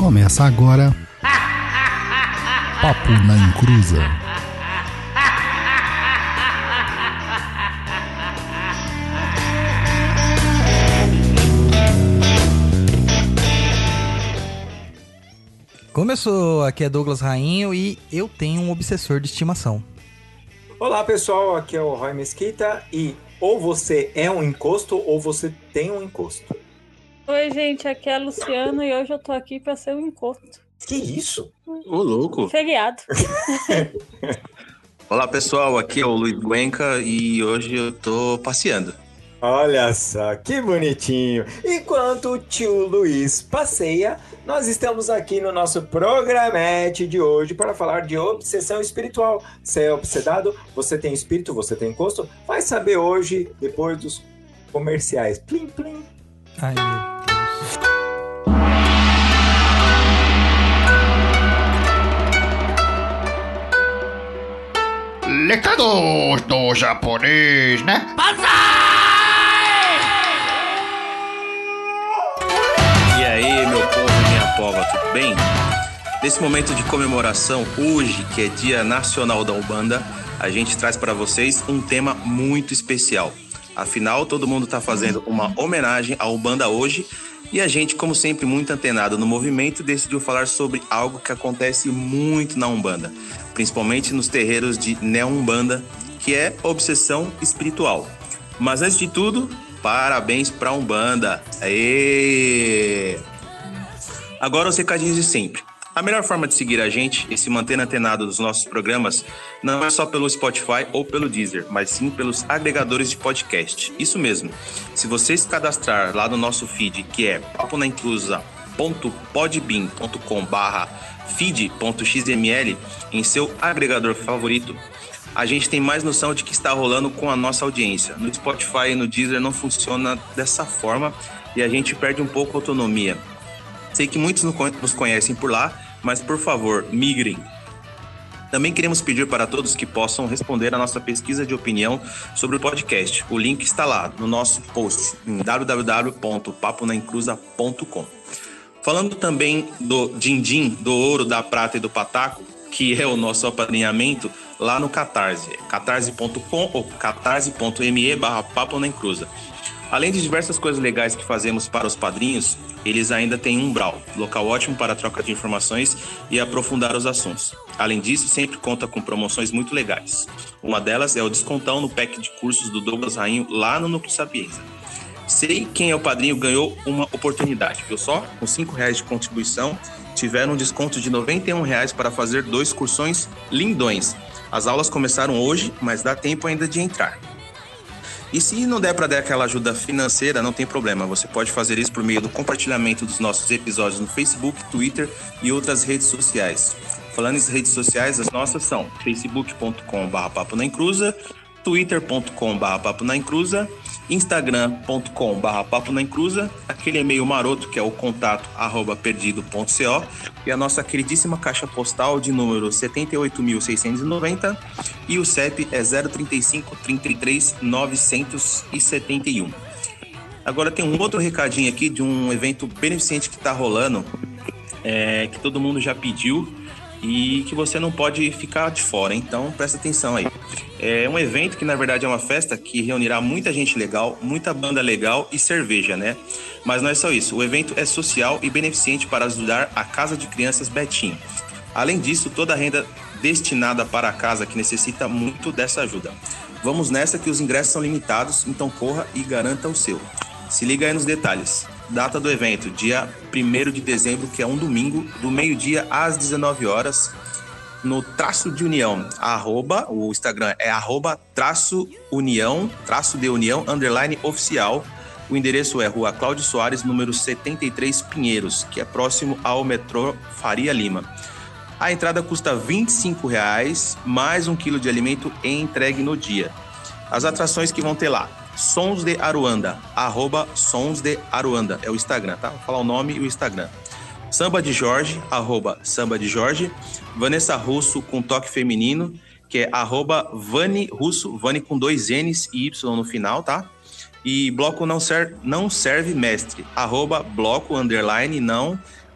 Começa agora Papo na Encruza. Começou, aqui é Douglas Rainho e eu tenho um obsessor de estimação. Olá pessoal, aqui é o Roy Mesquita e ou você é um encosto ou você tem um encosto. Oi gente, aqui é a Luciana e hoje eu tô aqui pra ser um encosto. Que isso? Ô, louco! Feriado. Olá pessoal, aqui é o Luiz Guenca e hoje eu tô passeando. Olha só, que bonitinho! Enquanto o tio Luiz passeia, nós estamos aqui no nosso programete de hoje para falar de obsessão espiritual. Você é obsedado? Você tem espírito? Você tem encosto? Vai saber hoje, depois dos comerciais. Plim, plim! Ai, meu Deus. Recados do japonês, né? E aí, meu povo e minha pova, tudo bem? Nesse momento de comemoração, hoje, que é Dia Nacional da Umbanda, a gente traz para vocês um tema muito especial. Afinal, todo mundo está fazendo uma homenagem à Umbanda hoje e a gente, como sempre, muito antenado no movimento, decidiu falar sobre algo que acontece muito na Umbanda, principalmente nos terreiros de Neo-Umbanda, que é obsessão espiritual. Mas antes de tudo, parabéns para a Umbanda! Aê! Agora os recadinhos de sempre. A melhor forma de seguir a gente e se manter antenado dos nossos programas não é só pelo Spotify ou pelo Deezer, mas sim pelos agregadores de podcast. Isso mesmo. Se você se cadastrar lá no nosso feed, que é paponaenclusa.podbean.com/feed.xml em seu agregador favorito, a gente tem mais noção de que está rolando com a nossa audiência. No Spotify e no Deezer não funciona dessa forma e a gente perde um pouco a autonomia. Sei que muitos nos conhecem por lá, mas por favor, migrem. Também queremos pedir para todos que possam responder a nossa pesquisa de opinião sobre o podcast. O link está lá no nosso post em www.paponaencruza.com. Falando também do din-din, do ouro, da prata e do pataco, que é o nosso apadrinhamento lá no Catarse, catarse.com ou catarse.me/paponaencruza. Além de diversas coisas legais que fazemos para os padrinhos, eles ainda têm um Umbral, local ótimo para a troca de informações e aprofundar os assuntos. Além disso, sempre conta com promoções muito legais. Uma delas é o descontão no pack de cursos do Douglas Rainho lá no Núcleo Sapienza. Sei quem é o padrinho ganhou uma oportunidade, viu só? Com R$5 de contribuição, tiveram um desconto de R$91 para fazer 2 cursões lindões. As aulas começaram hoje, mas dá tempo ainda de entrar. E se não der para dar aquela ajuda financeira, não tem problema. Você pode fazer isso por meio do compartilhamento dos nossos episódios no Facebook, Twitter e outras redes sociais. Falando em redes sociais, as nossas são facebook.com/paponaencruza, twitter.com/paponaencruza, instagram.com/paponaencruza, aquele e-mail maroto que é o contato@perdido.co e a nossa queridíssima caixa postal de número 78.690 e o CEP é 035 33 971. Agora tem um outro recadinho aqui de um evento beneficente que está rolando, que todo mundo já pediu e que você não pode ficar de fora, então presta atenção aí. É um evento que na verdade é uma festa que reunirá muita gente legal, muita banda legal e cerveja, né? Mas não é só isso, o evento é social e beneficente para ajudar a Casa de Crianças Betinho. Além disso, toda a renda destinada para a casa que necessita muito dessa ajuda. Vamos nessa que os ingressos são limitados, então corra e garanta o seu. Se liga aí nos detalhes. Data do evento, dia 1º de dezembro, que é um domingo, do meio-dia às 19 horas, no Traço de União, o Instagram é @traço_união, _oficial. O endereço é Rua Cláudio Soares, número 73, Pinheiros, que é próximo ao metrô Faria Lima. A entrada custa R$25, mais 1 quilo de alimento entregue no dia. As atrações que vão ter lá: Sons de Aruanda, @Sons de Aruanda, é o Instagram, tá? Vou falar o nome e o Instagram. Samba de Jorge, @Samba de Jorge. Vanessa Russo com toque feminino, que é @Vani Russo, Vani com 2 N's e Y no final, tá? E bloco não serve mestre, @bloco_não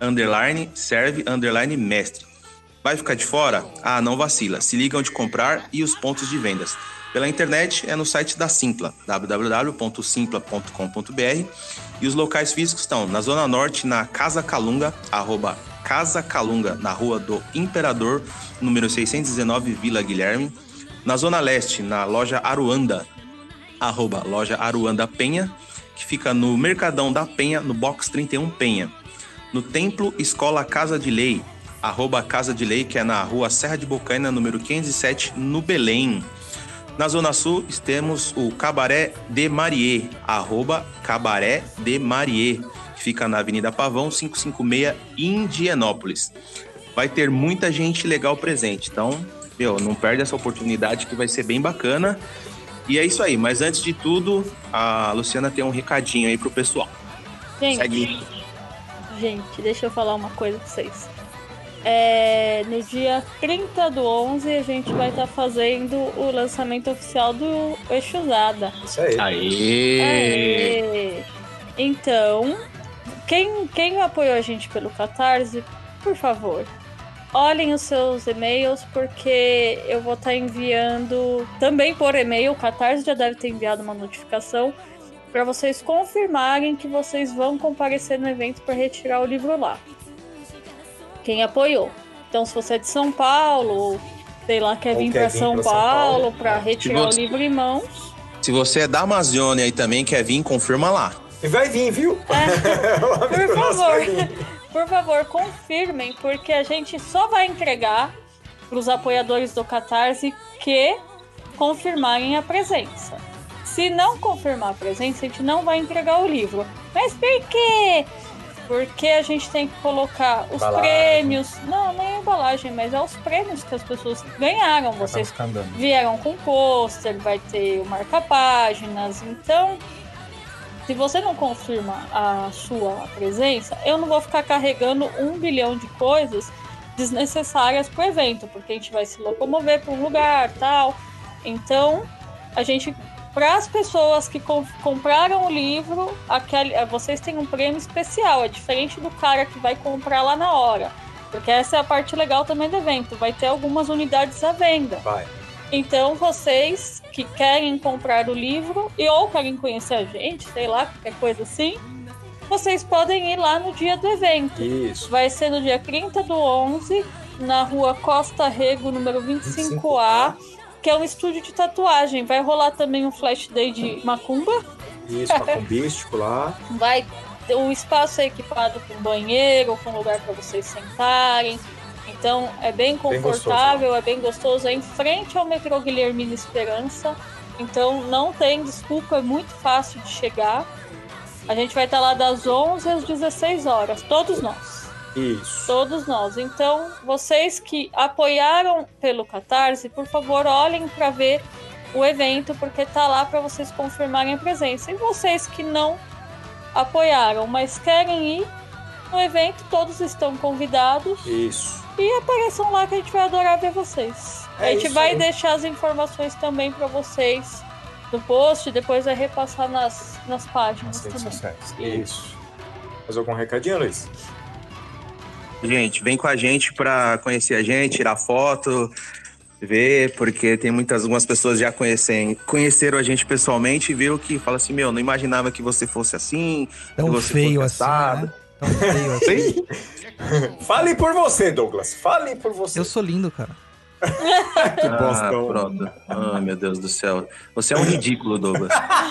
_serve_mestre. Vai ficar de fora? Ah, não vacila. Se liga onde comprar e os pontos de vendas. Pela internet é no site da Simpla, www.simpla.com.br, e os locais físicos estão na Zona Norte, na Casa Calunga, @Casa Calunga, na Rua do Imperador, número 619, Vila Guilherme. Na Zona Leste, na Loja Aruanda, @Loja Aruanda Penha, que fica no Mercadão da Penha, no Box 31 Penha. No Templo Escola Casa de Lei, @Casa de Lei, que é na Rua Serra de Bocaina, número 507, no Belém. Na Zona Sul, temos o Cabaré de Marie, @Cabaré de Marie, que fica na Avenida Pavão, 556, Indianópolis. Vai ter muita gente legal presente, então, não perde essa oportunidade que vai ser bem bacana. E é isso aí, mas antes de tudo, a Luciana tem um recadinho aí pro pessoal. Gente, deixa eu falar uma coisa pra vocês. No dia 30/11 a gente vai estar fazendo o lançamento oficial do Exusada. Isso aí. Aê! Então, quem apoiou a gente pelo Catarse, por favor, olhem os seus e-mails, porque eu vou estar enviando também por e-mail. O Catarse já deve ter enviado uma notificação para vocês confirmarem que vocês vão comparecer no evento para retirar o livro lá. Quem apoiou. Então, se você é de São Paulo, ou sei lá, quer vir para São Paulo para retirar o livro em mãos. Se você é da Amazônia e também quer vir, confirma lá. E vai vir, viu? Por favor, confirmem, porque a gente só vai entregar para os apoiadores do Catarse que confirmarem a presença. Se não confirmar a presença, a gente não vai entregar o livro. Mas por quê? Porque a gente tem que colocar os prêmios. Não, nem a embalagem, mas é os prêmios que as pessoas ganharam. Vocês vieram com pôster, vai ter o marca-páginas. Então, se você não confirma a sua presença, eu não vou ficar carregando 1 bilhão de coisas desnecessárias pro evento, porque a gente vai se locomover para um lugar, tal. Então, para as pessoas que compraram o livro, vocês têm um prêmio especial. É diferente do cara que vai comprar lá na hora. Porque essa é a parte legal também do evento. Vai ter algumas unidades à venda. Vai. Então, vocês que querem comprar o livro ou querem conhecer a gente, sei lá, qualquer coisa assim, vocês podem ir lá no dia do evento. Isso. Vai ser no dia 30/11, na Rua Costa Rego, número 25A. Que é um estúdio de tatuagem. Vai rolar também um flash day de macumba. Isso, macumbístico lá. O espaço é equipado com banheiro, com lugar para vocês sentarem. Então é bem confortável, é bem gostoso. É em frente ao metrô Guilhermina Esperança. Então não tem desculpa, é muito fácil de chegar. A gente vai estar lá das 11 às 16 horas, todos nós. Isso. Todos nós. Então, vocês que apoiaram pelo Catarse, por favor, olhem para ver o evento, porque tá lá para vocês confirmarem a presença. E vocês que não apoiaram, mas querem ir no evento, todos estão convidados. Isso. E apareçam lá que a gente vai adorar ver vocês. A gente vai deixar as informações também para vocês no post, depois vai repassar nas páginas também. Isso. Mais algum recadinho, Luiz? Gente, vem com a gente para conhecer a gente, tirar foto, ver, porque tem algumas pessoas já conheceram a gente pessoalmente e viram que fala assim, não imaginava que você fosse assim, tão que você feio fosse assim, né? Tão feio assim. Fale por você, Douglas. Fale por você. Eu sou lindo, cara. Que bostão. Pronto. Meu Deus do céu. Você é um ridículo, Douglas.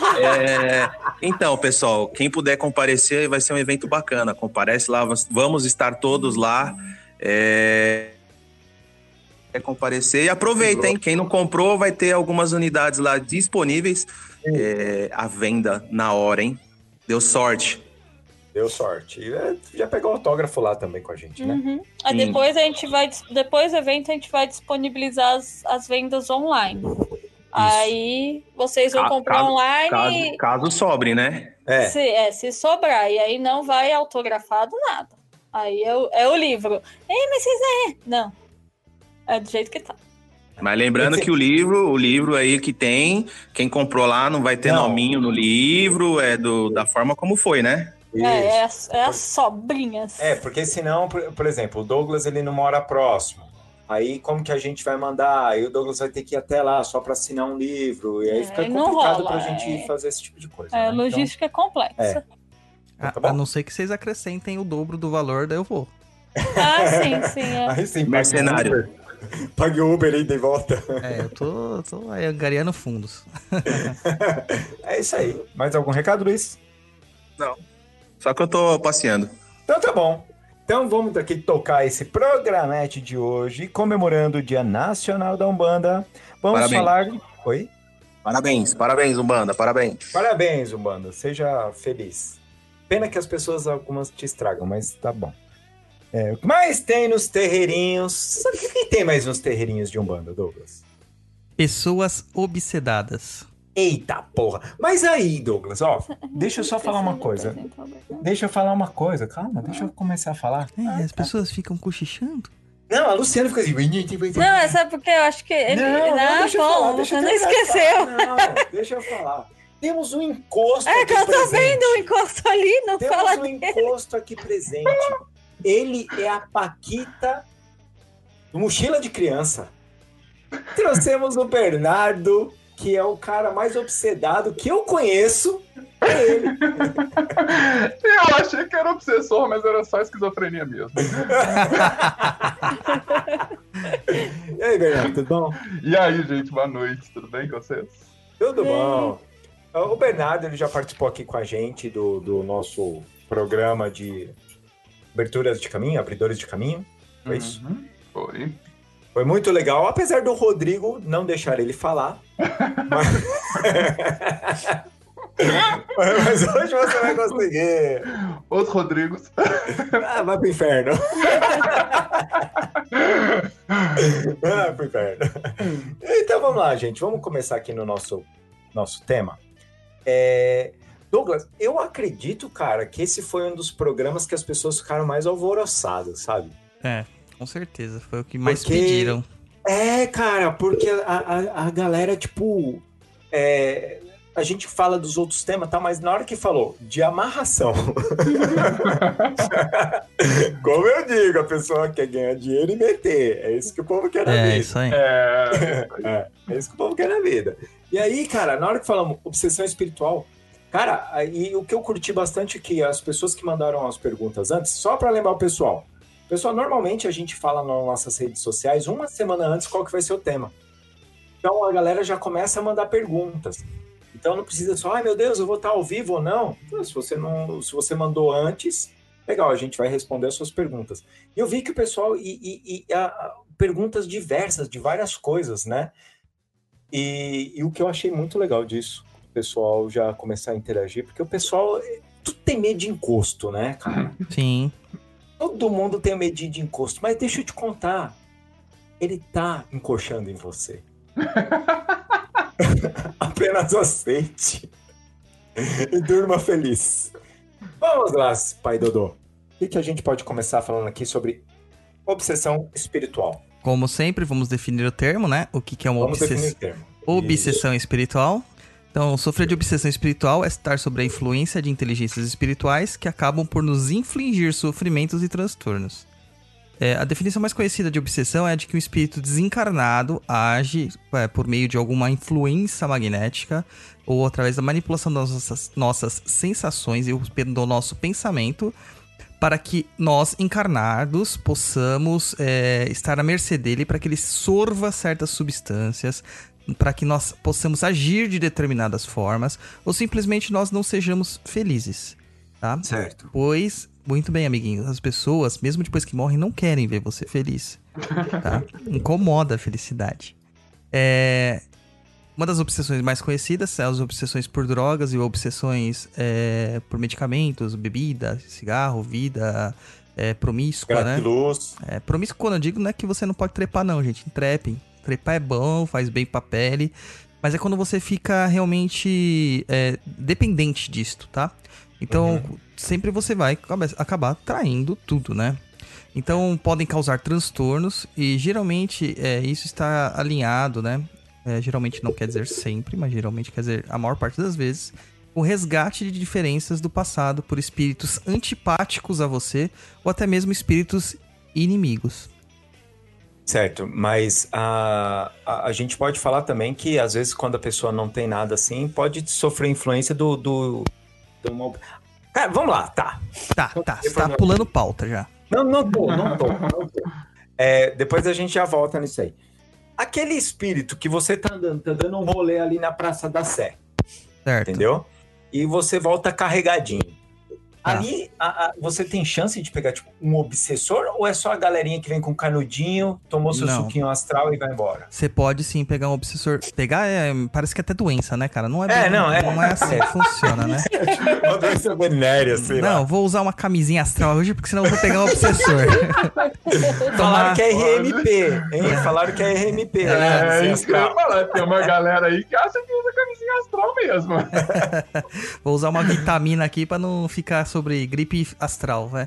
Então, pessoal, quem puder comparecer, vai ser um evento bacana. Comparece lá, vamos estar todos lá. Comparecer e aproveita, hein? Quem não comprou, vai ter algumas unidades lá disponíveis à venda na hora, hein? Deu sorte. Deu sorte. E já pegou autógrafo lá também com a gente, né? Uhum. Depois do evento, a gente vai disponibilizar as vendas online. Isso. Aí vocês vão comprar online. Caso sobre, né? Se sobrar. E aí não vai autografado nada. Aí é o livro. Mas vocês não. É do jeito que tá. Mas lembrando que o livro aí que tem, quem comprou lá não vai ter nominho no livro, da forma como foi, né? As sobrinhas. Porque senão, por exemplo, o Douglas ele não mora próximo. Aí como que a gente vai mandar? Aí o Douglas vai ter que ir até lá só para assinar um livro. E aí fica complicado para a gente fazer esse tipo de coisa. A logística é complexa. A não ser que vocês acrescentem o dobro do valor, daí eu vou. Sim. Aí sim, mercenário. Pague o Uber e de volta. Eu tô aí angariando fundos. É isso aí. Mais algum recado, Luiz? Não. Só que eu tô passeando. Então tá bom. Então vamos aqui tocar esse programete de hoje, comemorando o Dia Nacional da Umbanda. Vamos falar... Oi? Parabéns, Umbanda, parabéns. Parabéns, Umbanda. Seja feliz. Pena que as pessoas, algumas te estragam, mas tá bom. O que mais tem nos terreirinhos? Sabe o que tem mais nos terreirinhos de Umbanda, Douglas? Pessoas obsedadas. Eita porra! Mas aí, Douglas, deixa eu só falar uma coisa. Calma, deixa eu começar a falar. As pessoas ficam cochichando. Não, a Luciana fica assim... Não, é só porque eu acho que ele... deixa eu falar, você não esqueceu. Não, deixa eu falar. Temos um encosto aqui presente. Que eu tô vendo um encosto ali, não fala Temos um encosto aqui presente. Ele é a Paquita do Mochila de Criança. Trouxemos o Bernardo, que é o cara mais obsedado que eu conheço. É ele. Eu achei que era obsessor, mas era só esquizofrenia mesmo. E aí, Bernardo, tudo bom? E aí, gente, boa noite. Tudo bem com vocês? Tudo bom. O Bernardo ele já participou aqui com a gente do nosso programa de aberturas de caminho, abridores de caminho. Foi isso? Foi. Foi muito legal, apesar do Rodrigo não deixar ele falar. Mas hoje você vai conseguir. Os Rodrigos. Vai pro inferno. Vai pro inferno. Então vamos lá, gente. Vamos começar aqui no nosso tema. Douglas, eu acredito, cara, que esse foi um dos programas que as pessoas ficaram mais alvoroçadas, sabe? Com certeza. Foi o que mais pediram. Cara, porque a galera, tipo... a gente fala dos outros temas, tá? Mas na hora que falou de amarração... Como eu digo, a pessoa quer ganhar dinheiro e meter. É isso que o povo quer na vida. Isso aí. É isso que o povo quer na vida. E aí, cara, na hora que falamos obsessão espiritual... Cara, e o que eu curti bastante é que as pessoas que mandaram as perguntas antes, só para lembrar o pessoal, normalmente a gente fala nas nossas redes sociais uma semana antes qual que vai ser o tema. Então a galera já começa a mandar perguntas. Então não precisa só, meu Deus, eu vou estar ao vivo ou não. Então, se você mandou antes, legal, a gente vai responder as suas perguntas. E eu vi que o pessoal, perguntas diversas, de várias coisas, né? E o que eu achei muito legal disso, o pessoal já começar a interagir, porque o pessoal, tudo tem medo de encosto, né, cara? Sim. Todo mundo tem medo de encosto, mas deixa eu te contar, ele tá encoxando em você. Apenas aceite e durma feliz. Vamos lá, pai Dodô. O que a gente pode começar falando aqui sobre obsessão espiritual? Como sempre, vamos definir o termo, né? O que é uma obsessão espiritual. Então, sofrer de obsessão espiritual é estar sob a influência de inteligências espirituais que acabam por nos infligir sofrimentos e transtornos. A definição mais conhecida de obsessão é a de que o espírito desencarnado age por meio de alguma influência magnética ou através da manipulação das nossas sensações e do nosso pensamento para que nós, encarnados, possamos estar à mercê dele para que ele sorva certas substâncias, para que nós possamos agir de determinadas formas ou simplesmente nós não sejamos felizes, tá? Certo. Pois, muito bem, amiguinhos, as pessoas, mesmo depois que morrem, não querem ver você feliz, tá? Incomoda a felicidade. Uma das obsessões mais conhecidas são as obsessões por drogas e obsessões por medicamentos, bebida, cigarro, vida promíscua, né? Promíscua, quando eu digo, não é que você não pode trepar, não, gente. Trepem. Trepar é bom, faz bem pra pele, mas é quando você fica realmente dependente disto, tá? Então, sempre você vai acabar traindo tudo, né? Então, podem causar transtornos e geralmente isso está alinhado, né? Geralmente não quer dizer sempre, mas geralmente quer dizer a maior parte das vezes, o resgate de diferenças do passado por espíritos antipáticos a você ou até mesmo espíritos inimigos. Certo, mas a gente pode falar também que às vezes quando a pessoa não tem nada assim, pode sofrer influência do Cara, vamos lá, tá. Tá, você tá pulando pauta já. Não tô. Depois a gente já volta nisso aí. Aquele espírito que você tá dando um rolê ali na Praça da Sé. Certo. Entendeu? E você volta carregadinho. Ali, você tem chance de pegar tipo, um obsessor ou é só a galerinha que vem com canudinho, tomou seu suquinho astral e vai embora? Você pode sim pegar um obsessor. Pegar parece que é até doença, né, cara? Não é, não é assim que funciona, né? Uma doença venérea, sei lá. Não, vou usar uma camisinha astral hoje, porque senão eu vou pegar um obsessor. Falaram que é RMP, hein? Falaram que é RMP. Isso que eu ia falar. Tem uma galera aí que acha que usa camisinha astral mesmo. Vou usar uma vitamina aqui pra não ficar sobre gripe astral, né?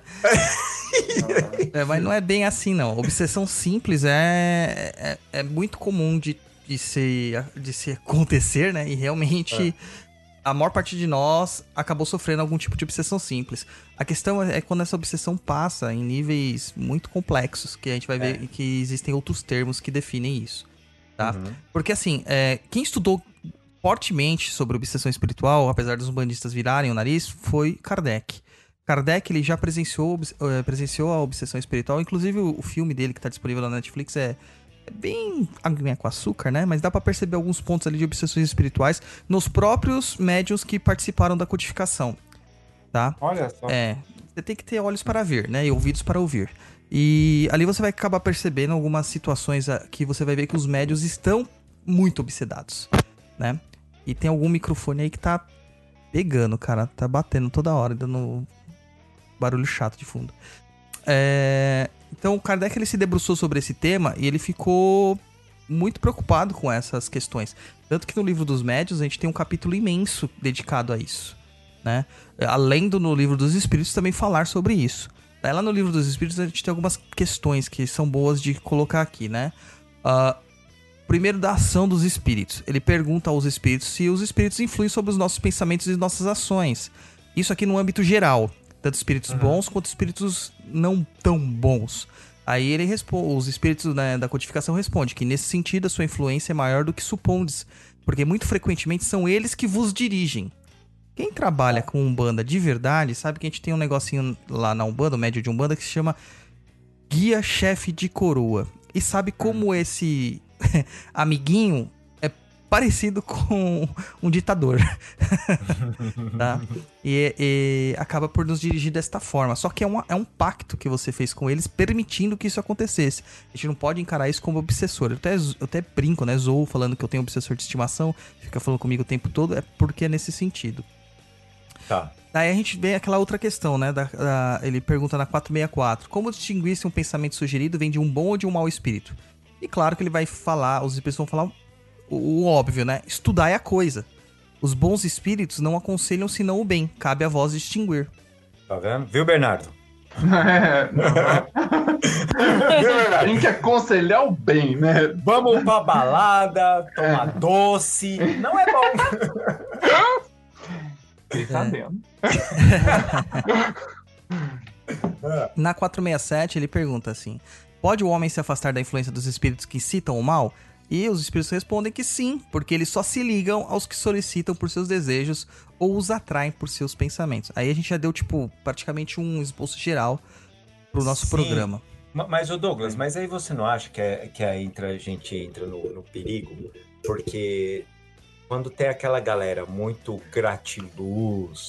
Mas não é bem assim, não. Obsessão simples é muito comum de se acontecer, né? E realmente a maior parte de nós acabou sofrendo algum tipo de obsessão simples. A questão é quando essa obsessão passa em níveis muito complexos, que a gente vai ver que existem outros termos que definem isso, tá? Porque assim, quem estudou fortemente sobre obsessão espiritual, apesar dos umbandistas virarem o nariz, foi Kardec. Kardec, ele já presenciou a obsessão espiritual, inclusive o filme dele que tá disponível na Netflix é bem aguinha com açúcar, né? Mas dá pra perceber alguns pontos ali de obsessões espirituais nos próprios médiuns que participaram da codificação, tá? Olha só. Você tem que ter olhos para ver, né? E ouvidos para ouvir. E ali você vai acabar percebendo algumas situações que você vai ver que os médiuns estão muito obsedados, né? E tem algum microfone aí que tá pegando, cara. Tá batendo toda hora, dando barulho chato de fundo. Então o Kardec ele se debruçou sobre esse tema e ele ficou muito preocupado com essas questões. Tanto que no livro dos médiuns a gente tem um capítulo imenso dedicado a isso, né? Além do no livro dos espíritos também falar sobre isso. Lá no livro dos espíritos a gente tem algumas questões que são boas de colocar aqui, né? Primeiro, da ação dos espíritos. Ele pergunta aos espíritos se os espíritos influem sobre os nossos pensamentos e nossas ações. Isso aqui no âmbito geral. Tanto espíritos bons quanto espíritos não tão bons. Aí ele responde, os espíritos da codificação respondem que nesse sentido a sua influência é maior do que supondes, porque muito frequentemente são eles que vos dirigem. Quem trabalha com Umbanda de verdade sabe que a gente tem um negocinho lá na Umbanda, o médio de Umbanda, que se chama guia-chefe de coroa. E sabe como esse amiguinho é parecido com um ditador. Tá? E acaba por nos dirigir desta forma. Só que é um pacto que você fez com eles, permitindo que isso acontecesse. A gente não pode encarar isso como obsessor. Eu até brinco, né? Zou falando que eu tenho obsessor de estimação, fica falando comigo o tempo todo, é porque é nesse sentido. Tá. Daí a gente vê aquela outra questão, né? Ele pergunta na 464. Como distinguir se um pensamento sugerido vem de um bom ou de um mau espírito? E claro que ele vai falar, os espíritos vão falar o óbvio, né? Estudar é a coisa. Os bons espíritos não aconselham senão o bem. Cabe a vós distinguir. Tá vendo? Viu, Bernardo? Tem que aconselhar o bem, né? Vamos pra balada, tomar doce. Não é bom. Fiquei sabendo. Na 467 ele pergunta assim: pode o homem se afastar da influência dos espíritos que incitam o mal? E os espíritos respondem que sim, porque eles só se ligam aos que solicitam por seus desejos ou os atraem por seus pensamentos. Aí a gente já deu, tipo, praticamente um esboço geral pro nosso programa. Mas, ô Douglas, mas aí você não acha que a gente entra no perigo? Porque quando tem aquela galera muito gratiluz,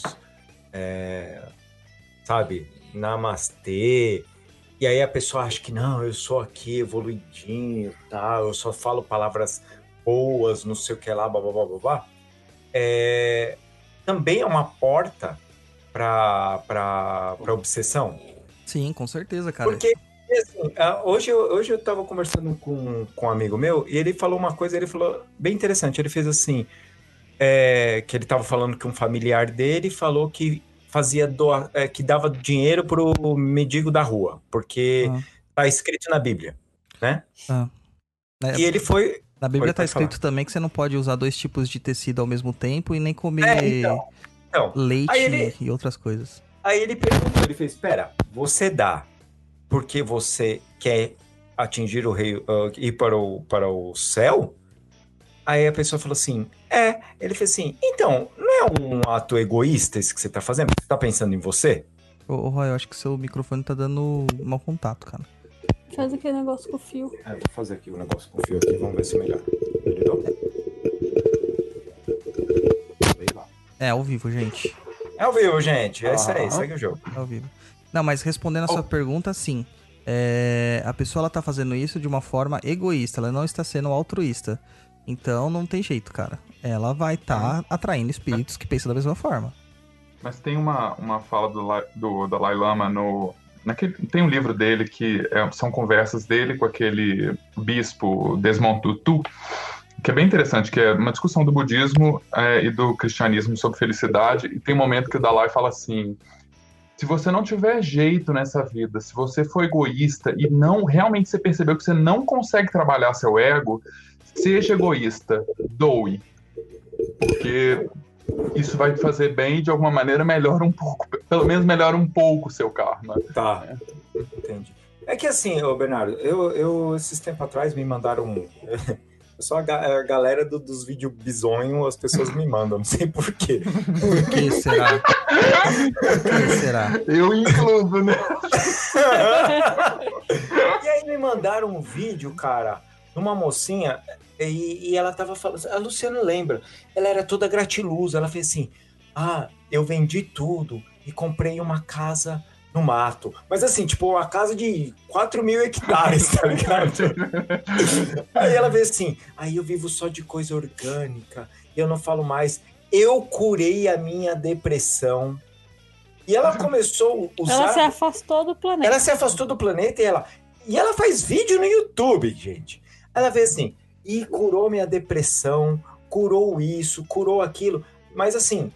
sabe, namastê, e aí a pessoa acha que não, eu sou aqui evoluidinho, tá? Eu só falo palavras boas, não sei o que lá, blá, blá, blá, blá, blá. Também é uma porta para obsessão? Sim, com certeza, cara. Porque assim, hoje eu tava conversando com um amigo meu e ele falou uma coisa, ele falou bem interessante. Ele fez assim, que ele tava falando que um familiar dele falou que que dava dinheiro pro mendigo da rua, porque tá escrito na Bíblia, né? E ele foi Na Bíblia tá escrito também que você não pode usar 2 tipos de tecido ao mesmo tempo e nem comer leite e outras coisas. Aí ele perguntou, ele fez, espera, você dá porque você quer atingir o rei, ir para o céu? Aí a pessoa falou assim, ele fez assim, então, não é um ato egoísta isso que você tá fazendo? Você tá pensando em você? Ô, Roy, eu acho que seu microfone tá dando mau contato, cara. Faz aquele negócio com o fio. Vou fazer aqui o negócio com o fio aqui, vamos ver se melhora. Melhorou? É ao vivo, gente. É ao vivo, gente. É isso aí, segue o jogo. É ao vivo. Não, mas respondendo a sua pergunta, sim. A pessoa ela tá fazendo isso de uma forma egoísta, ela não está sendo altruísta. Então não tem jeito, cara. Ela vai estar atraindo espíritos que pensam da mesma forma. Mas tem uma fala do Dalai Lama tem um livro dele que são conversas dele com aquele bispo Desmond Tutu, que é bem interessante, que é uma discussão do budismo e do cristianismo sobre felicidade. E tem um momento que o Dalai fala assim: se você não tiver jeito nessa vida, se você for egoísta e não realmente você percebeu que você não consegue trabalhar seu ego, seja egoísta, doe. Porque isso vai fazer bem e de alguma maneira melhora um pouco, pelo menos melhora um pouco o seu karma. Tá, entendi. É que assim, Bernardo, eu esses tempos atrás me mandaram só a galera dos vídeos bizonhos, as pessoas me mandam, não sei por quê. Por que será? Por que será? Eu incluo, né? E aí me mandaram um vídeo, cara, de uma mocinha, e ela tava falando, a Luciana lembra, ela era toda gratiluz, ela fez assim, eu vendi tudo e comprei uma casa no mato. Mas assim, tipo, uma casa de 4.000 hectares, tá ligado? Aí ela vê assim, aí eu vivo só de coisa orgânica, eu não falo mais, eu curei a minha depressão. E ela começou a usar... Ela se afastou do planeta. Ela se afastou do planeta e ela faz vídeo no YouTube, gente. Ela vê assim, e curou minha depressão, curou isso, curou aquilo. Mas assim,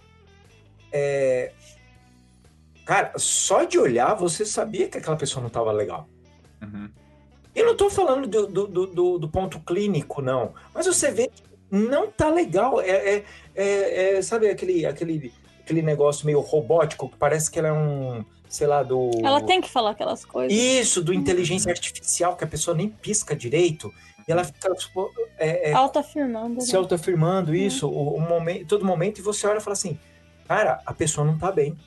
cara, só de olhar você sabia que aquela pessoa não estava legal. Uhum. Eu não tô falando do ponto clínico, não. Mas você vê que não tá legal. Sabe aquele negócio meio robótico, que parece que ela é um, sei lá, Ela tem que falar aquelas coisas. Isso, do inteligência artificial, que a pessoa nem pisca direito. E ela fica autoafirmando. Se autoafirmando, isso, todo momento, e você olha e fala assim, cara, a pessoa não tá bem.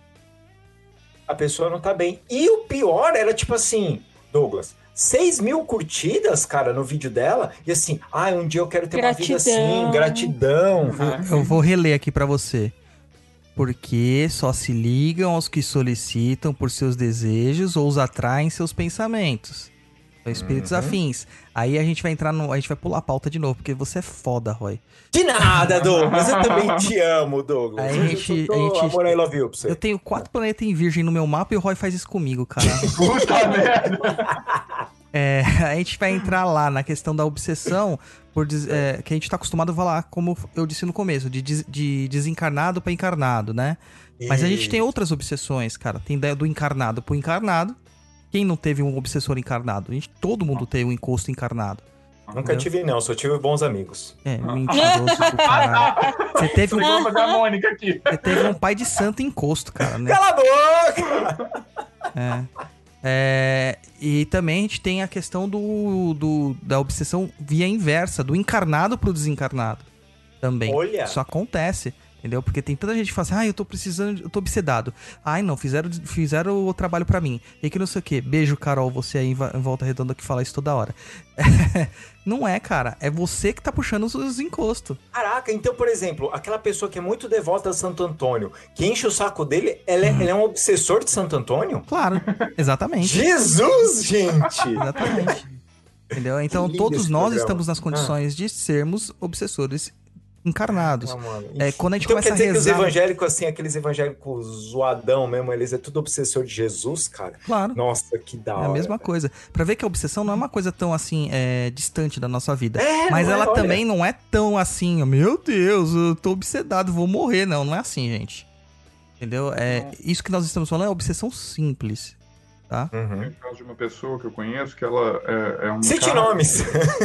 A pessoa não tá bem. E o pior era tipo assim, Douglas, 6.000 curtidas, cara, no vídeo dela, e assim, um dia eu quero ter uma vida assim, gratidão. Eu vou reler aqui pra você. Porque só se ligam aos que solicitam por seus desejos ou os atraem seus pensamentos. São espíritos afins. Aí a gente vai a gente vai pular a pauta de novo, porque você é foda, Roy. De nada, Douglas. Eu também te amo, Douglas. Aí a gente amor, I love you pra você. Eu tenho 4 planetas em virgem no meu mapa e o Roy faz isso comigo, cara. Puta merda! A gente vai entrar lá na questão da obsessão, que a gente tá acostumado a falar, como eu disse no começo, de desencarnado pra encarnado, né? Mas a gente tem outras obsessões, cara. Tem do encarnado pro encarnado. Quem não teve um obsessor encarnado? Todo mundo tem um encosto encarnado. Nunca tive, não. Só tive bons amigos. Mentiroso do caralho. Você teve Vamos fazer a Mônica aqui. Você teve um pai de santo encosto, cara, né? Cala a boca! E também a gente tem a questão da obsessão via inversa, do encarnado pro desencarnado. Também. Olha! Isso acontece. Entendeu? Porque tem tanta gente que fala assim, eu tô precisando, eu tô obsedado. Não, fizeram o trabalho pra mim. E que não sei o quê. Beijo, Carol, você aí em Volta Redonda que fala isso toda hora. Não é, cara. É você que tá puxando os encostos. Caraca, então, por exemplo, aquela pessoa que é muito devota a Santo Antônio, que enche o saco dele, ele é um obsessor de Santo Antônio? Claro, exatamente. Jesus, gente! Exatamente. Entendeu? Então, todos nós estamos nas condições de sermos obsessores encarnados. Quando a gente começa quer dizer a rezar... que os evangélicos, assim, aqueles evangélicos zoadão mesmo, eles é tudo obsessor de Jesus, cara? Claro. Nossa, que da hora. É a mesma coisa. Pra ver que a obsessão não é uma coisa tão, assim, distante da nossa vida. Mas ela também não é tão assim, meu Deus, eu tô obsedado, vou morrer. Não é assim, gente. Entendeu? Isso que nós estamos falando é obsessão simples. tá? Tem o caso de uma pessoa que eu conheço que ela é um Cite nomes!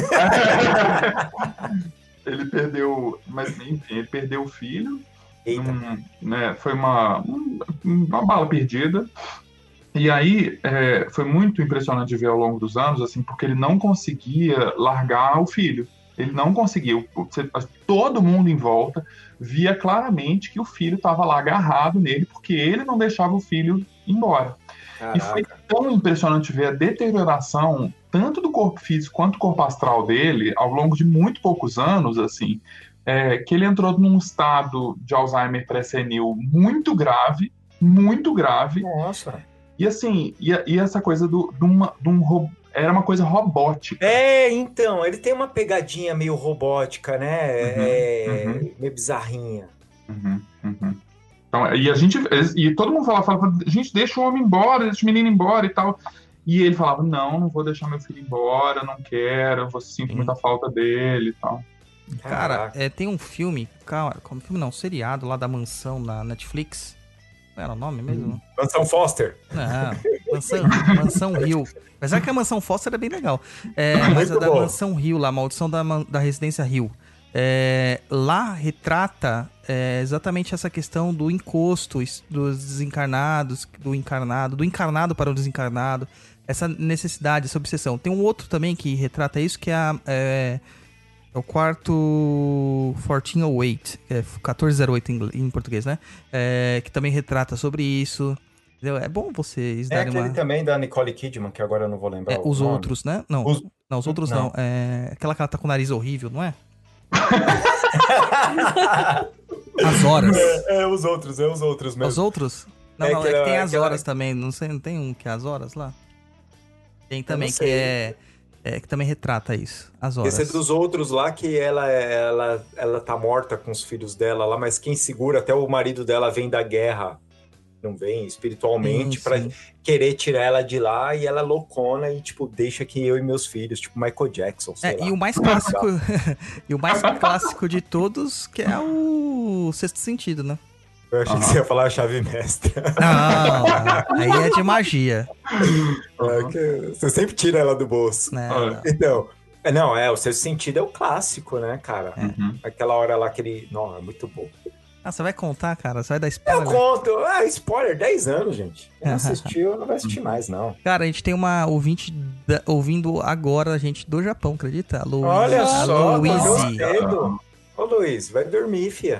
Ele perdeu, mas enfim, ele perdeu o filho. Eita. Foi uma bala perdida. E aí foi muito impressionante de ver ao longo dos anos, assim, porque ele não conseguia largar o filho. Ele não conseguiu. Todo mundo em volta via claramente que o filho estava lá agarrado nele, porque ele não deixava o filho ir embora. Caraca. E foi tão impressionante ver a deterioração tanto do corpo físico quanto do corpo astral dele ao longo de muito poucos anos, assim, que ele entrou num estado de Alzheimer pré-senil muito grave. Nossa. E assim, e essa coisa de um robô, era uma coisa robótica. Então, ele tem uma pegadinha meio robótica, né? Meio bizarrinha. Então, e todo mundo falava, gente, deixa o homem embora, deixa o menino embora e tal. E ele falava, não vou deixar meu filho embora, não quero, eu sinto muita falta dele e tal. Cara, tem um filme, um seriado lá da mansão na Netflix. Não era o nome mesmo? Mansão Foster. Não, Mansão Hill. Apesar que a Mansão Foster é bem legal. Mas a da Mansão Hill, lá, a Maldição da Residência Hill. Lá retrata exatamente essa questão do encosto dos desencarnados, do encarnado para o desencarnado, essa necessidade, essa obsessão. Tem um outro também que retrata isso, que é o quarto 1408, 1408 em português, né? Que também retrata sobre isso. Entendeu? É bom vocês darem aquele também da Nicole Kidman, que agora eu não vou lembrar os nome. Outros, né? Não, os outros não. Aquela que ela tá com o nariz horrível, não é? As horas. Os outros mesmo. Os outros? Não, é que tem as horas também. Não sei, não tem um que é as horas lá? Tem também que também retrata isso, as horas. Esse é dos outros lá que ela tá morta com os filhos dela lá, mas quem segura, até o marido dela vem da guerra, não vem espiritualmente, pra querer tirar ela de lá, e ela é loucona e, tipo, deixa que eu e meus filhos, tipo Michael Jackson, sei lá. E o mais clássico, clássico de todos, que é o Sexto Sentido, né? Eu achei que você ia falar a chave mestra. Não, aí é de magia. Você sempre tira ela do bolso. Então, o Sexto Sentido é o clássico, né, cara? Aquela hora lá que ele... Não, é muito bom. Você vai contar, cara? Você vai dar spoiler? Eu conto. Spoiler, 10 anos, gente. Quem não assistiu, não vai assistir mais, não. Cara, a gente tem uma ouvinte ouvindo agora a gente do Japão, acredita? Olha só, Luiz. Ô, Luiz, vai dormir, fia.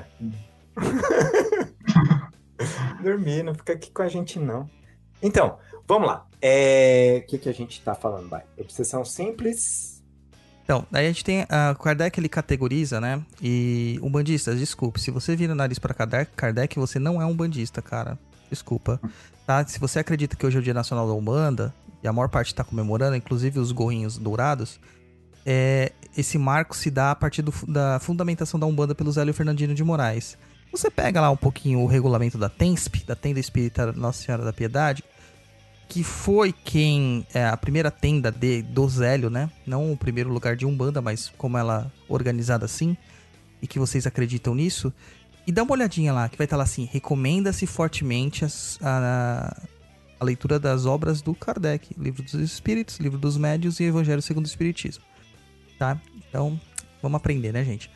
Dormir, não fica aqui com a gente, não. Então, vamos lá. O que a gente tá falando, vai? Obsessão simples... Então, daí a gente tem a Kardec, ele categoriza, né? E umbandistas, desculpe, se você vira o nariz pra Kardec, você não é um umbandista, cara. Desculpa. Tá? Se você acredita que hoje é o Dia Nacional da Umbanda, e a maior parte tá comemorando, inclusive os gorrinhos dourados, esse marco se dá a partir da fundamentação da Umbanda pelo Zélio Fernandino de Moraes. Você pega lá um pouquinho o regulamento da TENSP, da Tenda Espírita Nossa Senhora da Piedade, que foi a primeira tenda do Zélio, né? Não o primeiro lugar de Umbanda, mas como ela é organizada assim, e que vocês acreditam nisso. E dá uma olhadinha lá, que vai estar lá assim, recomenda-se fortemente a leitura das obras do Kardec, Livro dos Espíritos, Livro dos Médiuns e Evangelho segundo o Espiritismo. Tá? Então, vamos aprender, né, gente?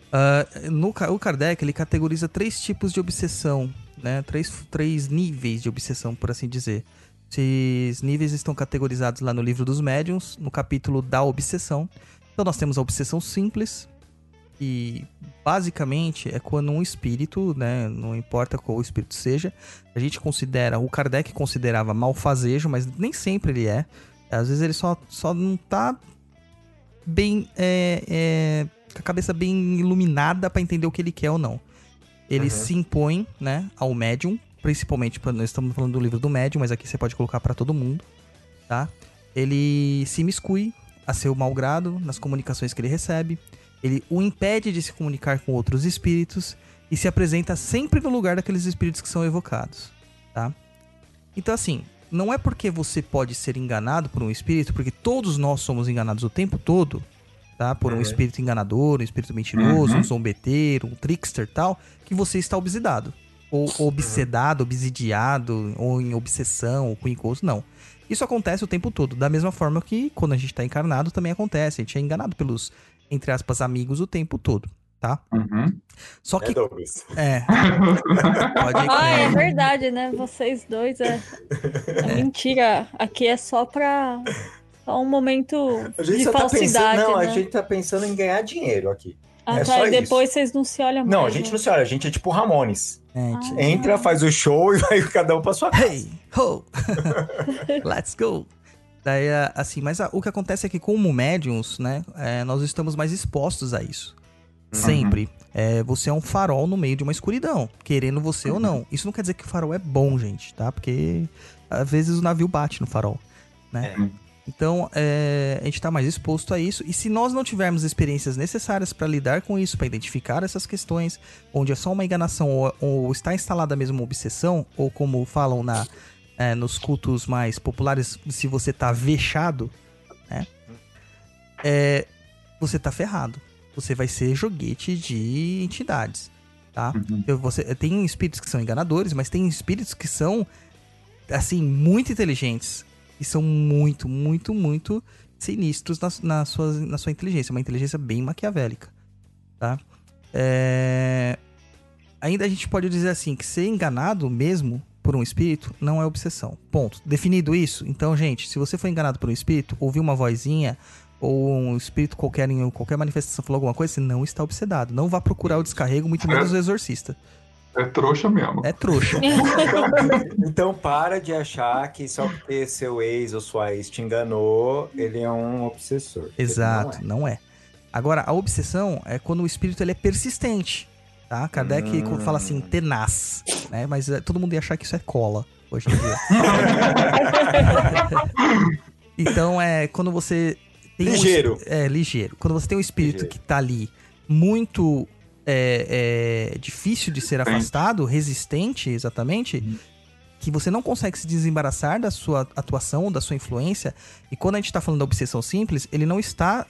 O Kardec, ele categoriza 3 tipos de obsessão, né? Três níveis de obsessão, por assim dizer. Esses níveis estão categorizados lá no Livro dos Médiuns, no capítulo da obsessão. Então nós temos a obsessão simples, e basicamente é quando um espírito, né, não importa qual o espírito seja, a gente considera, o Kardec considerava malfazejo, mas nem sempre ele é. Às vezes ele só não tá bem, com a cabeça bem iluminada para entender o que ele quer ou não. Ele se impõe, né, ao médium, principalmente, nós estamos falando do livro do médium, mas aqui você pode colocar para todo mundo, tá? Ele se imiscui a seu malgrado nas comunicações que ele recebe, ele o impede de se comunicar com outros espíritos e se apresenta sempre no lugar daqueles espíritos que são evocados, tá? Então, assim, não é porque você pode ser enganado por um espírito, porque todos nós somos enganados o tempo todo, tá? Por um espírito enganador, um espírito mentiroso, um zombeteiro, um trickster e tal, que você está obsidado. ou obsedado, obsidiado, ou em obsessão, ou com encosto, não. Isso acontece o tempo todo, da mesma forma que quando a gente tá encarnado também acontece. A gente é enganado pelos, entre aspas, amigos o tempo todo, tá? Só que... Douglas. Pode ir, é verdade, né? Vocês dois é mentira. Aqui é só pra... Só um momento de falsidade, né? a gente tá pensando em ganhar dinheiro aqui. Tá, e depois vocês não se olham mais. Não, a gente não se olha, a gente é tipo Ramones. Gente. Entra, faz o show e vai cada um pra sua casa. Hey, ho! Let's go! Daí, assim, mas o que acontece é que como médiums, né, nós estamos mais expostos a isso. Sempre. Você é um farol no meio de uma escuridão, querendo você ou não. Isso não quer dizer que o farol é bom, gente, tá? Porque às vezes o navio bate no farol, né? Então, a gente tá mais exposto a isso. E se nós não tivermos experiências necessárias para lidar com isso, para identificar essas questões, onde é só uma enganação ou está instalada mesmo uma obsessão, ou como falam nos cultos mais populares, se você tá vexado, né? Você tá ferrado. Você vai ser joguete de entidades, tá? Tem espíritos que são enganadores, mas tem espíritos que são, assim, muito inteligentes. E são muito, muito, muito sinistros na sua inteligência. Uma inteligência bem maquiavélica, tá? Ainda a gente pode dizer assim, que ser enganado mesmo por um espírito não é obsessão. Ponto. Definido isso, então, gente, se você foi enganado por um espírito, ouviu uma vozinha, ou um espírito qualquer, em qualquer manifestação falou alguma coisa, você não está obsedado. Não vá procurar o descarrego, muito menos o exorcista. É trouxa mesmo. É trouxa. Então para de achar que só porque seu ex ou sua ex te enganou, ele é um obsessor. Exato, não é. Agora, a obsessão é quando o espírito ele é persistente, tá? Kardec fala assim, tenaz, né? Mas todo mundo ia achar que isso é cola, hoje em dia. Então, quando você... tem ligeiro. Ligeiro. Quando você tem um espírito que tá ali muito... difícil de ser afastado, resistente, exatamente, que você não consegue se desembaraçar da sua atuação, da sua influência. E quando a gente tá falando da obsessão simples, ele não está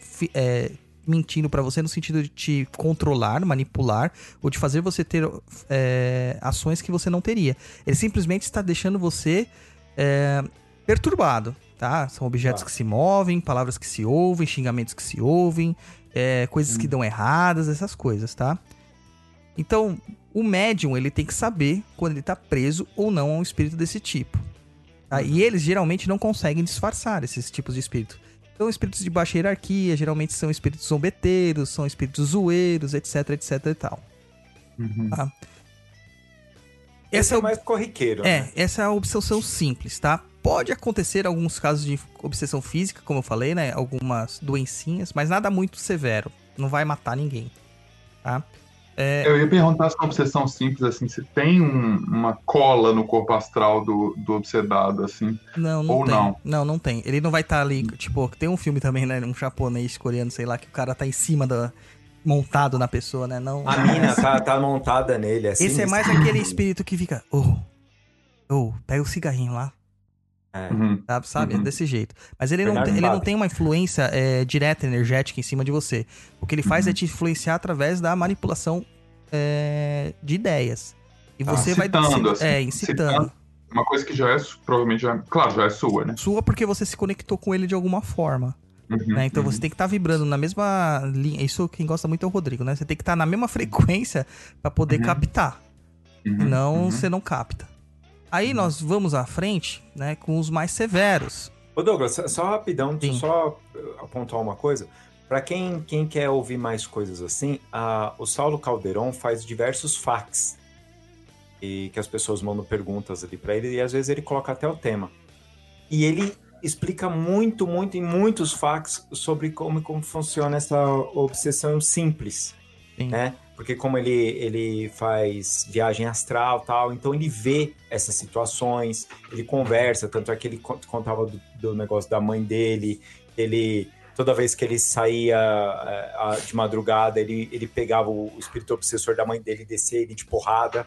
mentindo pra você no sentido de te controlar, manipular, ou de fazer você ter ações que você não teria. Ele simplesmente está deixando você perturbado, tá? São objetos que se movem, palavras que se ouvem, xingamentos que se ouvem, coisas que dão erradas, essas coisas, tá? Então, o médium, ele tem que saber quando ele tá preso ou não a um espírito desse tipo. Tá? E eles geralmente não conseguem disfarçar esses tipos de espírito. Então, espíritos de baixa hierarquia, geralmente são espíritos zombeteiros, são espíritos zoeiros, etc, etc e tal. Tá? Esse é mais corriqueiro, né? Essa é a obsessão simples, tá? Pode acontecer alguns casos de obsessão física, como eu falei, né? Algumas doencinhas, mas nada muito severo. Não vai matar ninguém, tá? Eu ia perguntar se uma obsessão simples, assim, se tem uma cola no corpo astral do obsedado, assim, não ou tem. não? Não tem. Ele não vai estar ali, tipo, tem um filme também, né? Um japonês, coreano, sei lá, que o cara tá em cima montado na pessoa, né? Não, a mina tá montada nele, assim. Esse é mais aquele espírito que fica, pega o cigarrinho lá. Sabe? É desse jeito. Mas ele não tem uma influência direta, energética em cima de você. O que ele faz é te influenciar através da manipulação de ideias. E você vai... incitando. Uma coisa que provavelmente já é sua, né? Sua porque você se conectou com ele de alguma forma. Né? Então você tem que estar vibrando na mesma linha. Isso quem gosta muito é o Rodrigo, né? Você tem que estar na mesma frequência para poder captar. Senão você não capta. Aí nós vamos à frente, né, com os mais severos. Ô Douglas, só rapidão, deixa eu só apontar uma coisa. Para quem quer ouvir mais coisas assim, o Saulo Calderon faz diversos fax. E que as pessoas mandam perguntas ali para ele, e às vezes ele coloca até o tema. E ele explica muito, muito em muitos fax sobre como funciona essa obsessão simples, né? Porque como ele faz viagem astral e tal, então ele vê essas situações, ele conversa, tanto é que ele contava do negócio da mãe dele, toda vez que ele saía de madrugada, ele pegava o espírito obsessor da mãe dele e descia ele de porrada,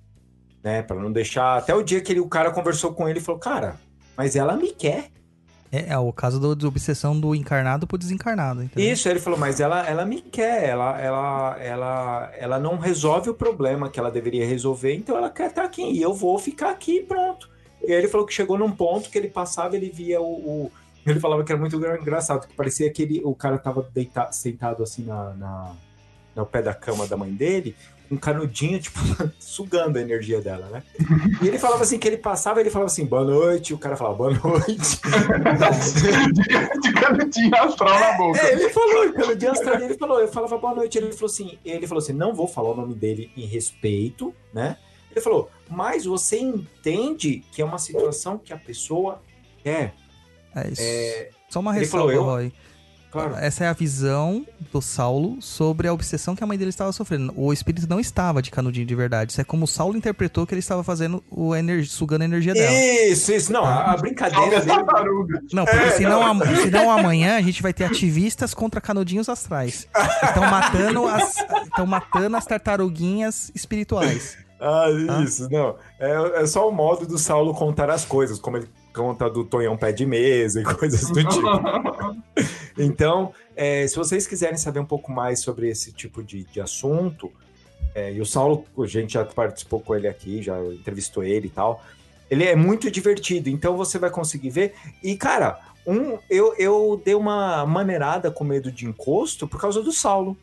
né, pra não deixar... Até o dia que o cara conversou com ele e falou, cara, mas ela me quer. É o caso de obsessão do encarnado pro desencarnado. Entendeu? Isso, ele falou, mas ela me quer, ela não resolve o problema que ela deveria resolver, então ela quer estar aqui, e eu vou ficar aqui, pronto. E aí ele falou que chegou num ponto que ele passava, ele via ele falava que era muito engraçado, que parecia que o cara tava sentado assim no pé da cama da mãe dele, um canudinho, tipo, sugando a energia dela, né? E ele falava assim, que ele passava, ele falava assim, boa noite, o cara falava, boa noite. De canudinho astral na boca. Ele falou, canudinho astral, eu falava boa noite, ele falou assim, não vou falar o nome dele em respeito, né? Ele falou, mas você entende que é uma situação que a pessoa quer. Só uma ressalva, Roy. Claro. Essa é a visão do Saulo sobre a obsessão que a mãe dele estava sofrendo. O espírito não estava de canudinho de verdade. Isso é como o Saulo interpretou que ele estava fazendo sugando a energia dela. Isso. Não, a brincadeira dele... Não, porque senão amanhã a gente vai ter ativistas contra canudinhos astrais. Estão matando as tartaruguinhas espirituais. Isso, não. É só o modo do Saulo contar as coisas, como ele conta do Tonhão Pé de Mesa e coisas do tipo. Então, se vocês quiserem saber um pouco mais sobre esse tipo de assunto, e o Saulo, a gente já participou com ele aqui, já entrevistou ele e tal, ele é muito divertido, então você vai conseguir ver. E, cara, eu dei uma maneirada com medo de encosto por causa do Saulo.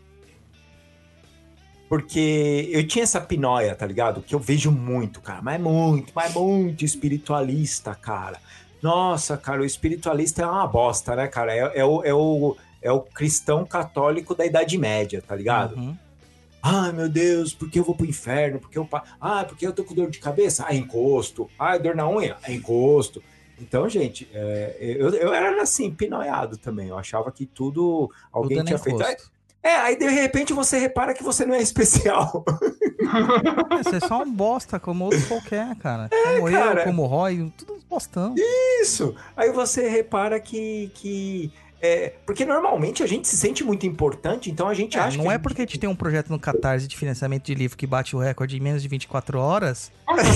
Porque eu tinha essa pinóia, tá ligado? Que eu vejo muito, cara. Mas muito espiritualista, cara. Nossa, cara, o espiritualista é uma bosta, né, cara? É o cristão católico da Idade Média, tá ligado? Uhum. Ai, meu Deus, por que eu vou pro inferno? Porque eu tô com dor de cabeça? Encosto. Dor na unha? Encosto. Então, gente, eu era assim, pinóiado também. Eu achava que alguém tinha feito... Aí de repente você repara que você não é especial. Você é só um bosta, como outro qualquer, cara. Como cara, eu, como o Roy, tudo bostão. Isso! Aí você repara que porque normalmente a gente se sente muito importante, então a gente acha não que... é porque a gente tem um projeto no Catarse de financiamento de livro que bate o recorde em menos de 24 horas.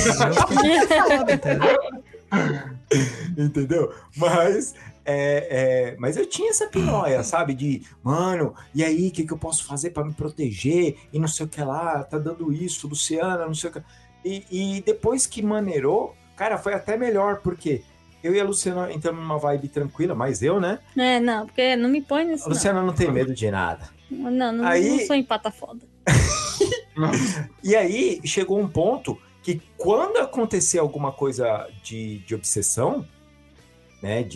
Entendeu? Mas eu tinha essa pinóia, sabe? De, mano, e aí, o que eu posso fazer pra me proteger? E não sei o que lá, tá dando isso, Luciana, não sei o que. E depois que maneirou, cara, foi até melhor, porque eu e a Luciana entramos numa vibe tranquila, mas eu, né? Não, porque não me põe nisso. A Luciana não tem medo de nada. Não sou empata foda. E aí, chegou um ponto que quando acontecer alguma coisa de obsessão, né,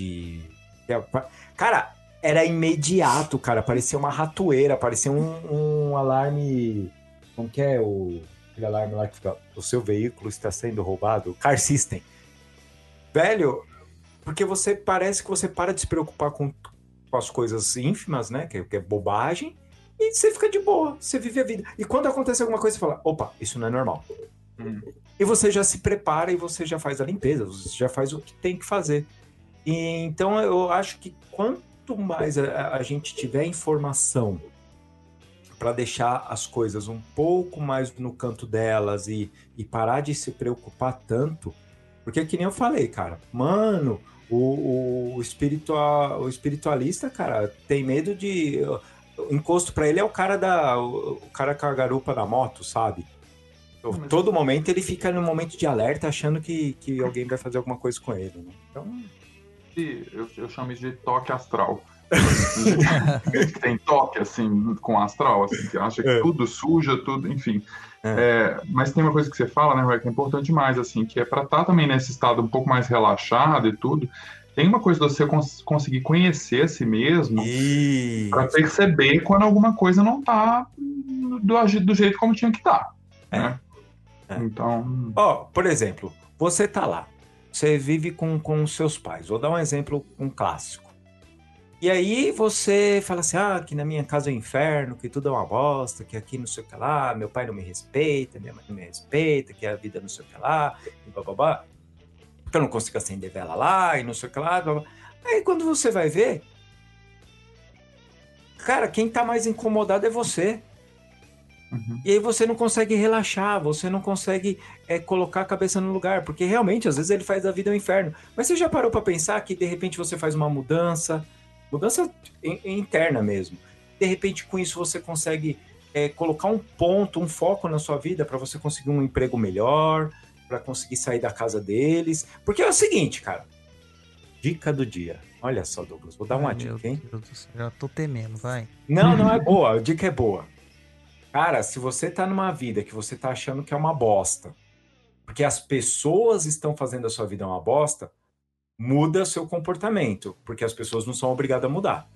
cara, era imediato, cara, parecia uma ratoeira, parecia um alarme, como que é aquele alarme lá que fica, o seu veículo está sendo roubado, Car System. Velho, porque parece que você para de se preocupar com as coisas ínfimas, né, que é bobagem, e você fica de boa, você vive a vida. E quando acontece alguma coisa, você fala, opa, isso não é normal. E você já se prepara e você já faz a limpeza, você já faz o que tem que fazer. E, então eu acho que quanto mais a gente tiver informação para deixar as coisas um pouco mais no canto delas e parar de se preocupar tanto, porque que nem eu falei, cara, mano, o espiritualista, cara, tem medo de... O encosto para ele é o cara com a garupa da moto, sabe? Todo momento ele fica no momento de alerta achando que alguém vai fazer alguma coisa com ele, né? Então... Eu chamo isso de toque astral. Tem toque, assim, com astral, assim, que acha que tudo suja, tudo, enfim. Mas tem uma coisa que você fala, né, Roy, que é importante demais, assim, que é para estar também nesse estado um pouco mais relaxado e tudo, tem uma coisa de você conseguir conhecer a si mesmo para perceber quando alguma coisa não tá do jeito como tinha que estar. Né? Então... por exemplo, você tá lá, você vive com os seus pais. Vou dar um exemplo, um clássico. E aí você fala assim, que na minha casa é um inferno, que tudo é uma bosta, que aqui não sei o que lá, meu pai não me respeita, minha mãe não me respeita, que a vida não sei o que lá, e bababá, porque eu não consigo acender vela lá, e não sei o que lá, babá. Aí quando você vai ver, cara, quem tá mais incomodado é você. E aí você não consegue relaxar, você não consegue colocar a cabeça no lugar, porque realmente, às vezes, ele faz da vida um inferno. Mas você já parou para pensar que, de repente, você faz uma mudança interna mesmo. De repente, com isso, você consegue colocar um ponto, um foco na sua vida para você conseguir um emprego melhor, para conseguir sair da casa deles. Porque é o seguinte, cara. Dica do dia. Olha só, Douglas, vou dar uma dica, hein? Meu Deus, já tô temendo, vai. Não é boa, a dica é boa. Cara, se você tá numa vida que você tá achando que é uma bosta, porque as pessoas estão fazendo a sua vida uma bosta, muda seu comportamento, porque as pessoas não são obrigadas a mudar.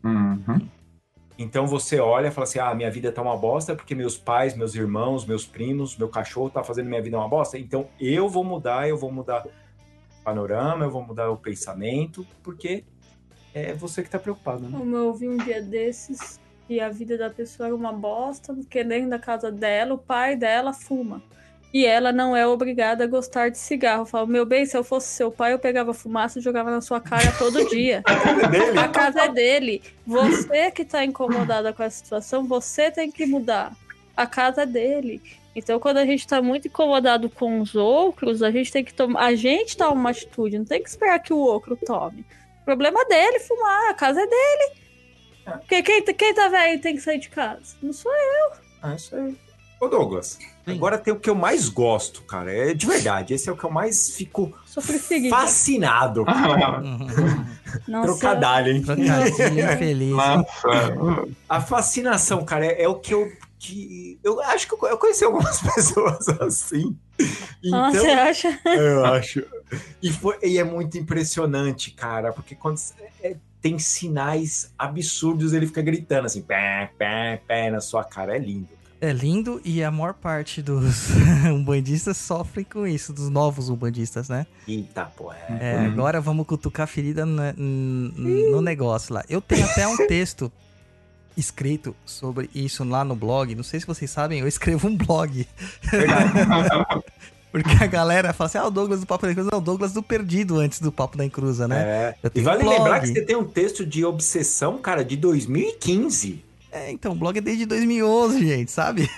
Então você olha e fala assim, minha vida tá uma bosta porque meus pais, meus irmãos, meus primos, meu cachorro tá fazendo minha vida uma bosta, então eu vou mudar o panorama, eu vou mudar o pensamento, porque é você que tá preocupado, né? Como eu ouvi um dia desses, que a vida da pessoa era uma bosta, porque dentro da casa dela, o pai dela fuma. E ela não é obrigada a gostar de cigarro. Eu falo, meu bem, se eu fosse seu pai, eu pegava fumaça e jogava na sua cara todo dia. A casa é dele. Você que tá incomodada com essa situação, você tem que mudar. A casa é dele. Então, quando a gente tá muito incomodado com os outros, a gente tem que tomar. A gente toma uma atitude, não tem que esperar que o outro tome. O problema é dele fumar, a casa é dele. Porque quem tá velho tem que sair de casa? Não sou eu. Isso aí. Ô, Douglas, agora tem o que eu mais gosto, cara. É de verdade. Esse é o que eu mais fico fascinado. Trocadilho, hein? Trocadilho feliz. A fascinação, cara, é o que eu acho que eu conheci algumas pessoas assim. Então, você acha? Eu acho. E é muito impressionante, cara, porque quando tem sinais absurdos, ele fica gritando assim, pé, pé, pé na sua cara. É lindo. É lindo e a maior parte dos umbandistas sofrem com isso, dos novos umbandistas, né? Eita, pô. Agora vamos cutucar a ferida no negócio lá. Eu tenho até um texto escrito sobre isso lá no blog. Não sei se vocês sabem, eu escrevo um blog. Verdade. Porque a galera fala assim, o Douglas do Papo da Encruza é o Douglas do Perdido antes do Papo da Encruza, né? E vale lembrar que você tem um texto de obsessão, cara, de 2015. Então, o blog é desde 2011, gente, sabe?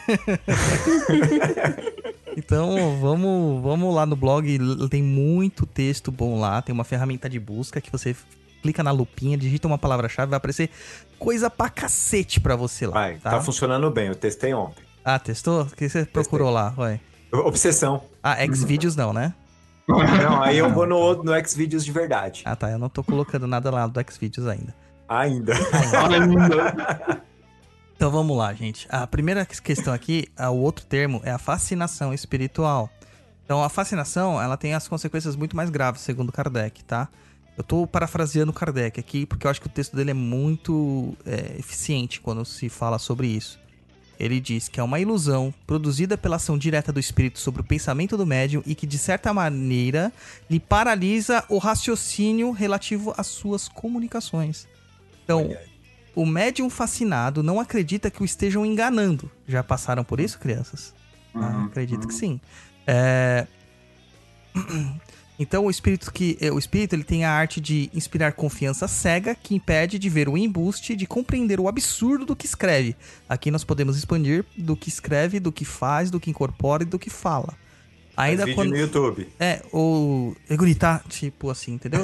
Então, vamos lá no blog, tem muito texto bom lá, tem uma ferramenta de busca que você clica na lupinha, digita uma palavra-chave, vai aparecer coisa pra cacete pra você lá. Tá funcionando bem, eu testei ontem. Testou? O que você procurou lá, vai? Obsessão. Xvideos não, né? Não, aí eu vou no Xvideos de verdade. Tá, eu não tô colocando nada lá do Xvideos ainda. Ainda. Então vamos lá, gente. A primeira questão aqui, o outro termo, é a fascinação espiritual. Então a fascinação, ela tem as consequências muito mais graves, segundo Kardec, tá? Eu tô parafraseando Kardec aqui, porque eu acho que o texto dele é muito eficiente quando se fala sobre isso. Ele diz que é uma ilusão produzida pela ação direta do espírito sobre o pensamento do médium e que, de certa maneira, lhe paralisa o raciocínio relativo às suas comunicações. Então, o médium fascinado não acredita que o estejam enganando. Já passaram por isso, crianças? Acredito que sim. Então, o espírito ele tem a arte de inspirar confiança cega que impede de ver o embuste, de compreender o absurdo do que escreve. Aqui nós podemos expandir do que escreve, do que faz, do que incorpora e do que fala. Ainda vídeo no YouTube. Ou gritar, tipo assim, entendeu?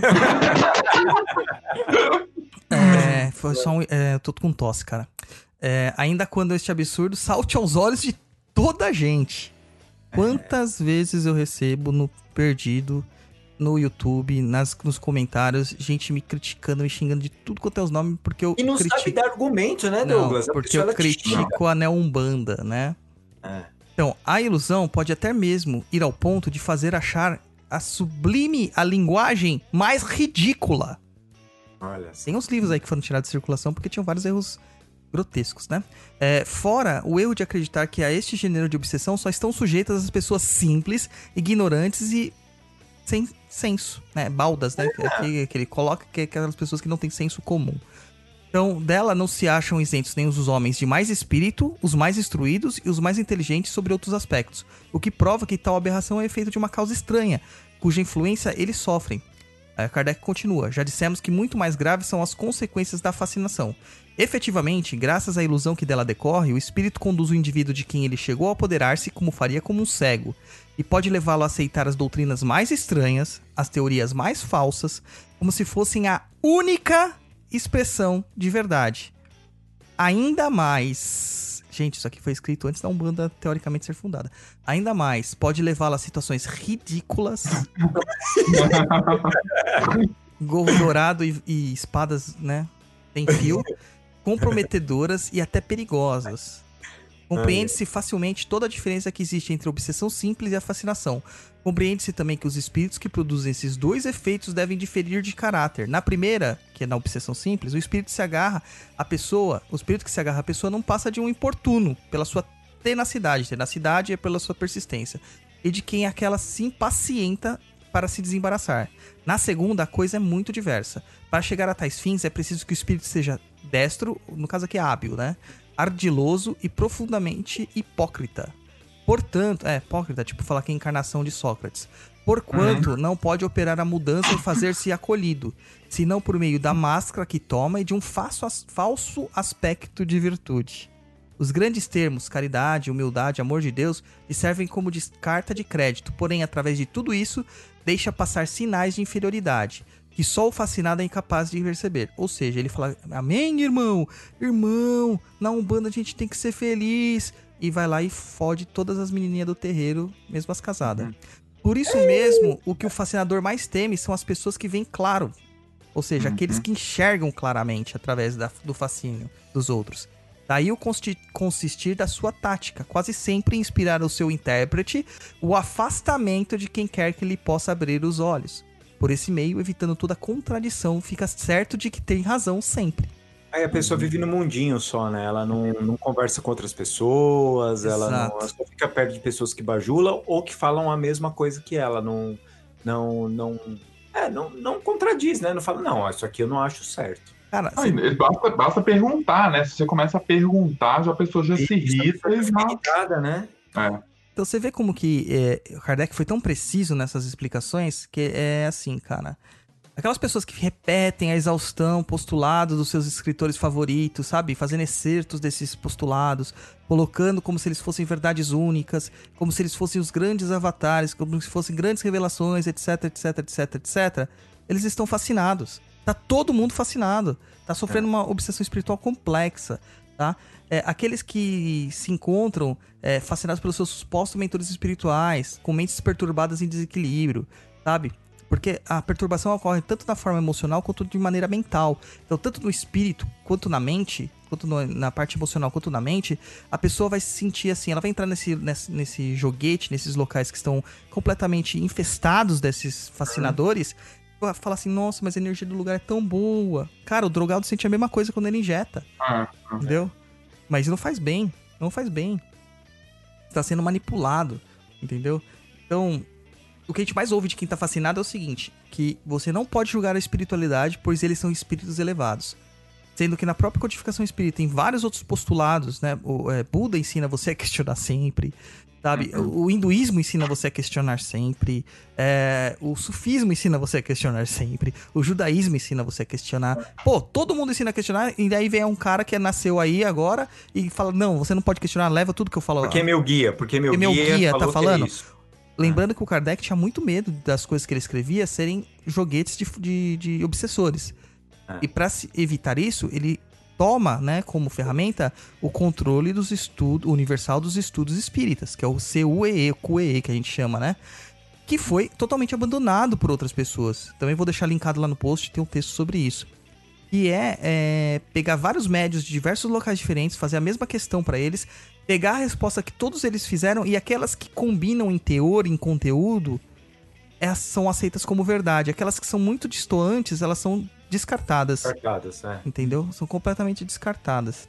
Foi só tô com tosse, cara. Ainda quando este absurdo salte aos olhos de toda a gente. Quantas vezes eu recebo no Perdido, no YouTube, nos comentários, gente me criticando, me xingando de tudo quanto é os nomes, porque eu critico... E não sabe dar argumento, né, Douglas? Não, porque eu critico a Neo-Umbanda, né? Então, a ilusão pode até mesmo ir ao ponto de fazer achar a linguagem mais ridícula. Olha. Tem uns livros aí que foram tirados de circulação porque tinham vários erros grotescos, né? Fora o erro de acreditar que a este gênero de obsessão só estão sujeitas as pessoas simples, ignorantes e sem senso, né? Baldas, né? Que ele coloca que é aquelas pessoas que não têm senso comum. Então, dela não se acham isentos nem os homens de mais espírito, os mais instruídos e os mais inteligentes sobre outros aspectos, o que prova que tal aberração é efeito de uma causa estranha, cuja influência eles sofrem. Aí Kardec continua. Já dissemos que muito mais graves são as consequências da fascinação. Efetivamente, graças à ilusão que dela decorre, o espírito conduz o indivíduo de quem ele chegou a apoderar-se como faria como um cego, e pode levá-lo a aceitar as doutrinas mais estranhas, as teorias mais falsas, como se fossem a única expressão de verdade. Ainda mais... Gente, isso aqui foi escrito antes da Umbanda teoricamente ser fundada. Ainda mais, pode levá-lo a situações ridículas... gorro dourado e espadas, né, sem fio, comprometedoras e até perigosas. Compreende-se facilmente toda a diferença que existe entre a obsessão simples e a fascinação. Compreende-se também que os espíritos que produzem esses dois efeitos devem diferir de caráter. Na primeira, que é na obsessão simples, o espírito que se agarra à pessoa não passa de um importuno pela sua tenacidade. Tenacidade é pela sua persistência. E de quem aquela se impacienta para se desembaraçar. Na segunda, a coisa é muito diversa. Para chegar a tais fins, é preciso que o espírito seja destro, no caso aqui é hábil, né? Ardiloso e profundamente hipócrita. Portanto, hipócrita, tipo falar que é a encarnação de Sócrates. Porquanto não pode operar a mudança e fazer-se acolhido, senão por meio da máscara que toma e de um falso aspecto de virtude. Os grandes termos, caridade, humildade, amor de Deus, lhe servem como carta de crédito, porém, através de tudo isso, deixa passar sinais de inferioridade, que só o fascinado é incapaz de perceber. Ou seja, ele fala, amém, irmão? Irmão, na Umbanda a gente tem que ser feliz. E vai lá e fode todas as menininhas do terreiro, mesmo as casadas. Por isso mesmo, o que o fascinador mais teme são as pessoas que veem claro. Ou seja, aqueles que enxergam claramente através do fascínio dos outros. Daí o consistir da sua tática, quase sempre inspirar o seu intérprete o afastamento de quem quer que lhe possa abrir os olhos. Por esse meio, evitando toda contradição, fica certo de que tem razão sempre. Aí a pessoa vive no mundinho só, né? Ela não conversa com outras pessoas, ela só fica perto de pessoas que bajulam ou que falam a mesma coisa que ela. Não contradiz, né? Não fala, não, isso aqui eu não acho certo. Cara, basta perguntar, né? Se você começa a perguntar, já a pessoa já se irrita e irritada, né? Então você vê como que o Kardec foi tão preciso nessas explicações que é assim, cara. Aquelas pessoas que repetem a exaustão postulados dos seus escritores favoritos, sabe? Fazendo excertos desses postulados, colocando como se eles fossem verdades únicas, como se eles fossem os grandes avatares, como se fossem grandes revelações, etc, etc, etc, etc. Eles estão fascinados. Tá todo mundo fascinado. Tá sofrendo uma obsessão espiritual complexa, tá? Aqueles que se encontram fascinados pelos seus supostos mentores espirituais, com mentes perturbadas em desequilíbrio, sabe? Porque a perturbação ocorre tanto na forma emocional quanto de maneira mental. Então, tanto no espírito quanto na mente, quanto na parte emocional quanto na mente, a pessoa vai se sentir assim, ela vai entrar nesse joguete, nesses locais que estão completamente infestados desses fascinadores, vai falar assim, nossa, mas a energia do lugar é tão boa. Cara, o drogado sente a mesma coisa quando ele injeta. Entendeu? Mas não faz bem. Não faz bem. Está sendo manipulado. Entendeu? Então... O que a gente mais ouve de quem tá fascinado é o seguinte, que você não pode julgar a espiritualidade, pois eles são espíritos elevados. Sendo que na própria codificação espírita tem vários outros postulados, né? O Buda ensina você a questionar sempre, sabe? O hinduísmo ensina você a questionar sempre. O sufismo ensina você a questionar sempre. O judaísmo ensina você a questionar. Pô, todo mundo ensina a questionar, e daí vem um cara que nasceu aí agora e fala, não, você não pode questionar, leva tudo que eu falo. Porque é meu guia, porque meu guia tá falando. Lembrando que o Kardec tinha muito medo das coisas que ele escrevia serem joguetes de obsessores. E para evitar isso, ele toma, né, como ferramenta o controle dos estudos universal dos estudos espíritas, que é o CUEE, que a gente chama, né? Que foi totalmente abandonado por outras pessoas. Também vou deixar linkado lá no post, tem um texto sobre isso. Que é pegar vários médios de diversos locais diferentes, fazer a mesma questão para eles, pegar a resposta que todos eles fizeram e aquelas que combinam em teor, em conteúdo, são aceitas como verdade. Aquelas que são muito distantes, elas são descartadas. Entendeu? São completamente descartadas.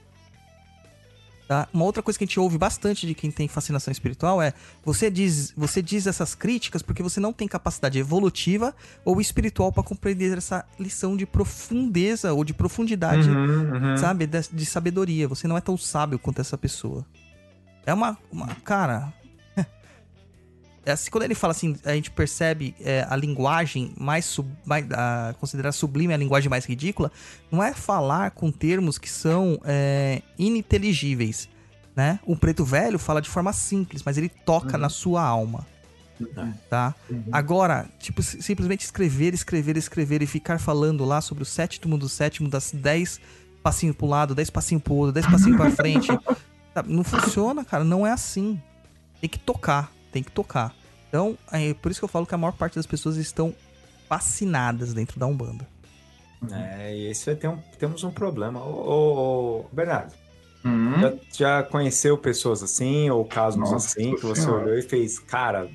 Tá? Uma outra coisa que a gente ouve bastante de quem tem fascinação espiritual é você diz essas críticas porque você não tem capacidade evolutiva ou espiritual para compreender essa lição de profundeza ou de profundidade, sabe? De sabedoria. Você não é tão sábio quanto essa pessoa. É uma cara... assim, quando ele fala assim, a gente percebe a linguagem considerar sublime a linguagem mais ridícula, não é falar com termos que são ininteligíveis, né? O Preto Velho fala de forma simples, mas ele toca na sua alma, tá? Agora, tipo, simplesmente escrever e ficar falando lá sobre o sétimo do sétimo, das 10 passinhos pro lado, 10 passinhos pro outro, 10 passinhos pra frente, sabe? Não funciona, cara, não é assim. Tem que tocar. Então, por isso que eu falo que a maior parte das pessoas estão fascinadas dentro da Umbanda. E isso temos um problema. Ô, Bernardo, já conheceu pessoas assim, ou casos assim, que você olhou e fez, cara...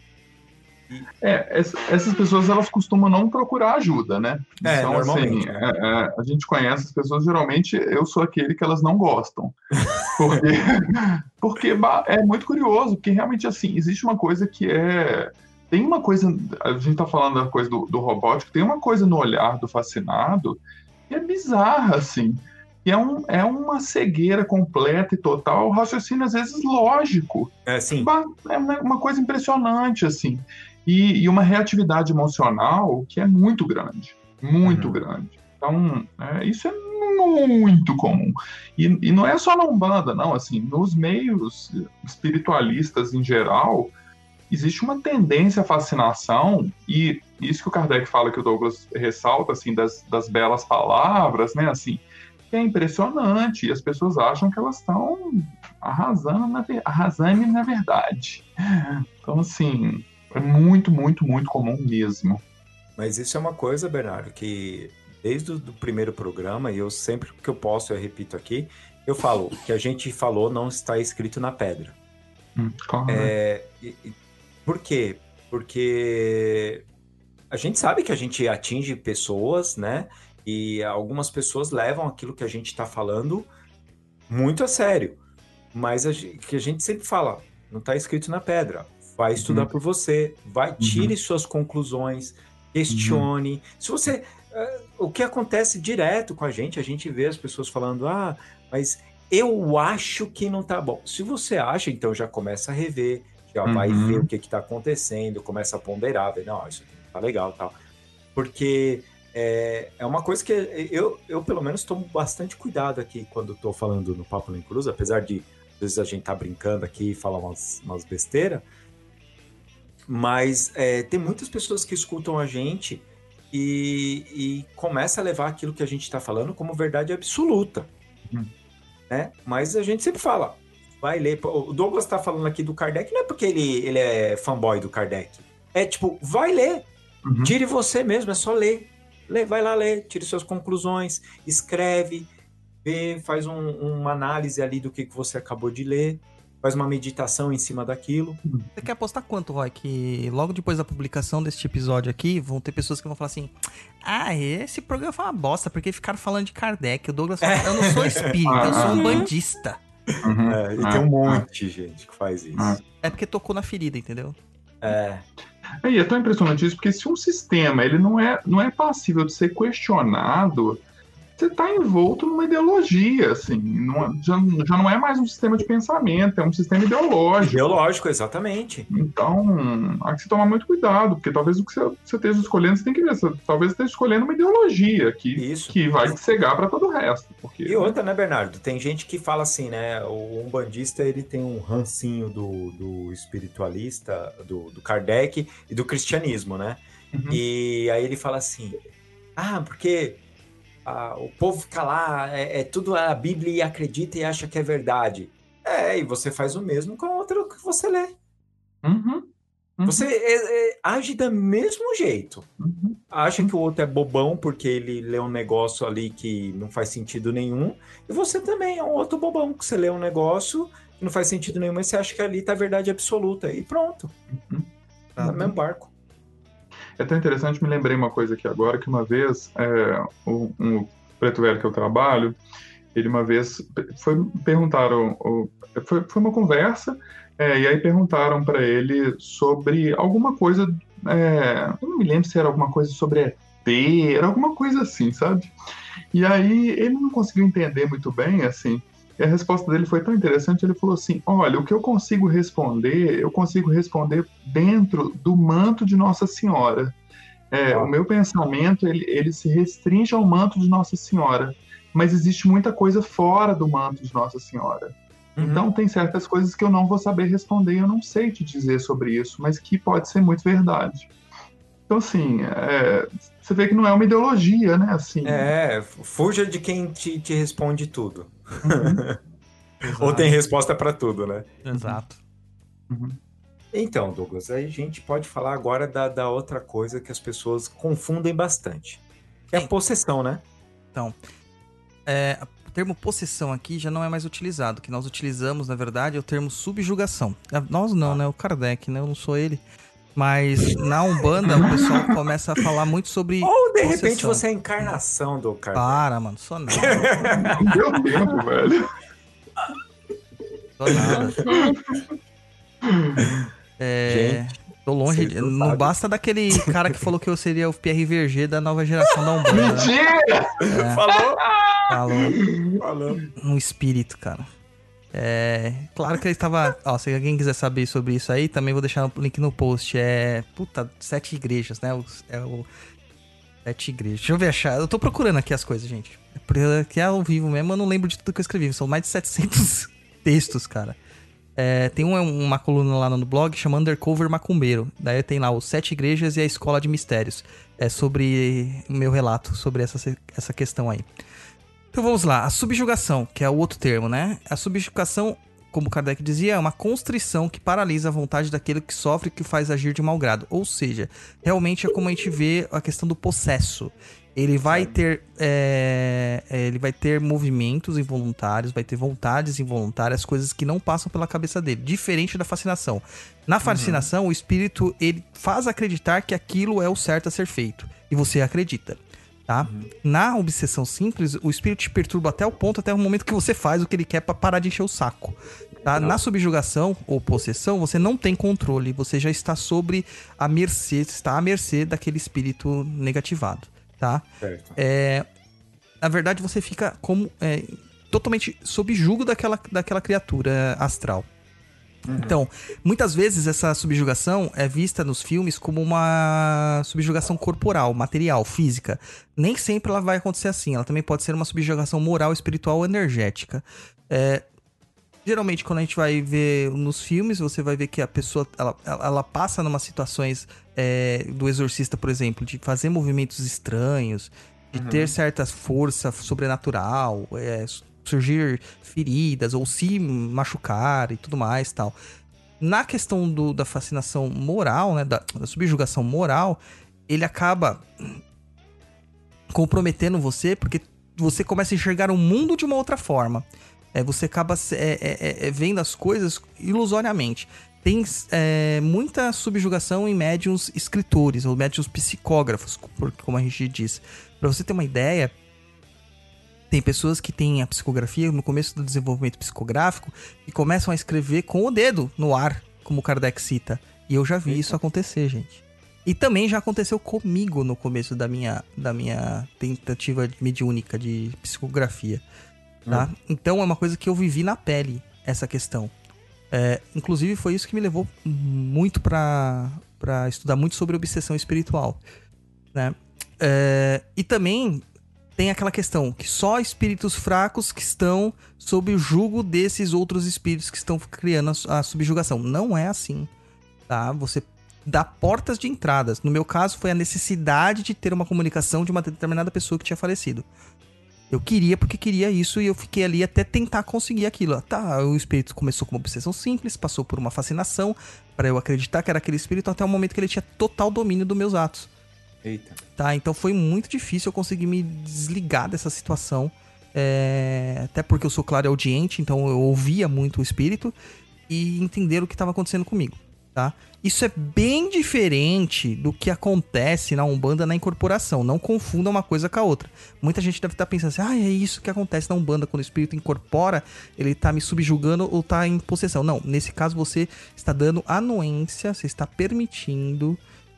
Essas pessoas, elas costumam não procurar ajuda, né? Então, normalmente. Assim, a gente conhece as pessoas, geralmente eu sou aquele que elas não gostam. Porque é muito curioso, porque realmente, assim, existe uma coisa que tem uma coisa, a gente tá falando da coisa do robótico, tem uma coisa no olhar do fascinado que é bizarra, assim, que é uma cegueira completa e total, o raciocínio, às vezes, lógico. Sim. É uma coisa impressionante, assim. E uma reatividade emocional que é muito grande. Muito grande. Então, isso é muito comum. E não é só na Umbanda, não. Assim, nos meios espiritualistas em geral, existe uma tendência à fascinação, e isso que o Kardec fala, que o Douglas ressalta, assim, das belas palavras, né, assim, que é impressionante, e as pessoas acham que elas estão arrasando na verdade. Então, assim, é muito, muito, muito comum mesmo. Mas isso é uma coisa, Bernardo, que desde o primeiro programa, e eu sempre que eu posso, eu repito aqui, eu falo, o que a gente falou não está escrito na pedra. Por quê? Porque a gente sabe que a gente atinge pessoas, né? E algumas pessoas levam aquilo que a gente está falando muito a sério. Mas que a gente sempre fala, não está escrito na pedra. Vai estudar por você, tire suas conclusões, questione. Se você... o que acontece direto com a gente vê as pessoas falando, mas eu acho que não tá bom. Se você acha, então já começa a rever, já vai ver o que está acontecendo, começa a ponderar, ver, não, isso aqui não tá legal, tal. Porque é uma coisa que eu pelo menos tomo bastante cuidado aqui quando estou falando no Papo Nem Cruz, apesar de às vezes a gente tá brincando aqui e falar umas besteiras, mas tem muitas pessoas que escutam a gente e começa a levar aquilo que a gente está falando como verdade absoluta, né? Mas a gente sempre fala, vai ler. O Douglas está falando aqui do Kardec, não é porque ele é fanboy do Kardec, é tipo, vai ler, tire você mesmo, é só ler, vai lá ler, tire suas conclusões, escreve, vê, faz uma análise ali do que você acabou de ler, faz uma meditação em cima daquilo. Você quer apostar quanto, Roy? Que logo depois da publicação deste episódio aqui, vão ter pessoas que vão falar assim, esse programa foi uma bosta, porque ficaram falando de Kardec. O Douglas fala, eu não sou espírita, eu sou um bandista. E tem um monte de gente que faz isso. É porque tocou na ferida, entendeu? E é tão impressionante isso, porque se um sistema ele não é passível de ser questionado, você está envolto numa ideologia, assim, já não é mais um sistema de pensamento, é um sistema ideológico. Ideológico, exatamente. Então, há que se tomar muito cuidado, porque talvez o que você esteja escolhendo, você tem que ver, talvez você esteja escolhendo uma ideologia que vai cegar para todo o resto. E outra, né, Bernardo? Tem gente que fala assim, né, o umbandista, ele tem um rancinho do espiritualista, do Kardec e do cristianismo, né? E aí ele fala assim, porque... o povo fica lá, tudo a Bíblia e acredita e acha que é verdade. E você faz o mesmo com a outra que você lê. Você age do mesmo jeito. Acha que o outro é bobão porque ele lê um negócio ali que não faz sentido nenhum. E você também é um outro bobão, que você lê um negócio que não faz sentido nenhum, mas você acha que ali tá a verdade absoluta. E pronto. No mesmo barco. É tão interessante, me lembrei uma coisa aqui agora, que uma vez, um preto velho que eu trabalho, ele uma vez perguntaram, foi uma conversa, e aí perguntaram para ele sobre alguma coisa, eu não me lembro se era alguma coisa sobre ET, era alguma coisa assim, sabe? E aí ele não conseguiu entender muito bem, assim, E a resposta dele foi tão interessante, ele falou assim, olha, o que eu consigo responder dentro do manto de Nossa Senhora. O meu pensamento, ele se restringe ao manto de Nossa Senhora, mas existe muita coisa fora do manto de Nossa Senhora. Então, tem certas coisas que eu não vou saber responder, eu não sei te dizer sobre isso, mas que pode ser muito verdade. Então, assim, você vê que não é uma ideologia, né? Assim, fuja de quem te responde tudo. Ou tem resposta para tudo, né? Exato. Então, Douglas, aí a gente pode falar agora da outra coisa que as pessoas confundem bastante. É a possessão, né? Então, o termo possessão aqui já não é mais utilizado. O que nós utilizamos, na verdade, é o termo subjugação. Nós não, né? O Kardec, né? Eu não sou ele. Mas na Umbanda, o pessoal começa a falar muito sobre Ou, de possessão. repente, você é a encarnação do Kardec. Para, mano. Só não. não deu tempo, velho. Só nada. Gente, tô longe. Não basta daquele cara que falou que eu seria o Pierre Verger da nova geração da Umbanda. Mentira! Né? Falou. Um espírito, cara. Claro que ele estava... se alguém quiser saber sobre isso aí, também vou deixar o link no post. 7 igrejas, né? 7 igrejas. Deixa eu ver achar. Eu tô procurando aqui as coisas, gente. Porque é ao vivo mesmo, eu não lembro de tudo que eu escrevi. São mais de 700 textos, cara. Tem uma coluna lá no blog chamada Undercover Macumbeiro. Daí tem lá os 7 igrejas e a Escola de Mistérios. É sobre o meu relato sobre essa questão aí. Então vamos lá, a subjugação, que é o outro termo, né? A subjugação, como Kardec dizia, é uma constrição que paralisa a vontade daquele que sofre e que o faz agir de mau grado. Ou seja, realmente é como a gente vê a questão do possesso. Ele vai ter movimentos involuntários, vai ter vontades involuntárias, coisas que não passam pela cabeça dele, diferente da fascinação. Na fascinação, o espírito ele faz acreditar que aquilo é o certo a ser feito, e você acredita. Tá? Na obsessão simples, o espírito te perturba até o momento que você faz o que ele quer pra parar de encher o saco. Tá? Na subjugação ou possessão, você não tem controle, você já está à mercê daquele espírito negativado. Tá? Certo. Na verdade, você fica totalmente sob jugo daquela criatura astral. Então, muitas vezes essa subjugação é vista nos filmes como uma subjugação corporal, material, física. Nem sempre ela vai acontecer assim. Ela também pode ser uma subjugação moral, espiritual ou energética. Geralmente, quando a gente vai ver nos filmes, você vai ver que a pessoa ela passa numas situações do exorcista, por exemplo, de fazer movimentos estranhos, de ter certa força sobrenatural, surgir feridas ou se machucar e tudo mais, tal. Na questão da fascinação moral, né, da subjugação moral, ele acaba comprometendo você porque você começa a enxergar o mundo de uma outra forma. Você acaba vendo as coisas ilusoriamente. Tem muita subjugação em médiuns escritores ou médiuns psicógrafos, como a gente diz. Para você ter uma ideia, tem pessoas que têm a psicografia no começo do desenvolvimento psicográfico e começam a escrever com o dedo no ar, como Kardec cita. E eu já vi isso acontecer, gente. E também já aconteceu comigo no começo da minha tentativa mediúnica de psicografia. Tá? Então é uma coisa que eu vivi na pele, essa questão. Inclusive foi isso que me levou muito para estudar muito sobre obsessão espiritual. Né? E também tem aquela questão que só espíritos fracos que estão sob o jugo desses outros espíritos que estão criando a subjugação. Não é assim, tá? Você dá portas de entradas. No meu caso, foi a necessidade de ter uma comunicação de uma determinada pessoa que tinha falecido. Eu queria porque queria isso e eu fiquei ali até tentar conseguir aquilo. Tá, o espírito começou com uma obsessão simples, passou por uma fascinação para eu acreditar que era aquele espírito até o momento que ele tinha total domínio dos meus atos. Eita. Tá, então foi muito difícil eu conseguir me desligar dessa situação. Até porque eu sou clareaudiente, então eu ouvia muito o espírito e entender o que estava acontecendo comigo. Tá? Isso é bem diferente do que acontece na Umbanda na incorporação. Não confunda uma coisa com a outra. Muita gente deve estar pensando assim, é isso que acontece na Umbanda quando o espírito incorpora, ele está me subjugando ou está em possessão. Não, nesse caso você está dando anuência, você está permitindo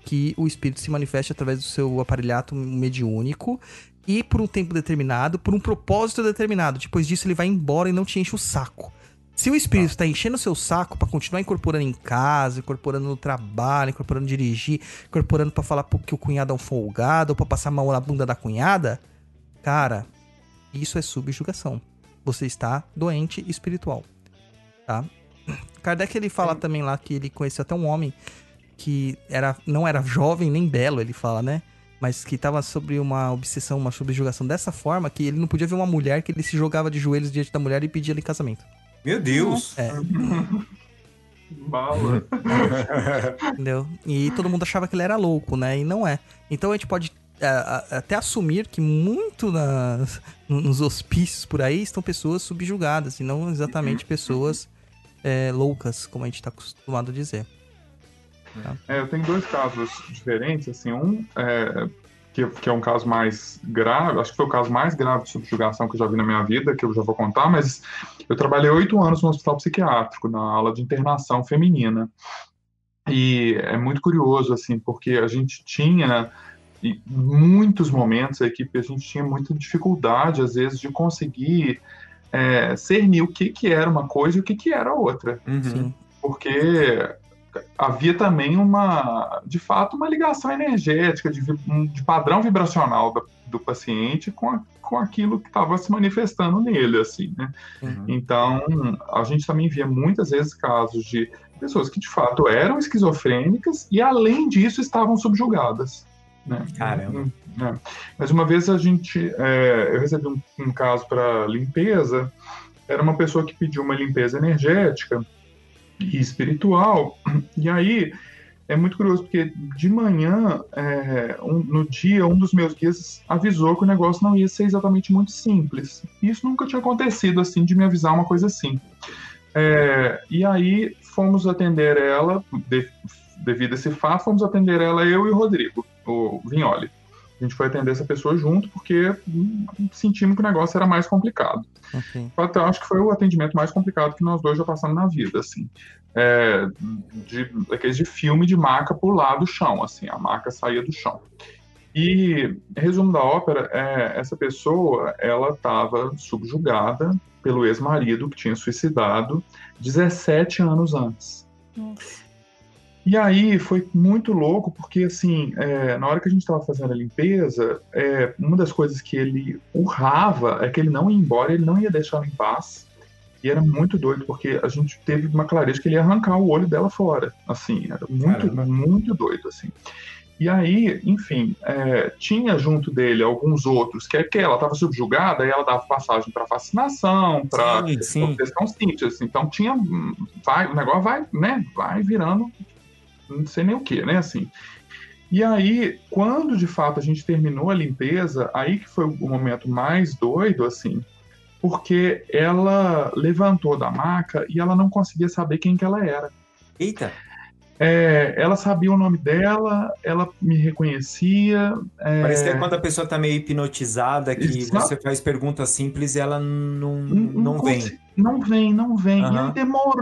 que o espírito se manifeste através do seu aparelhato mediúnico e por um tempo determinado, por um propósito determinado. Depois disso ele vai embora e não te enche o saco. Se o espírito tá enchendo o seu saco pra continuar incorporando em casa, incorporando no trabalho, incorporando dirigir, incorporando pra falar que o cunhado é um folgado, ou pra passar a mão na bunda da cunhada, cara, isso é subjugação. Você está doente espiritual, tá? Kardec, ele fala também lá que ele conheceu até um homem que não era jovem nem belo, ele fala, né? Mas que tava sobre uma obsessão, uma subjugação dessa forma que ele não podia ver uma mulher, que ele se jogava de joelhos diante da mulher e pedia ela em casamento. Meu Deus! Bala. Entendeu? E todo mundo achava que ele era louco, né? E não é. Então a gente pode até assumir que muito nos hospícios por aí estão pessoas subjugadas e não exatamente pessoas loucas, como a gente está acostumado a dizer. Tá? Eu tenho 2 casos diferentes, assim, que é um caso mais grave, acho que foi o caso mais grave de subjugação que eu já vi na minha vida, que eu já vou contar, mas eu trabalhei 8 anos no hospital psiquiátrico, na aula de internação feminina, e é muito curioso, assim, porque a gente tinha, em muitos momentos, a equipe, a gente tinha muita dificuldade, às vezes, de conseguir cernir o que era uma coisa e o que era outra, Sim. porque havia também de fato, uma ligação energética, de padrão vibracional do paciente com aquilo que estava se manifestando nele, assim, né? Então, a gente também via muitas vezes casos de pessoas que, de fato, eram esquizofrênicas e, além disso, estavam subjugadas, né? Caramba. Mas uma vez eu recebi um caso para limpeza, era uma pessoa que pediu uma limpeza energética e espiritual, e aí é muito curioso, porque de manhã, no dia, um dos meus guias avisou que o negócio não ia ser exatamente muito simples. Isso nunca tinha acontecido, assim, de me avisar uma coisa assim. E aí fomos atender ela, devido a esse fato, fomos atender ela, eu e o Rodrigo, o Vignoli. A gente foi atender essa pessoa junto, porque sentimos que o negócio era mais complicado. Okay. Até acho que foi o atendimento mais complicado que nós dois já passamos na vida, assim. Daqueles de filme de maca pular do chão, assim, a maca saía do chão. E, resumo da ópera, essa pessoa, ela estava subjugada pelo ex-marido que tinha suicidado 17 anos antes. Nossa. E aí foi muito louco, porque assim, na hora que a gente estava fazendo a limpeza, uma das coisas que ele urrava é que ele não ia embora, ele não ia deixar ela em paz. E era muito doido, porque a gente teve uma clareza que ele ia arrancar o olho dela fora. Assim, era muito doido, assim. E aí, enfim, tinha junto dele alguns outros, que ela estava subjugada, e ela dava passagem para fascinação, para questão simples. Assim. Então tinha, o negócio vai virando, não sei nem o que, né, assim. E aí, quando de fato a gente terminou a limpeza, aí que foi o momento mais doido, assim, porque ela levantou da maca e ela não conseguia saber quem que ela era. Eita! Ela sabia o nome dela, ela me reconhecia. Parece que é quando a pessoa tá meio hipnotizada, que você faz perguntas simples e ela não vem. Não vem. Uhum. E aí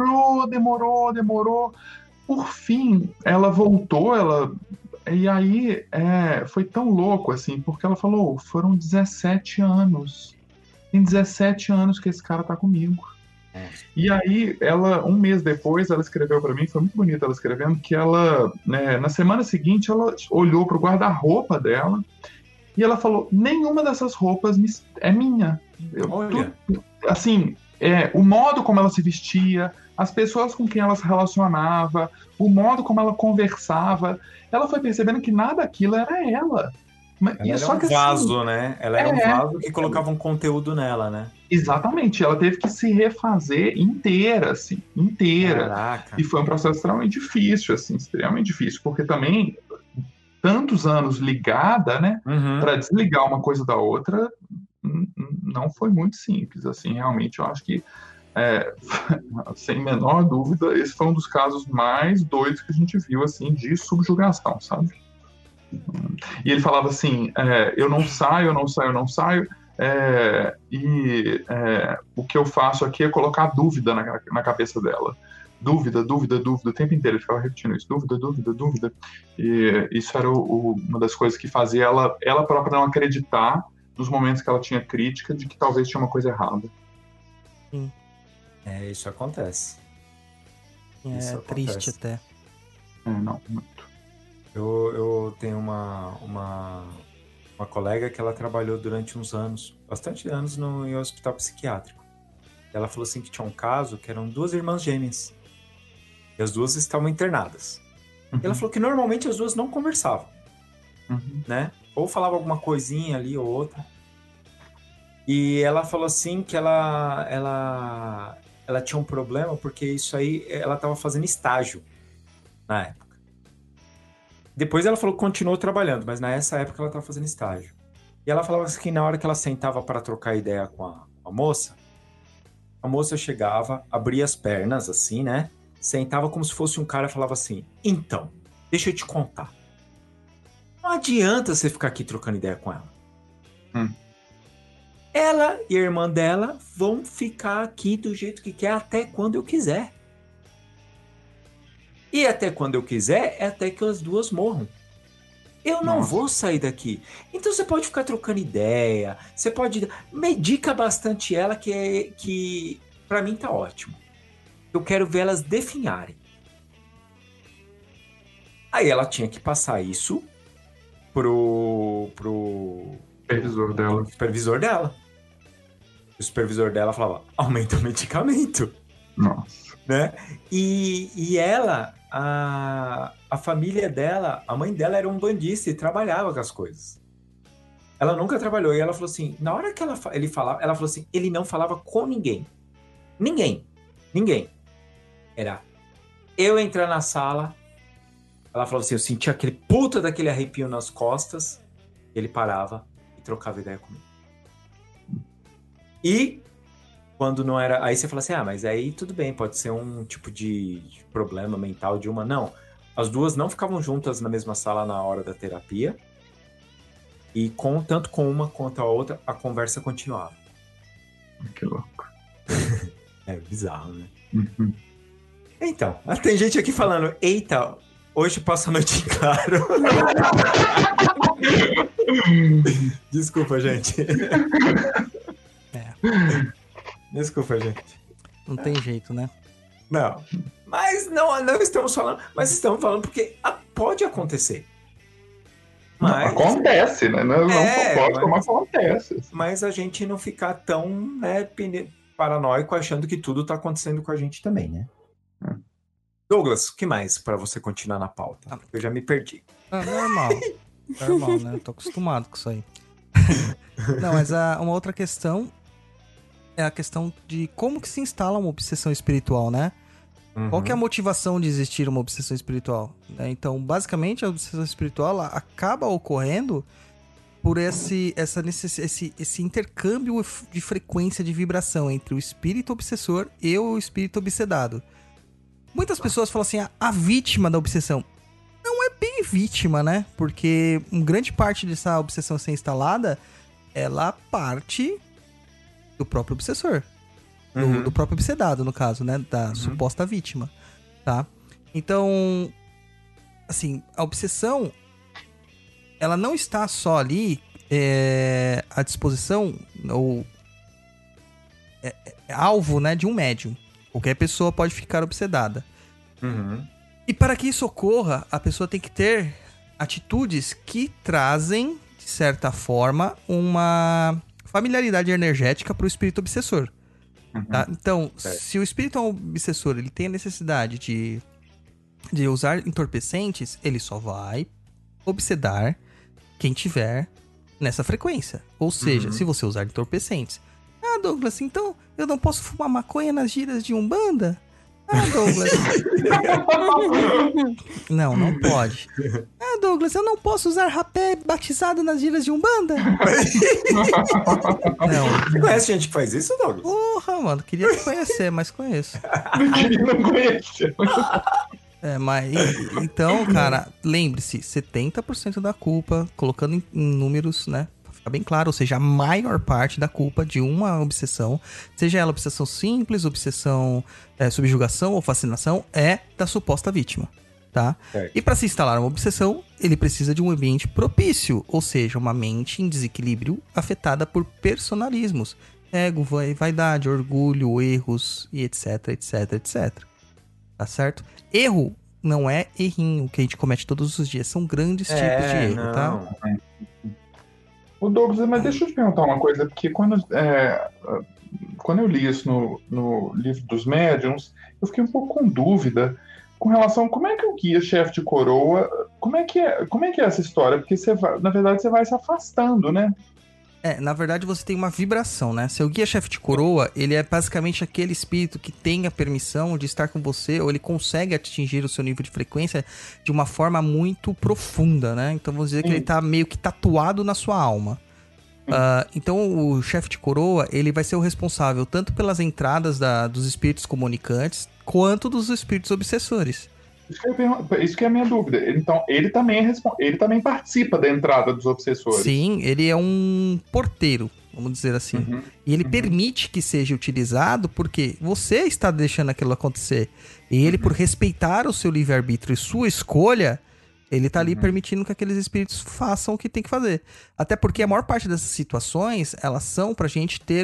demorou. Por fim, ela voltou, e aí foi tão louco, assim, porque ela falou, foram 17 anos. Tem 17 anos que esse cara tá comigo. E aí, um mês depois, ela escreveu para mim, foi muito bonita ela escrevendo, que ela, na semana seguinte, ela olhou pro guarda-roupa dela e ela falou, nenhuma dessas roupas é minha. Olha. Assim, o modo como ela se vestia, as pessoas com quem ela se relacionava, o modo como ela conversava, ela foi percebendo que nada daquilo era ela. Ela era um vaso, né? Ela era um vaso que colocava um conteúdo nela, né? Exatamente, ela teve que se refazer inteira, assim, inteira. Caraca. E foi um processo extremamente difícil, assim, extremamente difícil, porque também tantos anos ligada, né, para desligar uma coisa da outra, não foi muito simples, assim, realmente eu acho que, sem menor dúvida, esse foi um dos casos mais doidos que a gente viu, assim, de subjugação, sabe? E ele falava assim, eu não saio, o que eu faço aqui é colocar dúvida na cabeça dela, dúvida, dúvida, dúvida, o tempo inteiro. Ele ficava repetindo isso, dúvida, dúvida, dúvida. E isso era uma das coisas que fazia ela própria não acreditar nos momentos que ela tinha crítica de que talvez tinha uma coisa errada. Sim. Isso acontece. Isso acontece. Triste até. Não, muito. Eu tenho uma colega que ela trabalhou durante uns anos, bastante anos, em hospital psiquiátrico. Ela falou assim que tinha um caso que eram 2 irmãs gêmeas. E as 2 estavam internadas. E ela falou que normalmente as 2 não conversavam. Né? Ou falava alguma coisinha ali ou outra. E ela falou assim que ela tinha um problema porque isso aí, ela estava fazendo estágio na época. Depois ela falou que continuou trabalhando, mas nessa época ela estava fazendo estágio. E ela falava assim que na hora que ela sentava para trocar ideia com a moça chegava, abria as pernas assim, né? Sentava como se fosse um cara e falava assim, então, deixa eu te contar. Não adianta você ficar aqui trocando ideia com ela. Ela e a irmã dela vão ficar aqui do jeito que quer até quando eu quiser. E até quando eu quiser é até que as 2 morram. Eu não vou sair daqui. Então você pode ficar trocando ideia, você pode... Medica bastante ela que pra mim tá ótimo. Eu quero ver elas definharem. Aí ela tinha que passar isso pro supervisor dela. O supervisor dela falava, aumenta o medicamento. Nossa. Né? E ela, a família dela, a mãe dela era um bandista e trabalhava com as coisas. Ela nunca trabalhou. E ela falou assim, na hora que ele falava, ela falou assim, ele não falava com ninguém. Ninguém. Era eu entrar na sala, ela falou assim, eu sentia aquele puta daquele arrepio nas costas, ele parava e trocava ideia comigo. E quando não era... Aí você fala assim, mas aí tudo bem, pode ser um tipo de problema mental de uma... Não, as 2 não ficavam juntas na mesma sala na hora da terapia e tanto com uma quanto a outra, a conversa continuava. Que louco. É bizarro, né? Então, tem gente aqui falando, eita, hoje passa a noite em claro. Desculpa, gente. Desculpa, gente. Não tem jeito, né? Não. Mas não estamos falando. Mas estamos falando porque pode acontecer. Mas, acontece, né? Não pode, mas acontece. Mas a gente não ficar tão paranoico achando que tudo tá acontecendo com a gente também, né? Douglas, o que mais para você continuar na pauta? Eu já me perdi. Normal, né? Eu tô acostumado com isso aí. Não, mas uma outra questão é a questão de como que se instala uma obsessão espiritual, né? Qual que é a motivação de existir uma obsessão espiritual? Então, basicamente, a obsessão espiritual ela acaba ocorrendo por esse intercâmbio de frequência de vibração entre o espírito obsessor e o espírito obsedado. Muitas pessoas falam assim, a vítima da obsessão. Não é bem vítima, né? Porque grande parte dessa obsessão ser instalada, ela parte do próprio obsessor. Do próprio obsedado, no caso, né? Da suposta vítima, tá? Então, assim, a obsessão, ela não está só ali à disposição ou alvo, né, de um médium. Qualquer pessoa pode ficar obsedada. E para que isso ocorra, a pessoa tem que ter atitudes que trazem, de certa forma, uma familiaridade energética para o espírito obsessor. Tá? Então, se o espírito obsessor ele tem a necessidade de usar entorpecentes, ele só vai obsedar quem tiver nessa frequência. Ou seja, se você usar entorpecentes. Douglas, então eu não posso fumar maconha nas giras de Umbanda? Douglas. Não pode. Douglas, eu não posso usar rapé batizado nas giras de Umbanda? Não. Você conhece gente que faz isso, Douglas? Porra, mano, queria conhecer, mas conheço. Não conheço. Mas então, cara, lembre-se, 70% da culpa, colocando em números, né? Pra ficar deixar bem claro, ou seja, a maior parte da culpa de uma obsessão, seja ela obsessão simples, obsessão subjugação ou fascinação, é da suposta vítima, tá? E para se instalar uma obsessão, ele precisa de um ambiente propício, ou seja, uma mente em desequilíbrio afetada por personalismos, ego, vaidade, orgulho, erros e etc, etc, etc. Tá certo? Erro não é errinho que a gente comete todos os dias. São grandes tipos de erro, não. Tá? O Douglas, mas deixa eu te perguntar uma coisa, porque quando eu li isso no livro dos médiuns, eu fiquei um pouco com dúvida com relação a como é que o guia chefe de coroa, como é que é essa história? Porque na verdade você vai se afastando, né? Na verdade você tem uma vibração, né? Seu guia chefe de coroa, ele é basicamente aquele espírito que tem a permissão de estar com você, ou ele consegue atingir o seu nível de frequência de uma forma muito profunda, né? Então vamos dizer que ele tá meio que tatuado na sua alma. Então o chefe de coroa, ele vai ser o responsável tanto pelas entradas dos espíritos comunicantes, quanto dos espíritos obsessores. Isso que é a minha dúvida. Então, ele também participa da entrada dos obsessores. Sim, ele é um porteiro, vamos dizer assim. E ele permite que seja utilizado porque você está deixando aquilo acontecer. E ele, por respeitar o seu livre-arbítrio e sua escolha, ele está ali permitindo que aqueles espíritos façam o que tem que fazer. Até porque a maior parte dessas situações, elas são pra gente ter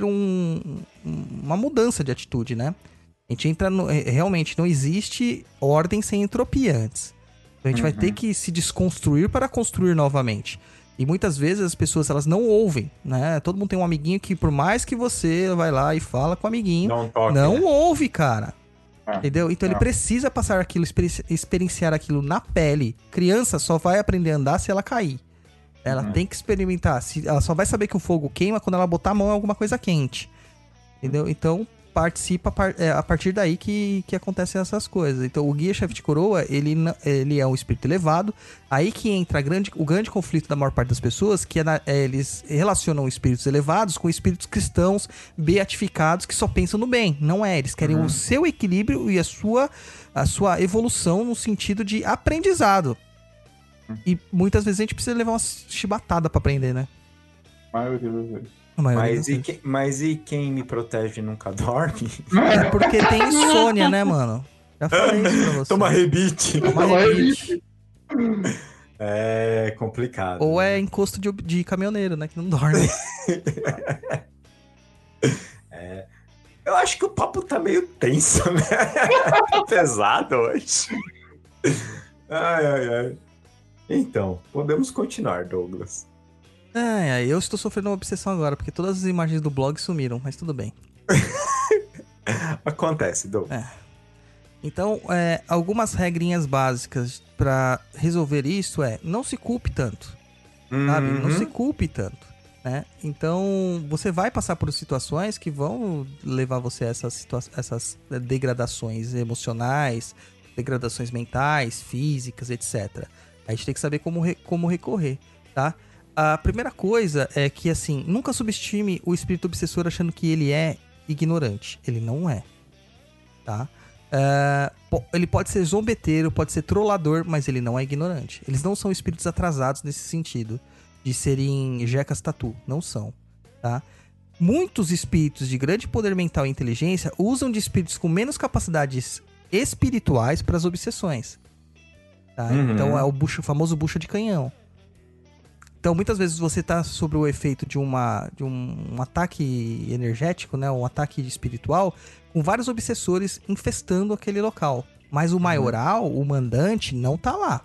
uma mudança de atitude, né? A gente entra realmente, não existe ordem sem entropia antes. Então a gente vai ter que se desconstruir para construir novamente. E muitas vezes as pessoas, elas não ouvem, né? Todo mundo tem um amiguinho que, por mais que você vai lá e fala com o amiguinho, não ouve, cara. Entendeu? Então ele precisa passar aquilo, experienciar aquilo na pele. Criança só vai aprender a andar se ela cair. Ela tem que experimentar. Ela só vai saber que o fogo queima quando ela botar a mão em alguma coisa quente. Entendeu? Então participa a partir daí que acontecem essas coisas. Então o guia chefe de coroa, ele é um espírito elevado. Aí que entra o grande conflito da maior parte das pessoas, que eles relacionam espíritos elevados com espíritos cristãos beatificados que só pensam no bem. Não é, eles querem o seu equilíbrio e a sua evolução no sentido de aprendizado. E muitas vezes a gente precisa levar uma chibatada pra aprender, né? A maioria das vezes. Mas e quem me protege nunca dorme? É porque tem insônia, né, mano? Já falei isso pra você. Toma rebite. É complicado. Ou é encosto de caminhoneiro, né? Que não dorme. Eu acho que o papo tá meio tenso, né? Tá pesado hoje. Ai. Então, podemos continuar, Douglas. Eu estou sofrendo uma obsessão agora, porque todas as imagens do blog sumiram, mas tudo bem. Acontece, Douglas. Então, algumas regrinhas básicas para resolver isso não se culpe tanto, sabe? Não se culpe tanto, né? Então, você vai passar por situações que vão levar você a essas degradações emocionais, degradações mentais, físicas, etc. A gente tem que saber como recorrer, tá? A primeira coisa é que, assim, nunca subestime o espírito obsessor achando que ele é ignorante. Ele não é, tá? Ele pode ser zombeteiro, pode ser trollador, mas ele não é ignorante. Eles não são espíritos atrasados nesse sentido, de serem jecas tatu. Não são, tá? Muitos espíritos de grande poder mental e inteligência usam de espíritos com menos capacidades espirituais para as obsessões, tá? Então é o famoso bucha de canhão. Então, muitas vezes você tá sob o efeito de um ataque energético, né? Um ataque espiritual, com vários obsessores infestando aquele local. Mas o maioral, o mandante, não tá lá.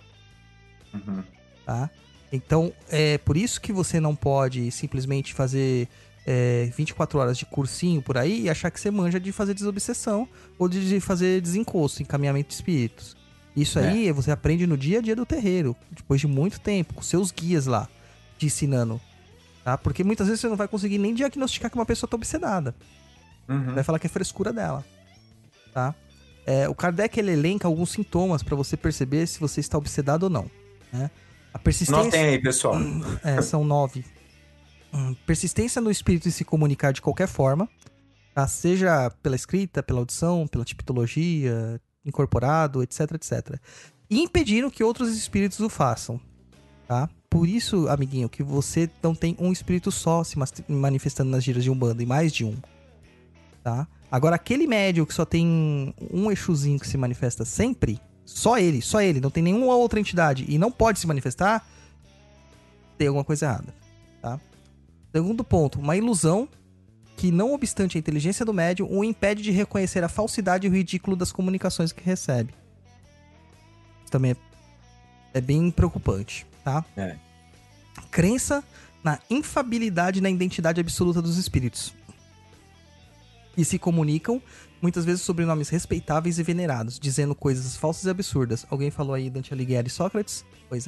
Tá? Então, é por isso que você não pode simplesmente fazer 24 horas de cursinho por aí e achar que você manja de fazer desobsessão ou de fazer desencosto, encaminhamento de espíritos. Isso aí você aprende no dia a dia do terreiro, depois de muito tempo, com seus guias lá, te ensinando, tá? Porque muitas vezes você não vai conseguir nem diagnosticar que uma pessoa tá obsedada. Vai falar que é frescura dela, tá? O Kardec, ele elenca alguns sintomas para você perceber se você está obsedado ou não, né? A persistência... Notem aí, pessoal. São 9. Persistência no espírito em se comunicar de qualquer forma, tá? Seja pela escrita, pela audição, pela tipologia, incorporado, etc, etc. E impedindo que outros espíritos o façam, tá? por isso, amiguinho, que você não tem um espírito só se manifestando nas giras de Umbanda, e mais de um, tá? Agora, aquele médium que só tem um Exuzinho que se manifesta sempre, só ele, não tem nenhuma outra entidade e não pode se manifestar, tem alguma coisa errada, tá? Segundo ponto, uma ilusão que, não obstante a inteligência do médium, o impede de reconhecer a falsidade e o ridículo das comunicações que recebe. Isso também é bem preocupante, tá? Crença na infabilidade e na identidade absoluta dos espíritos. E se comunicam, muitas vezes, sob nomes respeitáveis e venerados, dizendo coisas falsas e absurdas. Alguém falou aí Dante Alighieri e Sócrates? Pois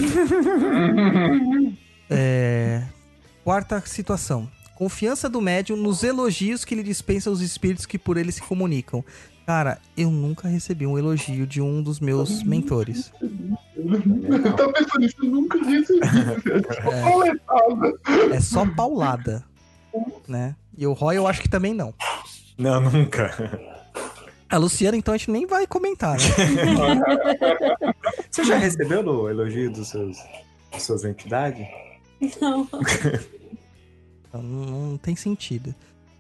é. Quarta situação. Confiança do médium nos elogios que lhe dispensam os espíritos que por ele se comunicam. Cara, eu nunca recebi um elogio de um dos meus mentores. Eu tô pensando isso, eu nunca recebi. É só paulada, né? E o Roy eu acho que também não. Não, nunca. A Luciana, então, a gente nem vai comentar, né? Você já recebeu o elogio das suas entidades? Não. Então, não tem sentido.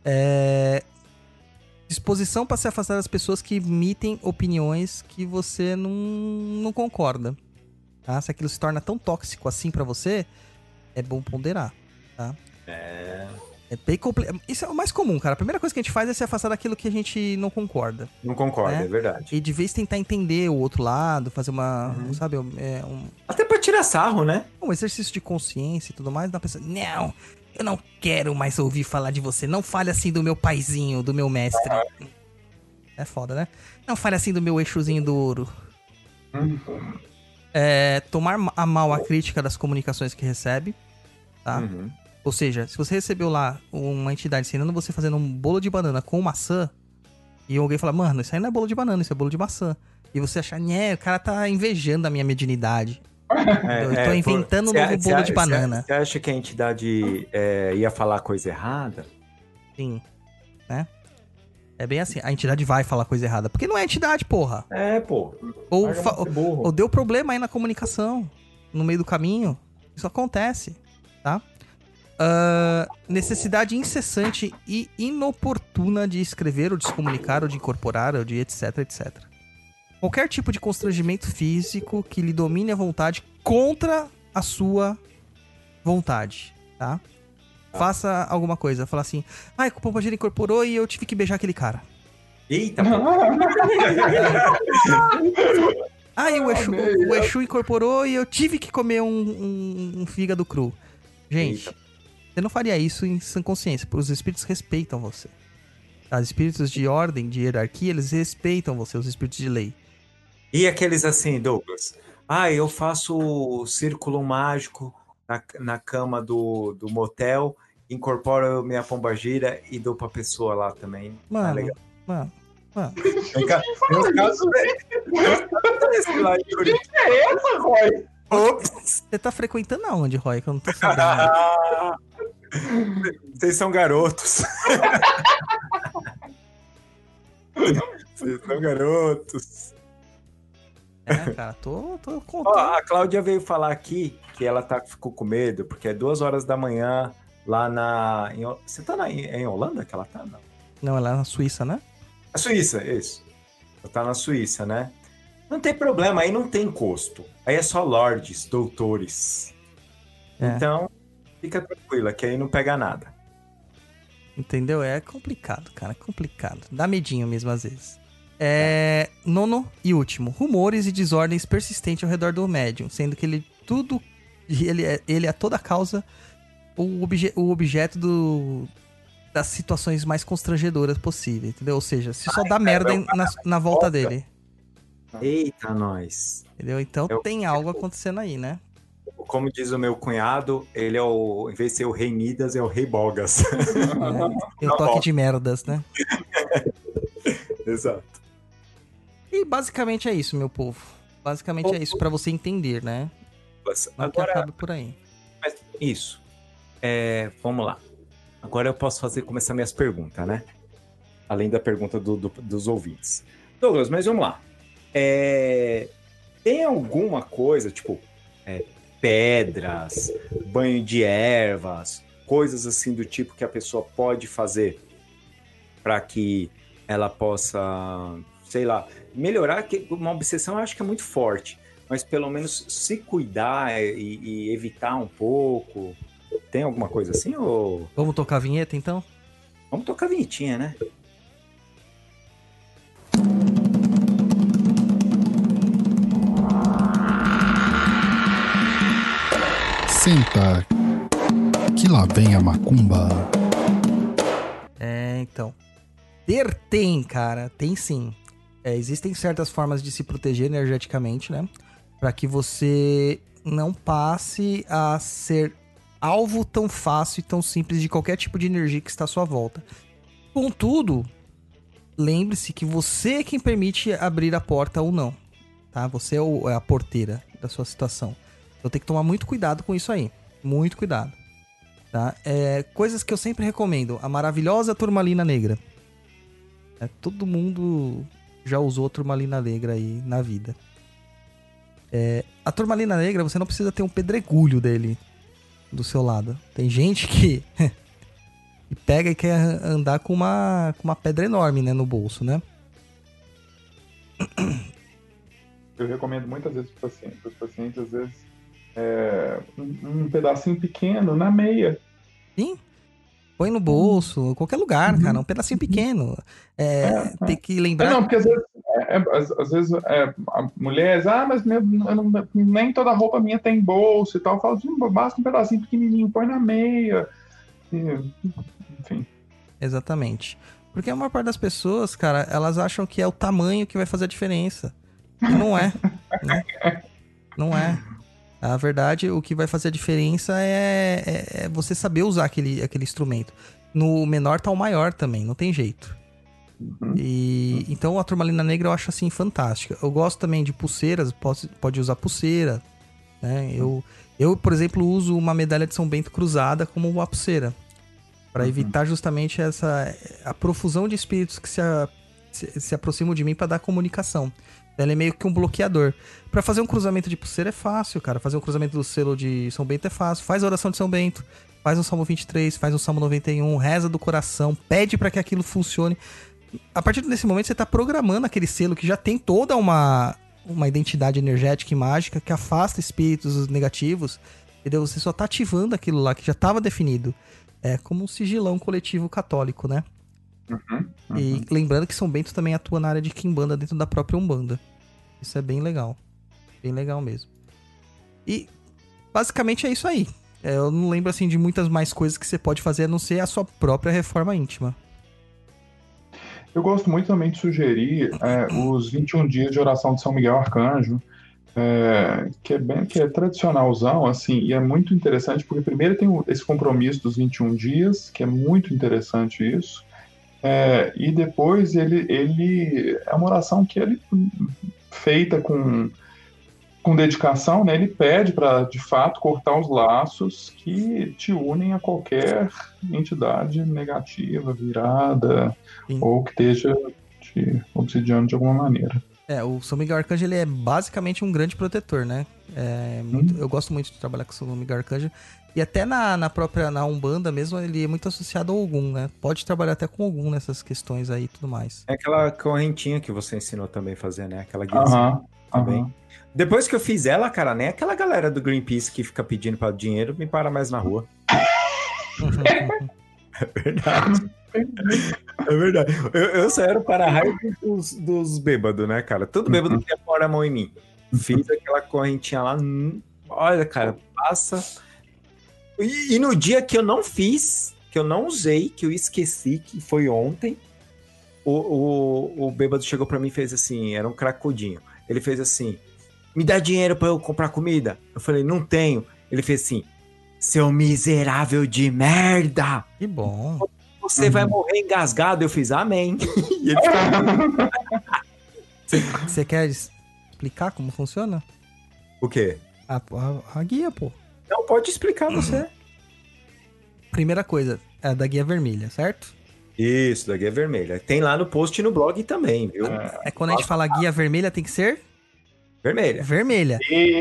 Disposição para se afastar das pessoas que emitem opiniões que você não concorda. Tá? Se aquilo se torna tão tóxico assim para você, é bom ponderar, tá? É bem Isso é o mais comum, cara. A primeira coisa que a gente faz é se afastar daquilo que a gente não concorda. Não concorda, né? É verdade. E de vez tentar entender o outro lado, fazer uma, sabe, Até pra tirar sarro, né? um exercício de consciência e tudo mais, dá pra pensar, não, eu não quero mais ouvir falar de você, não fale assim do meu paizinho, do meu mestre. É foda, né? Não fale assim do meu Exuzinho do ouro. Tomar a mal a crítica das comunicações que recebe, tá? Ou seja, se você recebeu lá uma entidade ensinando você fazendo um bolo de banana com maçã, e alguém fala, mano, isso aí não é bolo de banana, isso é bolo de maçã. E você achar, o cara tá invejando a minha mediunidade. Eu tô inventando um novo bolo de banana. Você acha que a entidade ia falar coisa errada? Sim, né? É bem assim, a entidade vai falar coisa errada, porque não é entidade, porra. Pô. Ou deu problema aí na comunicação, no meio do caminho. Isso acontece, tá? Necessidade incessante e inoportuna de escrever, ou de se comunicar, ou de incorporar, ou de etc, etc. Qualquer tipo de constrangimento físico que lhe domine a vontade contra a sua vontade, tá? Faça alguma coisa, fala assim, o Pombagira incorporou e eu tive que beijar aquele cara. Eita, o Exu incorporou e eu tive que comer um fígado cru. Gente, você não faria isso em sã consciência, porque os espíritos respeitam você. Os espíritos de ordem, de hierarquia, eles respeitam você, os espíritos de lei. E aqueles assim, Douglas? Eu faço círculo mágico na cama do motel, incorporo minha pombagira e dou pra pessoa lá também. Mano, legal. Mano. Vem cá, tem uns casos desse lá de Curitiba. Que é essa, Roy? Ops! Você tá frequentando aonde, Roy? Que eu não tô sabendo. Vocês são garotos. Vocês são garotos. Cara, tô contando. A Cláudia veio falar aqui que ela ficou com medo, porque é 2 horas da manhã lá você tá em Holanda que ela tá? Não, ela é na Suíça, né? A Suíça, isso. Ela tá na Suíça, né? Não tem problema, aí não tem encosto. Aí é só lords, doutores. Então, fica tranquila, que aí não pega nada. Entendeu? É complicado, cara, é complicado. Dá medinho mesmo às vezes. Nono e último. Rumores e desordens persistentes ao redor do médium, sendo que ele é toda a causa, o objeto das situações mais constrangedoras possíveis, entendeu? Ou seja, se só dá merda na volta dele. Eita, nós. Entendeu? Então tem algo acontecendo aí, né? Como diz o meu cunhado, ele em vez de ser o rei Midas, é o rei Bogas. Tem o toque de merdas, né? Exato. E basicamente é isso, meu povo. Basicamente é isso, pra você entender, né? Não que acabe por aí. Isso. Vamos lá. Agora eu posso começar minhas perguntas, né? Além da pergunta dos ouvintes. Douglas, mas vamos lá. Tem alguma coisa, tipo, pedras, banho de ervas, coisas assim do tipo que a pessoa pode fazer para que ela possa, sei lá, melhorar. Que uma obsessão eu acho que é muito forte, mas pelo menos se cuidar e evitar um pouco. Tem alguma coisa assim? Ou... Vamos tocar a vinheta, então? Vamos tocar a vinhetinha, né? Senta, que lá vem a macumba. Então. Tem, cara. Tem sim. Existem certas formas de se proteger energeticamente, né? Para que você não passe a ser alvo tão fácil e tão simples de qualquer tipo de energia que está à sua volta. Contudo, lembre-se que você é quem permite abrir a porta ou não, tá? Você é a porteira da sua situação. Então tem que tomar muito cuidado com isso aí. Muito cuidado. Tá? Coisas que eu sempre recomendo. A maravilhosa turmalina negra. Todo mundo já usou turmalina negra aí na vida. A turmalina negra, você não precisa ter um pedregulho dele do seu lado. Tem gente que pega e quer andar com uma pedra enorme, né, no bolso, né? Eu recomendo muitas vezes para os pacientes, às vezes, um pedacinho pequeno na meia. Sim. Põe no bolso, qualquer lugar, cara. Um pedacinho pequeno. Tem que lembrar... Não, porque às vezes a mulher diz, mas nem toda roupa minha tem bolso e tal. Eu falo, basta um pedacinho pequenininho, põe na meia. Enfim. Exatamente. Porque a maior parte das pessoas, cara, elas acham que é o tamanho que vai fazer a diferença. E não é, né? Não é. A verdade, o que vai fazer a diferença é você saber usar aquele instrumento. No menor tá o maior também, não tem jeito. E então a turmalina negra eu acho assim fantástica. Eu gosto também de pulseiras, pode usar pulseira, né? Eu, por exemplo, uso uma medalha de São Bento cruzada como uma pulseira, para evitar justamente a profusão de espíritos que se aproximam de mim para dar comunicação. Ela é meio que um bloqueador. Pra fazer um cruzamento de pulseira é fácil, cara. Fazer um cruzamento do selo de São Bento é fácil. Faz a oração de São Bento. Faz um Salmo 23, faz um Salmo 91, reza do coração, pede pra que aquilo funcione. A partir desse momento você tá programando aquele selo que já tem toda uma identidade energética e mágica que afasta espíritos negativos. Entendeu? Você só tá ativando aquilo lá que já tava definido. É como um sigilão coletivo católico, né? E lembrando que São Bento também atua na área de Quimbanda dentro da própria Umbanda. Isso é bem legal. Bem legal mesmo. E basicamente é isso aí. Eu não lembro assim de muitas mais coisas que você pode fazer a não ser a sua própria reforma íntima. Eu gosto muito também de sugerir os 21 dias de oração de São Miguel Arcanjo, que é tradicionalzão, assim, e é muito interessante, porque primeiro tem esse compromisso dos 21 dias, que é muito interessante isso. E depois ele é uma oração que ele feita com dedicação, né? Ele pede para, de fato, cortar os laços que te unem a qualquer entidade negativa, virada, sim, ou que esteja te obsidiando de alguma maneira. O São Miguel Arcanjo, ele é basicamente um grande protetor, né? Eu gosto muito de trabalhar com o São Miguel Arcanjo. E até na própria Umbanda mesmo, ele é muito associado ao Ogum, né? Pode trabalhar até com Ogum nessas questões aí e tudo mais. É aquela correntinha que você ensinou também a fazer, né? Aquela guiazinha também. Depois que eu fiz ela, cara, nem aquela galera do Greenpeace que fica pedindo para dinheiro me para mais na rua. É verdade. É verdade. Eu só era o para-raio dos bêbados, né, cara? Todo bêbado quer pôr a mão em mim. Fiz aquela correntinha lá. Olha, cara, passa... E no dia que eu não fiz, que eu não usei, que eu esqueci, que foi ontem, o bêbado chegou pra mim e fez assim, era um cracudinho. Ele fez assim, me dá dinheiro pra eu comprar comida. Eu falei, não tenho. Ele fez assim, seu miserável de merda. Que bom. Você vai morrer engasgado. Eu fiz, amém. E ele Você quer explicar como funciona? O quê? A guia, pô. Não, pode explicar você. Primeira coisa, é da guia vermelha, certo? Isso, da guia vermelha. Tem lá no post e no blog também, viu? Quando a gente fala guia vermelha, tem que ser? Vermelha. Vermelha.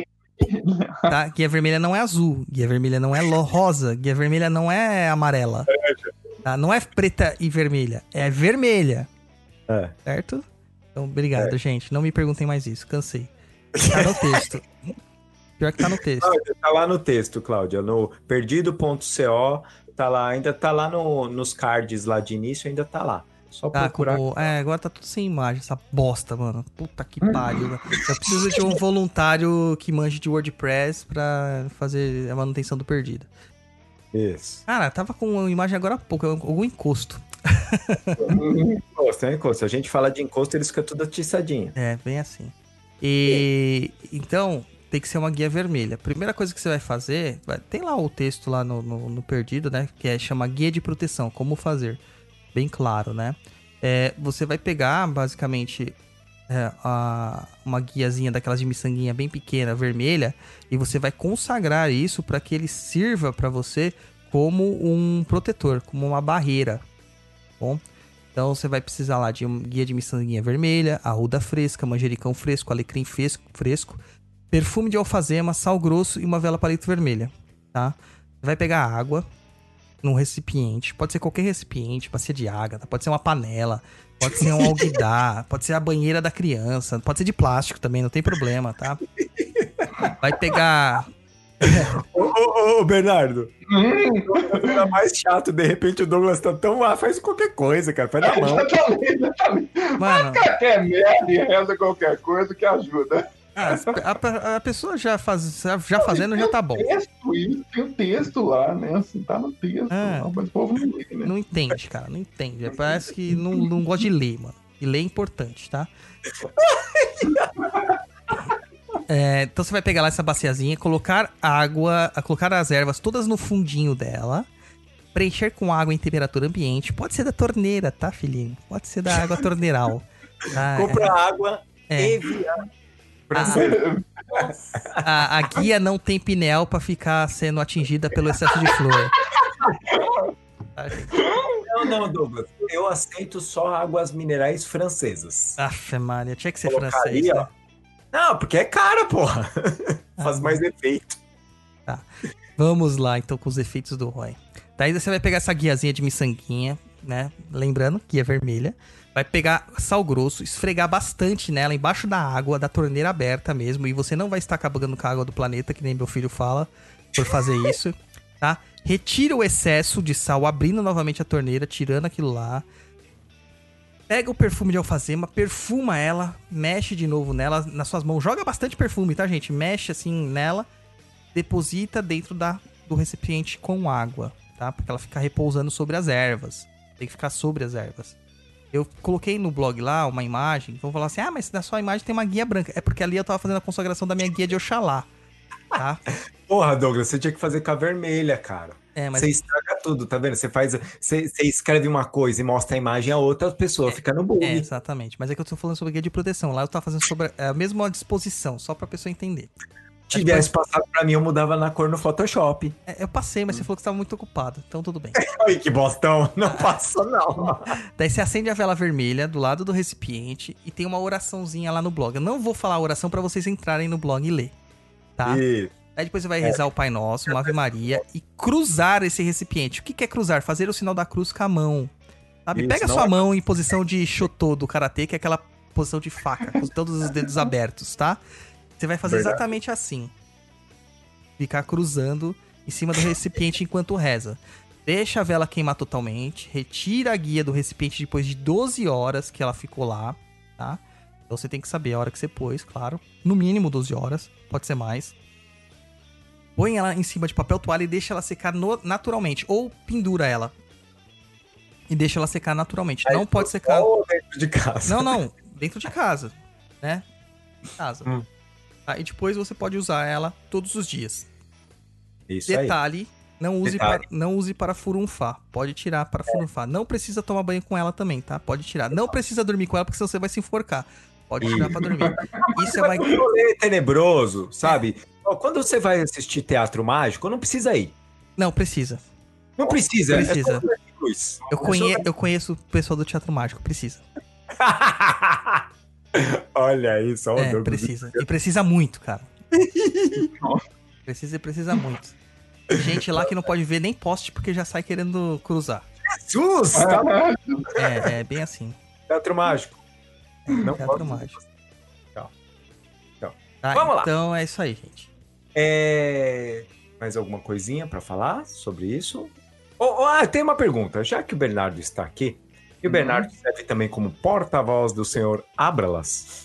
Tá? Guia vermelha não é azul, guia vermelha não é rosa, guia vermelha não é amarela. Tá? Não é preta e vermelha, é vermelha. Certo? Então, obrigado, gente. Não me perguntem mais isso, cansei. Tá no texto. Pior que tá no texto. Cláudia, tá lá no texto, Cláudia, no perdido.co, tá lá, ainda tá lá nos cards lá de início, ainda tá lá. Só procurar. Agora tá tudo sem imagem, essa bosta, mano. Puta que pariu. Eu preciso de um voluntário que manje de WordPress pra fazer a manutenção do perdido. Isso. Cara, tava com uma imagem agora há pouco, algum encosto. Encosto. A gente fala de encosto, eles ficam tudo atiçadinho. É, bem assim. E então, tem que ser uma guia vermelha. Primeira coisa que você vai fazer, tem lá o texto lá no Perdido, né? Que chama Guia de Proteção, como fazer. Bem claro, né? Você vai pegar, basicamente, uma guiazinha daquelas de miçanguinha bem pequena, vermelha, e você vai consagrar isso para que ele sirva para você como um protetor, como uma barreira. Bom, então você vai precisar lá de um guia de miçanguinha vermelha, arruda fresca, manjericão fresco, alecrim fresco, perfume de alfazema, sal grosso e uma vela palito vermelha, tá? Você vai pegar água num recipiente, pode ser qualquer recipiente, bacia de ágata, pode ser uma panela, pode ser um alguidar, pode ser a banheira da criança, pode ser de plástico também, não tem problema, tá? Vai pegar... Ô, Bernardo, tá mais chato, de repente o Douglas tá tão lá, faz qualquer coisa, cara, faz na mão. Exatamente. Mano, Qualquer merda e reza qualquer coisa que ajuda. a pessoa já fazendo já tá bom. Tem o texto lá, né? Assim, tá no texto. Mas o povo não lê, né? Não entende, cara, não entende. Parece que não gosta de ler, mano. E ler é importante, tá? Então você vai pegar lá essa baciazinha, colocar as ervas todas no fundinho dela, preencher com água em temperatura ambiente. Pode ser da torneira, tá, filhinho? Pode ser da água torneiral. Tá? Compra água Evian. A guia não tem pineal pra ficar sendo atingida pelo excesso de flor. Tá, Não, Douglas. Eu aceito só águas minerais francesas. Aff, Maria, tinha que ser Colocaria, francês, né? Não, porque é cara, porra. Faz mais efeito. Tá. Vamos lá, então, com os efeitos do Roy. Daí você vai pegar essa guiazinha de miçanguinha, né? Lembrando, guia vermelha. Vai pegar sal grosso, esfregar bastante nela, embaixo da água, da torneira aberta mesmo. E você não vai estar acabando com a água do planeta, que nem meu filho fala, por fazer isso, tá? Retira o excesso de sal, abrindo novamente a torneira, tirando aquilo lá. Pega o perfume de alfazema, perfuma ela, mexe de novo nela, nas suas mãos. Joga bastante perfume, tá, gente? Mexe assim nela, deposita dentro do recipiente com água, tá? Porque ela fica repousando sobre as ervas. Tem que ficar sobre as ervas. Eu coloquei no blog lá uma imagem, vão falar assim, mas na sua imagem tem uma guia branca. É porque ali eu tava fazendo a consagração da minha guia de Oxalá, tá? Porra, Douglas, você tinha que fazer com a vermelha, cara. Mas... Você estraga tudo, tá vendo? Você escreve uma coisa e mostra a imagem, a outra pessoa fica no bug. Exatamente. Mas é que eu tô falando sobre guia de proteção. Lá eu tava fazendo sobre a mesma disposição, só pra pessoa entender. Se tivesse passado pra mim, eu mudava na cor no Photoshop. Eu passei, mas você falou que você tava muito ocupado. Então tudo bem. Ai, que bostão. Não passou, não. Daí você acende a vela vermelha do lado do recipiente e tem uma oraçãozinha lá no blog. Eu não vou falar a oração pra vocês entrarem no blog e ler, tá? Aí depois você vai rezar o Pai Nosso, uma Ave Maria e cruzar esse recipiente. O que é cruzar? Fazer o sinal da cruz com a mão. Sabe? Pega a sua mão em posição de Shoto do Karatê, que é aquela posição de faca, com todos os dedos abertos, tá? Você vai fazer exatamente assim. Ficar cruzando em cima do recipiente enquanto reza. Deixa a vela queimar totalmente. Retira a guia do recipiente depois de 12 horas que ela ficou lá, tá? Então você tem que saber a hora que você pôs, claro. No mínimo 12 horas, pode ser mais. Põe ela em cima de papel toalha e deixa ela secar naturalmente. Ou pendura ela. E deixa ela secar naturalmente. Não pode secar... Ou dentro de casa. Não. Dentro de casa. Né? Em casa. Tá? E depois você pode usar ela todos os dias. Isso Detalhe, aí. Não use para furunfar. Pode tirar para furunfar. Não precisa tomar banho com ela também, tá? Pode tirar. Não precisa dormir com ela, porque senão você vai se enforcar. Pode tirar para dormir. Isso é um rolê tenebroso, sabe? Quando você vai assistir teatro mágico, não precisa ir. Não, precisa. Não precisa. Precisa. Eu conheço o pessoal do teatro mágico. Precisa. Olha isso. Precisa. E precisa muito, cara. Precisa muito. Tem gente lá que não pode ver nem poste porque já sai querendo cruzar. Jesus! É bem assim. Teatro mágico. Não Teatro mágico. Tchau. Tá, Vamos lá. Então é isso aí, gente. Mais alguma coisinha para falar sobre isso? Tem uma pergunta. Já que o Bernardo está aqui, e o Bernardo serve também como porta-voz do senhor Ábralas.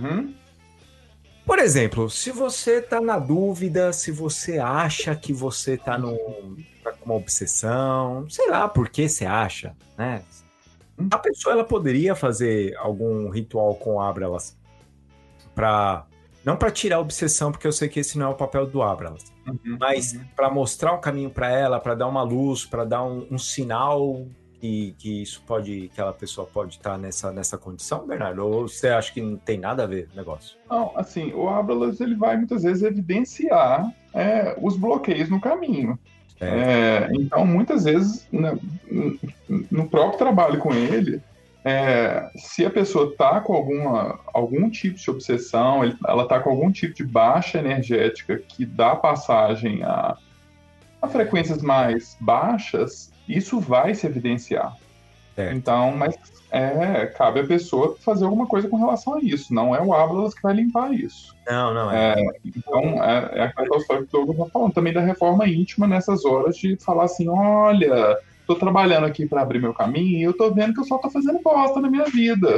Por exemplo, se você está na dúvida, se você acha que você está com uma obsessão, sei lá por que você acha, né? A pessoa ela poderia fazer algum ritual com Ábralas não para tirar a obsessão, porque eu sei que esse não é o papel do Ábralas, mas para mostrar um caminho para ela, para dar uma luz, para dar um sinal que aquela pessoa pode estar nessa condição, Bernardo? Ou você acha que não tem nada a ver o negócio? Não, assim, o Ábralas ele vai muitas vezes evidenciar os bloqueios no caminho. Então, muitas vezes, no próprio trabalho com ele, se a pessoa está com algum tipo de obsessão, ela está com algum tipo de baixa energética que dá passagem a frequências mais baixas, isso vai se evidenciar. Então, mas cabe a pessoa fazer alguma coisa com relação a isso. Não é o Ábralas que vai limpar isso. Não. Então, aquela história que o Douglas está falando também da reforma íntima nessas horas de falar assim, olha, estou trabalhando aqui para abrir meu caminho e eu estou vendo que eu só estou fazendo bosta na minha vida.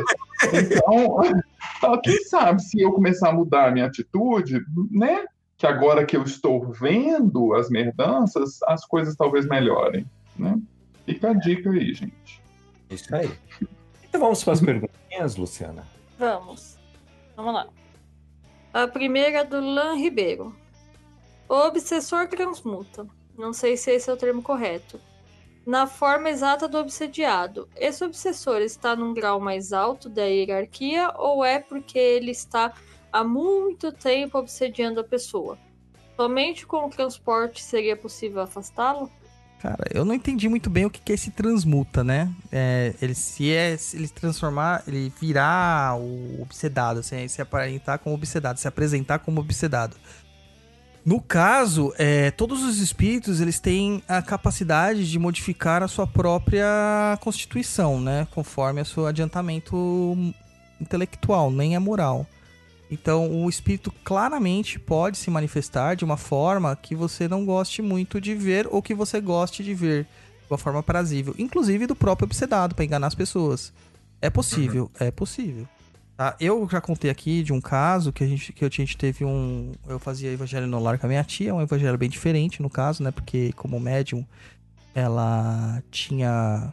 Então, quem sabe se eu começar a mudar a minha atitude, né? Que agora que eu estou vendo as merdanças, as coisas talvez melhorem, né? Fica a dica aí, gente. Isso aí. Então vamos para as perguntinhas, Luciana? Vamos lá. A primeira é do Lan Ribeiro. O obsessor transmuta. Não sei se esse é o termo correto. Na forma exata do obsediado. Esse obsessor está num grau mais alto da hierarquia ou é porque ele está há muito tempo obsediando a pessoa? Somente com o transporte seria possível afastá-lo? Cara, eu não entendi muito bem o que é esse transmuta, né? Ele transformar, ele virar o obsedado, assim, se aparentar como obsedado, se apresentar como obsedado. No caso, todos os espíritos, eles têm a capacidade de modificar a sua própria constituição, né? Conforme o seu adiantamento intelectual, nem é moral. Então, o espírito claramente pode se manifestar de uma forma que você não goste muito de ver ou que você goste de ver de uma forma aprazível. Inclusive do próprio obsedado, para enganar as pessoas. É possível, é possível. Tá? Eu já contei aqui de um caso que a gente teve eu fazia evangelho no lar com a minha tia, um evangelho bem diferente no caso, né? Porque como médium, ela tinha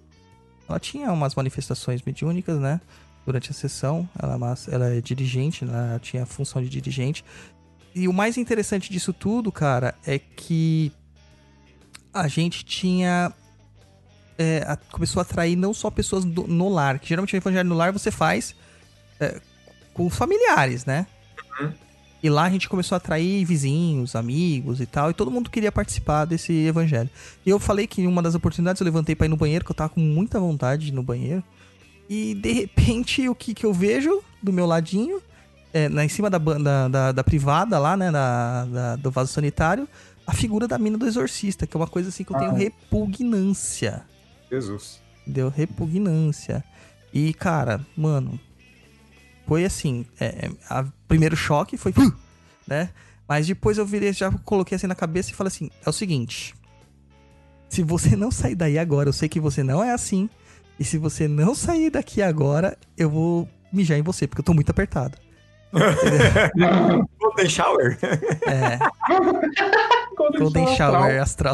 umas manifestações mediúnicas, né? Durante a sessão, ela é dirigente, né? Ela tinha a função de dirigente. E o mais interessante disso tudo, cara, é que a gente começou a atrair não só pessoas no lar, que geralmente o evangelho no lar você faz com os familiares, né? E lá a gente começou a atrair vizinhos, amigos e tal, e todo mundo queria participar desse evangelho. E eu falei que em uma das oportunidades eu levantei pra ir no banheiro, que eu tava com muita vontade de ir no banheiro. E, de repente, o que eu vejo do meu ladinho, em cima da privada lá, né, do vaso sanitário, a figura da mina do exorcista, que é uma coisa assim que eu tenho repugnância. Jesus. Deu repugnância. E, cara, mano, foi assim, primeiro choque foi, né, mas depois eu virei, já coloquei assim na cabeça e falei assim, é o seguinte, se você não sair daí agora, eu sei que você não é assim, e se você não sair daqui agora, eu vou mijar em você, porque eu tô muito apertado. Golden Shower? Golden Shower astral.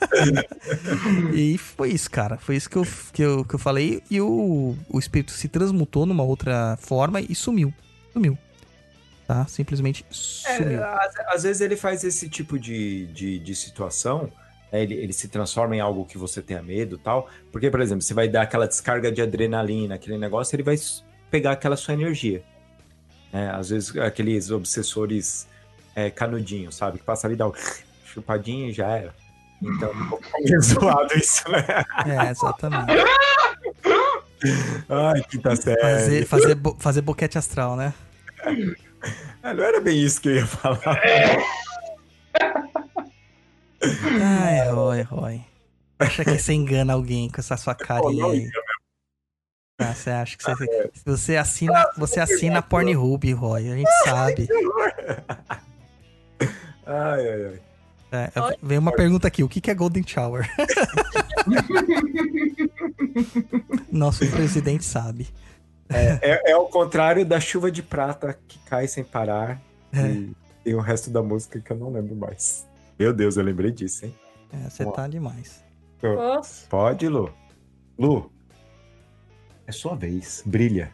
E foi isso, cara. Foi isso que eu falei. E o espírito se transmutou numa outra forma e sumiu. Tá? Simplesmente sumiu. Às vezes ele faz esse tipo de situação... Ele se transforma em algo que você tenha medo e tal. Porque, por exemplo, você vai dar aquela descarga de adrenalina, aquele negócio, ele vai pegar aquela sua energia. Às vezes, aqueles obsessores canudinhos, sabe? Que passa ali, dá chupadinho e já era. Então, é zoado isso, né? Exatamente. Ai, que tá sério. Fazer boquete astral, né? Não era bem isso que eu ia falar. Ai, Roy. Acha que você engana alguém com essa sua carinha aí. Ah, você acha que você assina Pornhub, Roy, a gente sabe. Ai. Vem uma pergunta aqui, o que é Golden Shower? Nosso presidente sabe. É o contrário da chuva de prata que cai sem parar. E tem o resto da música que eu não lembro mais. Meu Deus, eu lembrei disso, hein? Você tá demais. Posso? Pode, Lu. Lu, é sua vez. Brilha.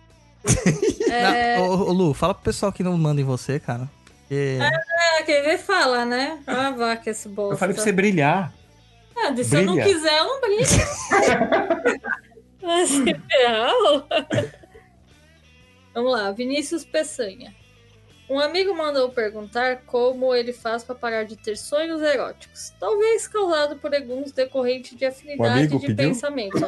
Ô, Lu, fala pro pessoal que não manda em você, cara. Porque... Quem vê fala, né? Ah, vaca esse bosta. Eu falei pra você brilhar. Se eu não quiser, eu não brilho. Mas se ferrou. Vamos lá, Vinícius Peçanha. Um amigo mandou perguntar como ele faz para parar de ter sonhos eróticos. Talvez causado por alguns decorrentes de afinidade de pensamento.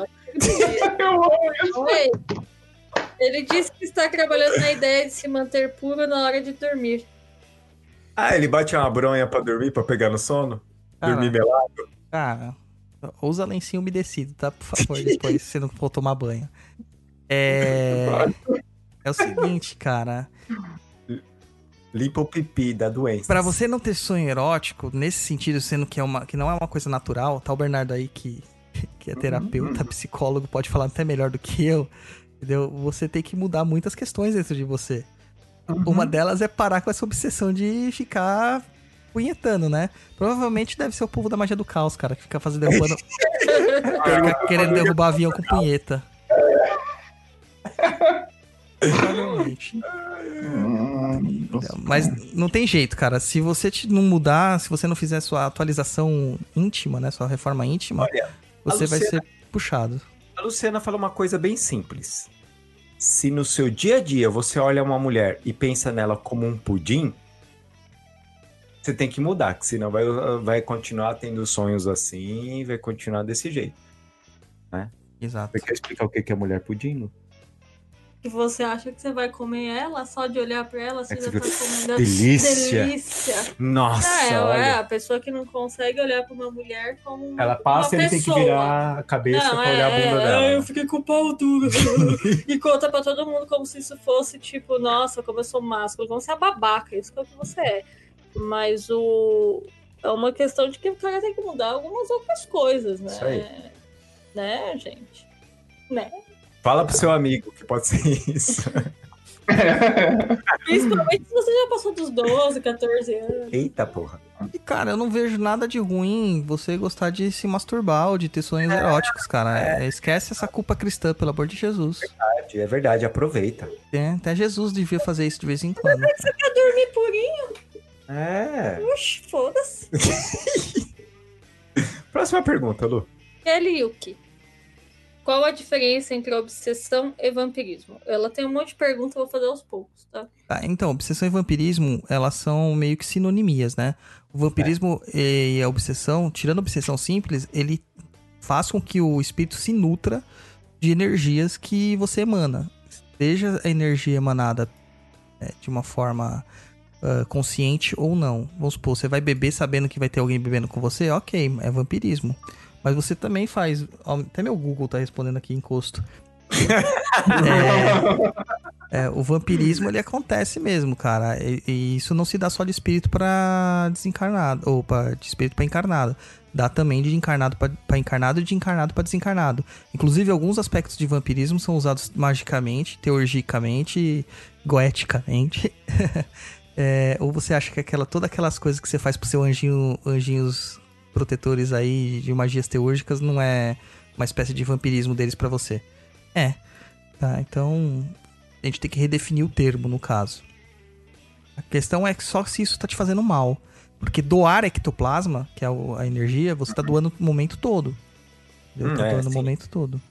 Ele disse que está trabalhando na ideia de se manter puro na hora de dormir. Ele bate uma bronha pra dormir, pra pegar no sono? Dormir melado? Cara, usa lencinho umedecido, tá? Por favor, depois se não for tomar banho. É o seguinte, cara. Limpa o pipi da doença. Pra você não ter sonho erótico, nesse sentido, sendo que não é uma coisa natural, tá o Bernardo aí que é terapeuta, psicólogo, pode falar até melhor do que eu, entendeu? Você tem que mudar muitas questões dentro de você. Uma delas é parar com essa obsessão de ficar punhetando, né? Provavelmente deve ser o povo da magia do caos, cara, que fica derrubando... fica querendo derrubar avião com punheta. Provavelmente. Mas não tem jeito, cara. Se você não mudar, se você não fizer sua atualização íntima, né? Sua reforma íntima, você vai ser puxado. A Luciana falou uma coisa bem simples. Se no seu dia a dia você olha uma mulher e pensa nela como um pudim, você tem que mudar, que senão vai continuar tendo sonhos assim e vai continuar desse jeito, né? Exato. Você quer explicar o que é mulher pudim, Lu? Que você acha que você vai comer ela, só de olhar pra ela, você já tá comendo. Delícia! Nossa, olha. A pessoa que não consegue olhar pra uma mulher como ela passa e ele tem que virar a cabeça pra olhar a bunda dela. Eu fiquei com o pau duro. E conta pra todo mundo como se isso fosse, tipo, nossa, como eu sou másculo. Você é babaca, isso que é o que você é. Mas é uma questão de que o cara tem que mudar algumas outras coisas, né? Isso aí. Né, gente? Né? Fala pro seu amigo que pode ser isso. Principalmente se você já passou dos 12, 14 anos. Eita porra. E, cara, eu não vejo nada de ruim você gostar de se masturbar ou de ter sonhos eróticos, cara. Esquece essa culpa cristã, pelo amor de Jesus. É verdade, aproveita. Até Jesus devia fazer isso de vez em quando. Mas você quer dormir purinho? Oxi, foda-se. Próxima pergunta, Lu. Kelly Yuki. Qual a diferença entre obsessão e vampirismo? Ela tem um monte de perguntas, eu vou fazer aos poucos, tá? Então, obsessão e vampirismo, elas são meio que sinonimias, né? O vampirismo e a obsessão, tirando a obsessão simples, ele faz com que o espírito se nutra de energias que você emana. Seja a energia emanada de uma forma consciente ou não. Vamos supor, você vai beber sabendo que vai ter alguém bebendo com você, ok, é vampirismo. Mas você também faz... Até meu Google tá respondendo aqui, encosto. O vampirismo, ele acontece mesmo, cara. E isso não se dá só de espírito pra desencarnado. Ou de espírito pra encarnado. Dá também de encarnado pra encarnado e de encarnado pra desencarnado. Inclusive, alguns aspectos de vampirismo são usados magicamente, teurgicamente, goeticamente. Ou você acha que todas aquelas coisas que você faz pro seu anjinhos protetores aí de magias teúrgicas não é uma espécie de vampirismo deles pra você? Tá, então a gente tem que redefinir o termo no caso. A questão é que só se isso tá te fazendo mal, porque doar ectoplasma, que é a energia, você tá doando o momento todo. Tá doando o momento todo.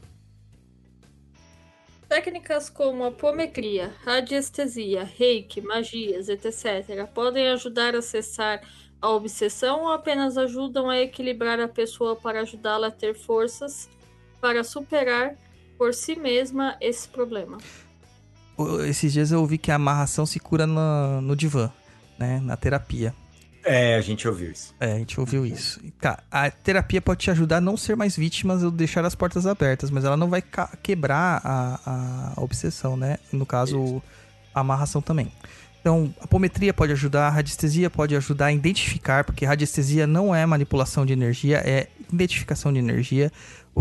Técnicas como apometria, radiestesia, reiki, magias, etc. podem ajudar a cessar a obsessão ou apenas ajudam a equilibrar a pessoa para ajudá-la a ter forças para superar por si mesma esse problema? Esses dias eu ouvi que a amarração se cura no divã, né? Na terapia. A gente ouviu isso. A gente ouviu isso. Cara, a terapia pode te ajudar a não ser mais vítimas ou deixar as portas abertas, mas ela não vai quebrar a obsessão, né? No caso, a amarração também. Então, a apometria pode ajudar, a radiestesia pode ajudar a identificar, porque radiestesia não é manipulação de energia, é identificação de energia.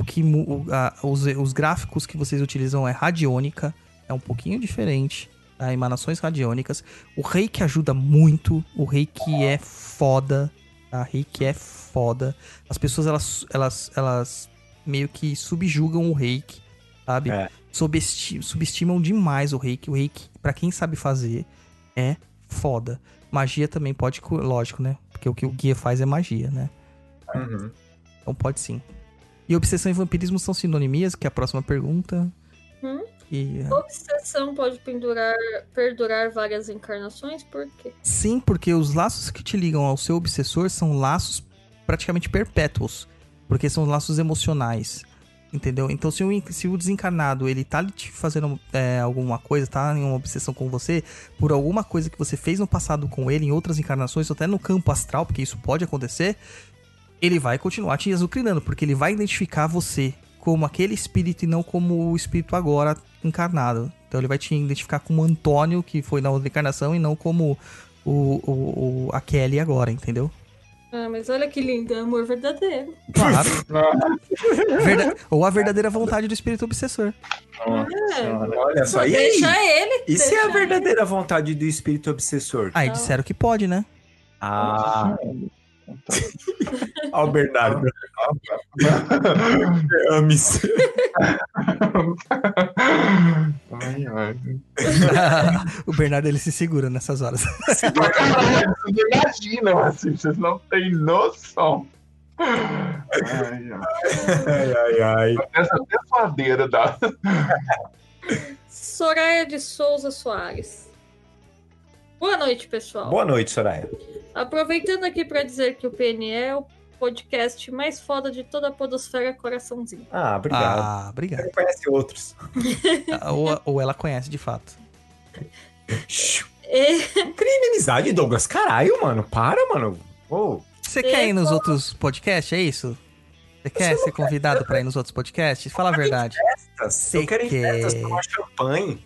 Os gráficos que vocês utilizam é radiônica, é um pouquinho diferente. Tá? Emanações radiônicas. O reiki ajuda muito. O reiki é foda. Tá? Reiki é foda. As pessoas, elas meio que subjugam o reiki, sabe? Subestimam demais o reiki. O reiki, pra quem sabe fazer, é foda. Magia também pode... Lógico, né? Porque o que o guia faz é magia, né? Uhum. Então pode sim. E obsessão e vampirismo são sinonimias? Que é a próxima pergunta. Obsessão pode perdurar várias encarnações? Por quê? Sim, porque os laços que te ligam ao seu obsessor são laços praticamente perpétuos, porque são laços emocionais, entendeu? Então se o desencarnado ele tá te fazendo alguma coisa, tá em uma obsessão com você, por alguma coisa que você fez no passado com ele, em outras encarnações, ou até no campo astral, porque isso pode acontecer, ele vai continuar te azucrinando, porque ele vai identificar você como aquele espírito e não como o espírito agora encarnado. Então ele vai te identificar como Antônio, que foi na outra encarnação, e não como a Kelly agora, entendeu? Ah, mas olha que lindo, é amor verdadeiro. Claro. Ou a verdadeira vontade do espírito obsessor. Olha só, e aí? Deixa ele. E se é a verdadeira vontade do espírito obsessor? Aí disseram que pode, né? Ó o Bernardo. Ame-se. O Bernardo, ele se segura nessas horas. Vocês imaginam, assim, vocês não têm noção. Ai. Essa desfadeira da... Soraya de Souza Soares. Boa noite, pessoal. Boa noite, Soraya. Aproveitando aqui para dizer que o PNE é o podcast mais foda de toda a podosfera coraçãozinho. Obrigado. Obrigado. Você conhece outros. ou ela conhece, de fato. Cria inimizade, Douglas. Caralho, mano. Para, mano. Você quer ir nos outros podcasts, é isso? Você quer ser convidado para ir nos outros podcasts? Fala a verdade. Eu quero ir em festas, tomar champanhe.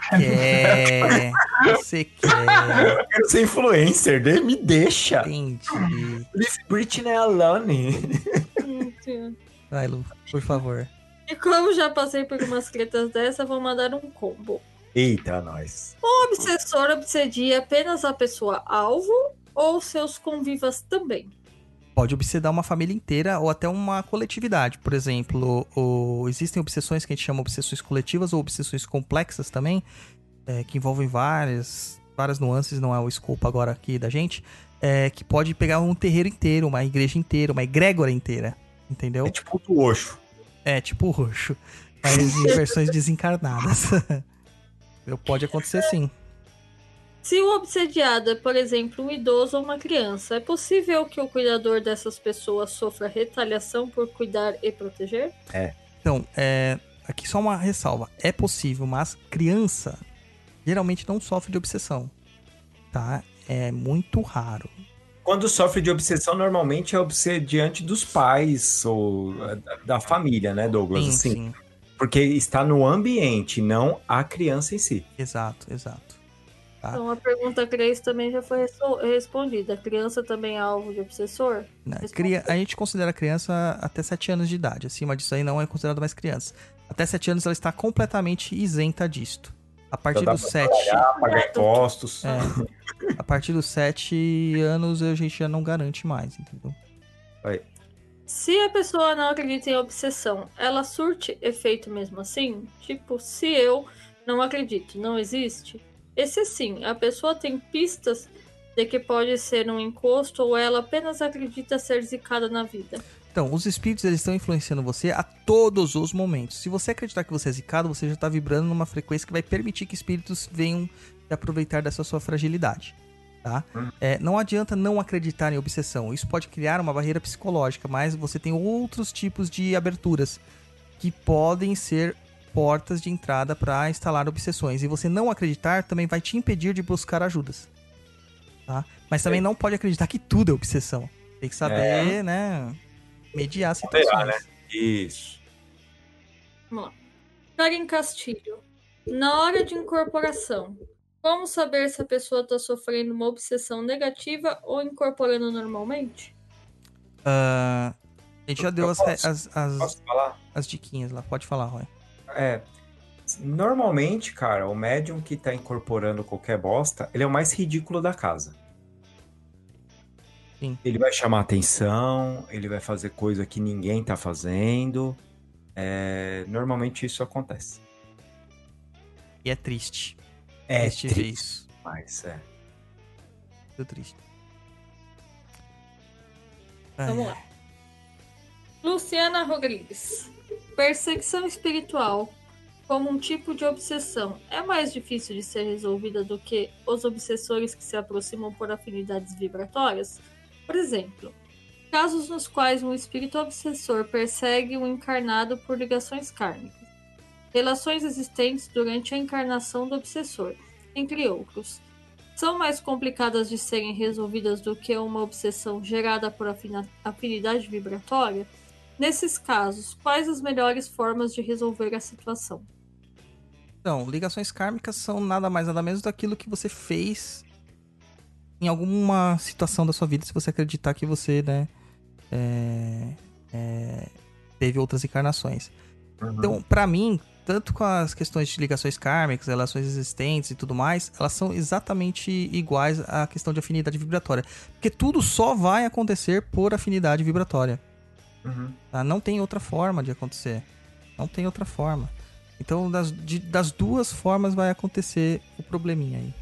Você quer. Eu quero ser influencer, me deixa. Entendi. Leave Britney alone. Vai, Lu, por favor. E como já passei por umas tretas dessa, vou mandar um combo. Eita, nós. O obsessor obsedia apenas a pessoa alvo ou seus convivas também? Pode obsedar uma família inteira ou até uma coletividade. Por exemplo, existem obsessões que a gente chama obsessões coletivas ou obsessões complexas também, que envolvem várias nuances, não é o escopo agora aqui da gente, que pode pegar um terreiro inteiro, uma igreja inteira, uma egrégora inteira, entendeu? É tipo o Osho. É, tipo o Roxo, mas em versões desencarnadas. Pode acontecer sim. Se o obsediado é, por exemplo, um idoso ou uma criança, é possível que o cuidador dessas pessoas sofra retaliação por cuidar e proteger? Então, aqui só uma ressalva. É possível, mas criança geralmente não sofre de obsessão, tá? É muito raro. Quando sofre de obsessão, normalmente é obsediante dos pais ou da família, né, Douglas? Sim. Porque está no ambiente, não a criança em si. Exato. Tá? Então a pergunta 3 também já foi respondida. A criança também é alvo de obsessor? A gente considera criança até 7 anos de idade. Acima disso aí não é considerada mais criança. Até 7 anos ela está completamente isenta disto. A partir dos 7... Pagar impostos. A partir dos 7 anos a gente já não garante mais, entendeu? Se a pessoa não acredita em obsessão, ela surte efeito mesmo assim? Tipo, se eu não acredito, não existe? Esse sim, a pessoa tem pistas de que pode ser um encosto ou ela apenas acredita ser zicada na vida. Então, os espíritos eles estão influenciando você a todos os momentos. Se você acreditar que você é zicado, você já está vibrando numa frequência que vai permitir que espíritos venham se aproveitar dessa sua fragilidade. Tá? Não adianta não acreditar em obsessão. Isso pode criar uma barreira psicológica, mas você tem outros tipos de aberturas que podem ser portas de entrada para instalar obsessões. E você não acreditar também vai te impedir de buscar ajudas. Tá? Mas também não pode acreditar que tudo é obsessão. Tem que saber, né, mediar situações. Né? Isso. Vamos lá. Karen Castilho. Na hora de incorporação, como saber se a pessoa está sofrendo uma obsessão negativa ou incorporando normalmente? A gente já deu Posso falar? As diquinhas lá. Pode falar, Roy. Normalmente, cara, o médium que tá incorporando qualquer bosta, ele é o mais ridículo da casa. Sim. Ele vai chamar atenção, ele vai fazer coisa que ninguém tá fazendo. Normalmente isso acontece. E é triste. É triste ver triste. isso. Mas Muito triste. Vamos lá. Luciana Rodrigues. Perseguição espiritual, como um tipo de obsessão, é mais difícil de ser resolvida do que os obsessores que se aproximam por afinidades vibratórias? Por exemplo, casos nos quais um espírito obsessor persegue um encarnado por ligações kármicas, relações existentes durante a encarnação do obsessor, entre outros. São mais complicadas de serem resolvidas do que uma obsessão gerada por afinidade vibratória? Nesses casos, quais as melhores formas de resolver a situação? Então, ligações kármicas são nada mais nada menos daquilo que você fez em alguma situação da sua vida, se você acreditar que você, né, teve outras encarnações. Uhum. Então, pra mim, tanto com as questões de ligações kármicas, relações existentes e tudo mais, elas são exatamente iguais à questão de afinidade vibratória. Porque tudo só vai acontecer por afinidade vibratória. Uhum. Tá? Não tem outra forma de acontecer. Não tem outra forma. Então, das duas formas vai acontecer o probleminha aí.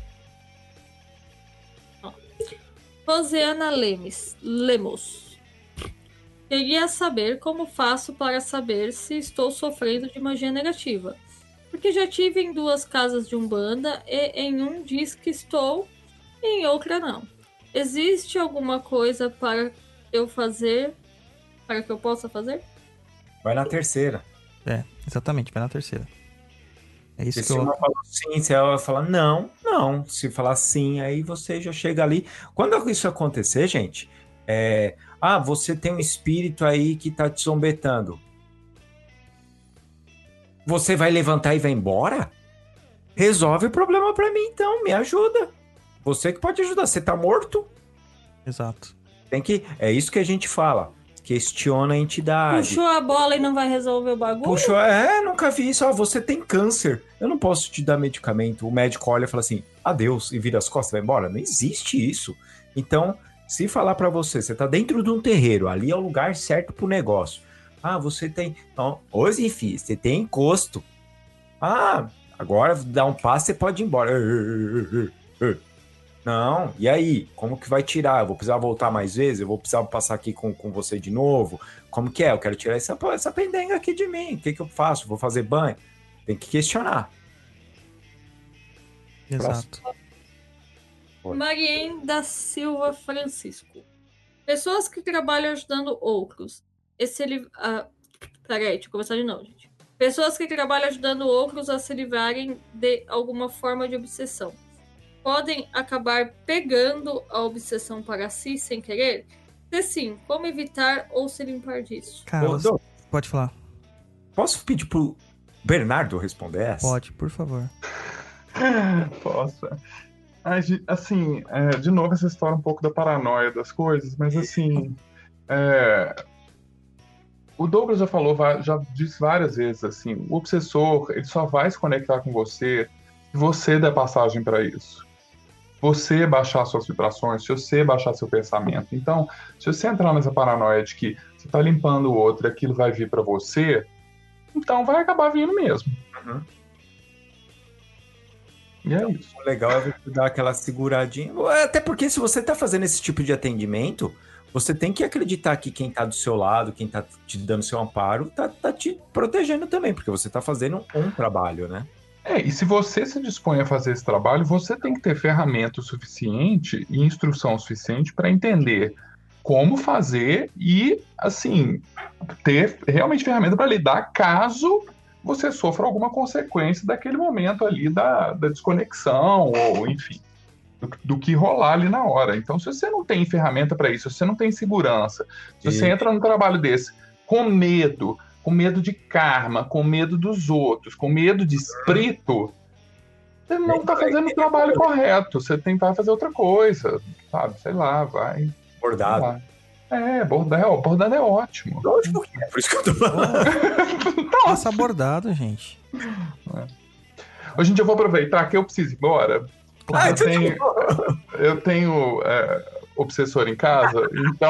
Rosiana Lemos. Queria saber como faço para saber se estou sofrendo de magia negativa. Porque já tive em 2 casas de Umbanda e em um diz que estou e em outra não. Existe alguma coisa para eu fazer, para que eu possa fazer? Vai na terceira. Exatamente, vai na terceira. É isso E que se uma fala sim, se ela falar não. Se falar sim, aí você já chega ali. Quando isso acontecer, gente, você tem um espírito aí que tá te zombetando. Você vai levantar e vai embora? Resolve o problema pra mim, então. Me ajuda. Você que pode ajudar. Você tá morto? Exato. É isso que a gente fala. Questiona a entidade. Puxou a bola e não vai resolver o bagulho? Nunca vi isso. Você tem câncer. Eu não posso te dar medicamento. O médico olha e fala assim, adeus, e vira as costas e vai embora. Não existe isso. Então, se falar pra você tá dentro de um terreiro, ali é o lugar certo pro negócio. Você tem... Então, hoje, filho, você tem encosto. Agora dá um passo, você pode ir embora. Não, e aí? Como que vai tirar? Eu vou precisar voltar mais vezes? Eu vou precisar passar aqui com você de novo? Como que é? Eu quero tirar essa pendenga aqui de mim. O que eu faço? Vou fazer banho? Tem que questionar. Exato. Marien da Silva Francisco. Pessoas que trabalham ajudando outros. Peraí, deixa eu começar de novo, gente. Pessoas que trabalham ajudando outros a se livrarem de alguma forma de obsessão podem acabar pegando a obsessão para si sem querer? Se sim, como evitar ou se limpar disso? Cara, pode falar. Posso pedir pro Bernardo responder essa? Pode, por favor. Posso. Assim, de novo essa história um pouco da paranoia das coisas, mas assim, o Douglas já disse várias vezes, assim, o obsessor, ele só vai se conectar com você se você der passagem para isso. Você baixar suas vibrações, se você baixar seu pensamento. Então, se você entrar nessa paranoia de que você está limpando o outro e aquilo vai vir para você, então vai acabar vindo mesmo. Uhum. E é isso. O legal é você dar aquela seguradinha. Até porque se você está fazendo esse tipo de atendimento, você tem que acreditar que quem está do seu lado, quem está te dando seu amparo, tá te protegendo também, porque você está fazendo um trabalho, né? E se você se dispõe a fazer esse trabalho, você tem que ter ferramenta suficiente e instrução suficiente para entender como fazer e, assim, ter realmente ferramenta para lidar caso você sofra alguma consequência daquele momento ali da desconexão, ou enfim, do que rolar ali na hora. Então, se você não tem ferramenta para isso, se você não tem segurança, se você entra num trabalho desse com medo de karma, com medo dos outros, com medo de espírito, você não está fazendo o trabalho correto. Você vai fazer outra coisa, sabe? Sei lá, vai. Bordado. Bordado é ótimo. Lógico que é, por isso que eu tô falando. Faça bordado, gente. Hoje em dia eu vou aproveitar que eu preciso ir embora. Eu tenho obsessor em casa,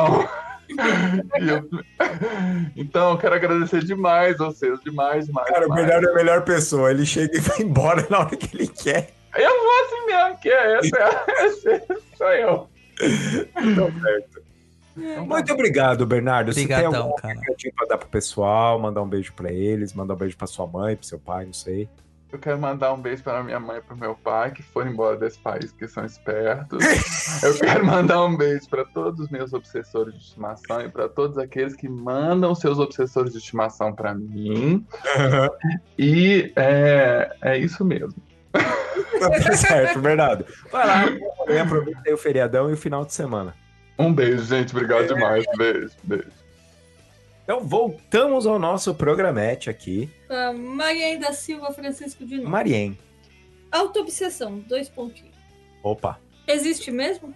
então eu quero agradecer demais a vocês, demais. Cara, o Bernardo é a melhor pessoa, ele chega e vai embora na hora que ele quer. Eu vou assim mesmo, que sou eu. Então, certo. Muito obrigado, Bernardo. Obrigadão, você tem algum cara. recadinho pra dar pro pessoal, mandar um beijo pra eles, mandar um beijo pra sua mãe, pro seu pai, não sei. Eu quero mandar um beijo para minha mãe e pro meu pai, que foram embora desse país, que são espertos. Eu quero mandar um beijo para todos os meus obsessores de estimação e para todos aqueles que mandam seus obsessores de estimação para mim. E é isso mesmo. Tá certo, Bernardo. Vai lá, aproveita aí o feriadão e o final de semana. Um beijo, gente. Obrigado demais. Beijo. Então, voltamos ao nosso programete aqui. Marien da Silva Francisco de novo. Marien. Autoobsessão, 2 pontinhos. Opa. Existe mesmo?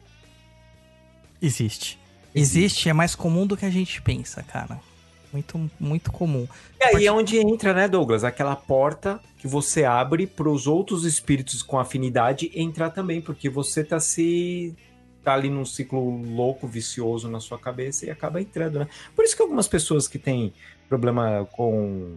Existe, é mais comum do que a gente pensa, cara. Muito, muito comum. E aí é onde entra, né, Douglas? Aquela porta que você abre para os outros espíritos com afinidade entrar também, porque você tá ali num ciclo louco, vicioso na sua cabeça e acaba entrando, né? Por isso que algumas pessoas que têm problema com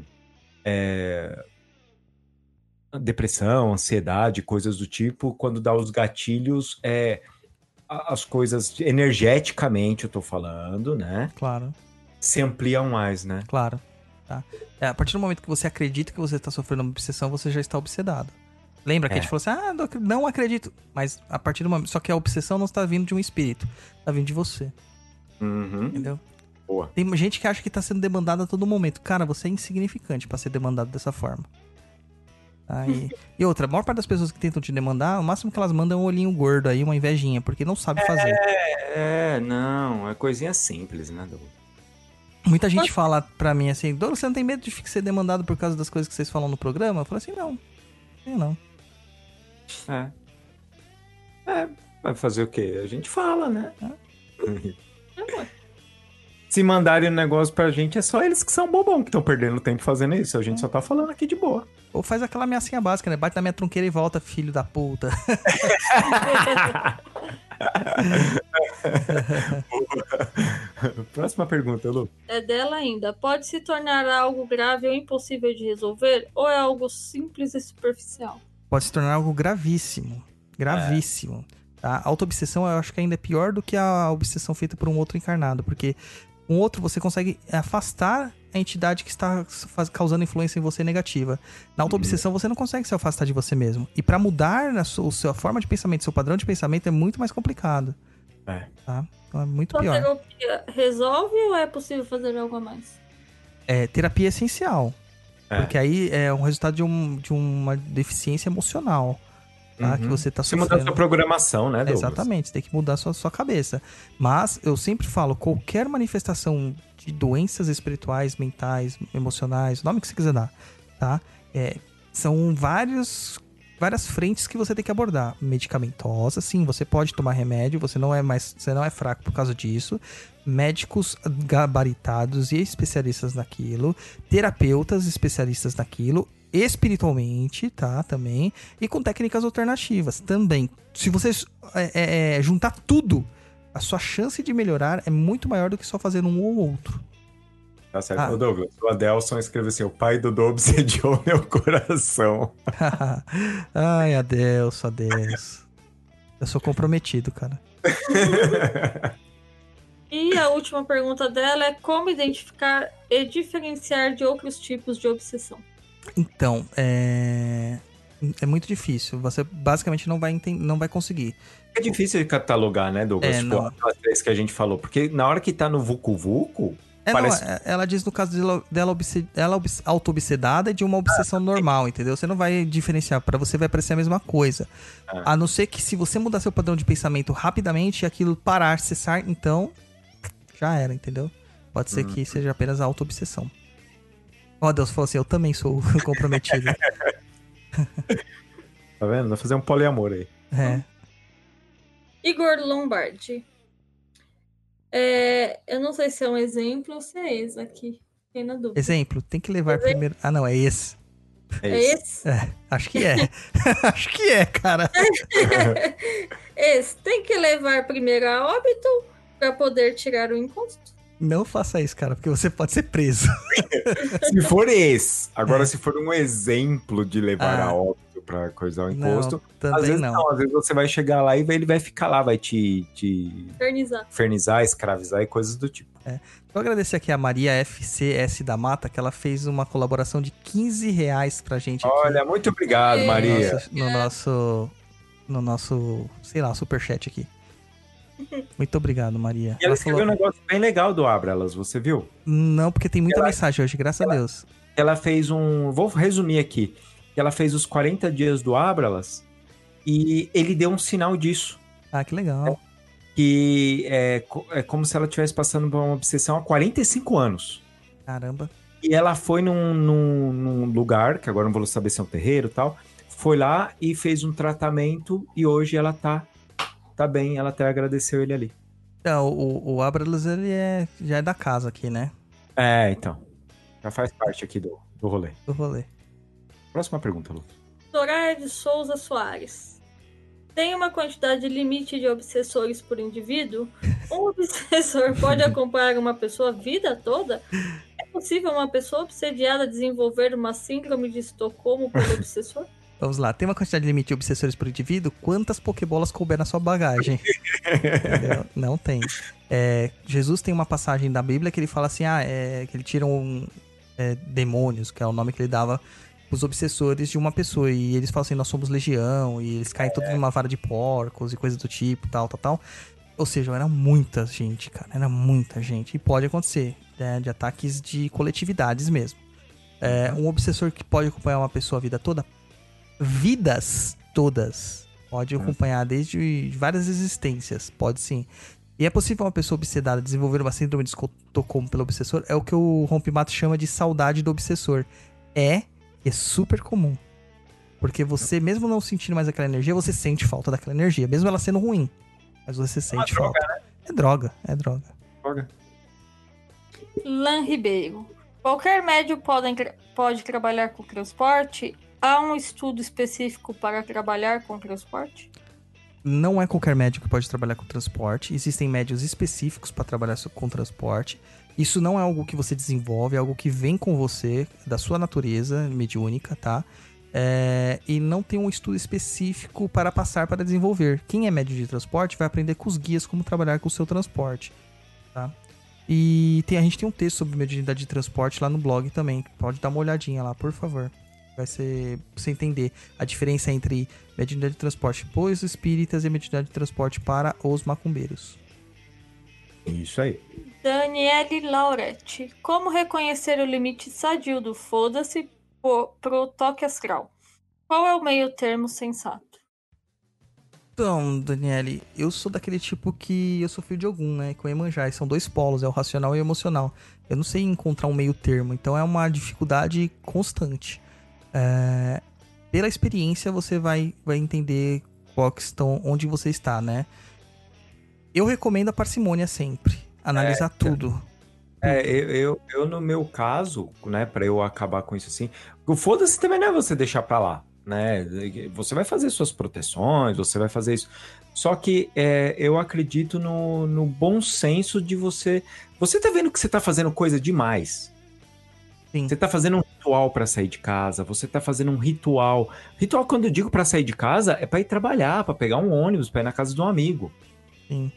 depressão, ansiedade, coisas do tipo, quando dá os gatilhos, as coisas energeticamente, eu tô falando, né? Claro. Se ampliam mais, né? Claro. Tá? A partir do momento que você acredita que você está sofrendo uma obsessão, você já está obsedado. Lembra que a gente falou assim, não acredito. Mas a partir do momento... Só que a obsessão não está vindo de um espírito. Está vindo de você. Uhum. Entendeu? Boa. Tem gente que acha que está sendo demandada a todo momento. Cara, você é insignificante para ser demandado dessa forma. E outra, a maior parte das pessoas que tentam te demandar, o máximo que elas mandam é um olhinho gordo aí, uma invejinha, porque não sabe fazer. Não, é coisinha simples, né, Douglas? Muita gente fala pra mim assim, Douglas, você não tem medo de ser demandado por causa das coisas que vocês falam no programa? Eu falo assim, não. Vai fazer o quê? A gente fala, né? Se mandarem um negócio pra gente, é só eles que são bobão que estão perdendo tempo fazendo isso. A gente só tá falando aqui de boa. Ou faz aquela ameaçinha básica, né? Bate na minha trunqueira e volta, filho da puta. Próxima pergunta, Lu. É dela ainda. Pode se tornar algo grave ou impossível de resolver? Ou é algo simples e superficial? Pode se tornar algo gravíssimo. Gravíssimo. Tá? A autoobsessão eu acho que ainda é pior do que a obsessão feita por um outro encarnado. Porque um outro você consegue afastar a entidade que está causando influência em você negativa. Na autoobsessão você não consegue se afastar de você mesmo. E pra mudar a sua forma de pensamento, seu padrão de pensamento é muito mais complicado. Tá? Então é muito pior. A terapia resolve ou é possível fazer algo a mais? Terapia é essencial. Porque aí é um resultado de uma deficiência emocional. Tá? Que você tá sofrendo. Você mudar a sua programação, né, Douglas? Exatamente, você tem que mudar a sua cabeça. Mas eu sempre falo, qualquer manifestação de doenças espirituais, mentais, emocionais, o nome que você quiser dar, tá? São várias frentes que você tem que abordar. Medicamentosa, sim, você pode tomar remédio, você não é fraco por causa disso. Médicos gabaritados e especialistas naquilo, terapeutas especialistas naquilo, espiritualmente, tá, também, e com técnicas alternativas também. Se você juntar tudo, a sua chance de melhorar é muito maior do que só fazer um ou outro. Tá certo. Ô Douglas, o Adelson escreveu assim, o pai do Dô obsediou meu coração. Ai, Adelson. Eu sou comprometido, cara. E a última pergunta dela é como identificar e diferenciar de outros tipos de obsessão? Então, é muito difícil. Você basicamente não vai conseguir. É difícil de catalogar, né, Douglas? Tipo, aquelas três que a gente falou. Porque na hora que tá no vucu-vucu, Parece... ela diz no caso dela auto-obsedada de uma obsessão normal, entendeu? Você não vai diferenciar, pra você vai parecer a mesma coisa. A não ser que se você mudar seu padrão de pensamento rapidamente, aquilo parar, cessar, então já era, entendeu? Pode ser que seja apenas a auto-obsessão. Ó, Deus falou assim, eu também sou comprometido. Tá vendo? Vai fazer um poliamor aí. Igor Lombardi. Eu não sei se é um exemplo ou se é esse aqui. Tem na dúvida. Exemplo, tem que levar primeiro... Ah, não, é esse. É esse? Acho que é. Acho que é, cara. Esse. Tem que levar primeiro a óbito pra poder tirar o encosto? Não faça isso, cara, porque você pode ser preso. Se for esse. Agora, se for um exemplo de levar a óbito pra coisar o encosto, não, às vezes não. Às vezes você vai chegar lá e ele vai ficar lá, vai te infernizar, escravizar e coisas do tipo. Vou agradecer aqui a Maria FCS da Mata, que ela fez uma colaboração de R$15 pra gente aqui. Olha, muito obrigado, Maria. No nosso, sei lá, superchat aqui. Muito obrigado, Maria. E ela escreveu um negócio bem legal do Abralas, você viu? Não, porque tem muita mensagem hoje, graças a Deus. Ela fez vou resumir aqui. Ela fez os 40 dias do Abralas e ele deu um sinal disso. Ah, que legal. Que é como se ela estivesse passando por uma obsessão há 45 anos. Caramba. E ela foi num lugar, que agora não vou saber se é um terreiro e tal, foi lá e fez um tratamento e hoje ela tá bem, ela até agradeceu ele ali. Então, o Abralas, ele já é da casa aqui, né? Então. Já faz parte aqui do rolê. Do rolê. Próxima pergunta, Lu. Soraya de Souza Soares. Tem uma quantidade limite de obsessores por indivíduo? Um obsessor pode acompanhar uma pessoa a vida toda? É possível uma pessoa obsediada desenvolver uma síndrome de Estocolmo pelo obsessor? Vamos lá, tem uma quantidade limite de obsessores por indivíduo? Quantas pokebolas couber na sua bagagem? Entendeu? Não tem. Jesus tem uma passagem da Bíblia que ele fala assim, que ele tira demônios, que é o nome que ele dava os obsessores de uma pessoa, e eles falam assim, nós somos legião, e eles caem todos numa vara de porcos e coisas do tipo, tal. Ou seja, era muita gente, cara, era muita gente, e pode acontecer, né, de ataques de coletividades mesmo. Um obsessor que pode acompanhar uma pessoa a vida toda, vidas todas, pode acompanhar desde várias existências, pode sim. E é possível uma pessoa obsedada desenvolver uma síndrome de Estocolmo pelo obsessor, é o que o Rompimato chama de saudade do obsessor. É super comum. Porque você, mesmo não sentindo mais aquela energia, você sente falta daquela energia. Mesmo ela sendo ruim. Mas você sente falta. Droga, né? É droga. Lan Ribeiro. Qualquer médium pode trabalhar com transporte? Há um estudo específico para trabalhar com transporte? Não é qualquer médium que pode trabalhar com transporte. Existem médiuns específicos para trabalhar com transporte. Isso não é algo que você desenvolve, é algo que vem com você, da sua natureza mediúnica, tá? E não tem um estudo específico para passar para desenvolver. Quem é médium de transporte vai aprender com os guias como trabalhar com o seu transporte, tá? E a gente tem um texto sobre mediunidade de transporte lá no blog também. Pode dar uma olhadinha lá, por favor. Vai ser pra você entender a diferença entre mediunidade de transporte para os espíritas e mediunidade de transporte para os macumbeiros. Isso aí. Daniele Lauretti. Como reconhecer o limite sadio do foda-se pro toque astral? Qual é o meio termo sensato? Então, Daniele, eu sou daquele tipo que eu sou filho de Ogum, né? Com Iemanjá, e são dois polos, é o racional e o emocional. Eu não sei encontrar um meio termo, então é uma dificuldade constante. Pela experiência, você vai entender onde você está, né? Eu recomendo a parcimônia sempre. Analisar tudo. Eu no meu caso, né, pra eu acabar com isso assim, o foda-se também não é você deixar pra lá, né? Você vai fazer suas proteções, você vai fazer isso. Só que eu acredito no bom senso de você. Você tá vendo que você tá fazendo coisa demais. Sim. Você tá fazendo um ritual pra sair de casa, você tá fazendo um ritual. Ritual, quando eu digo pra sair de casa, é pra ir trabalhar, pra pegar um ônibus, pra ir na casa de um amigo. Sim.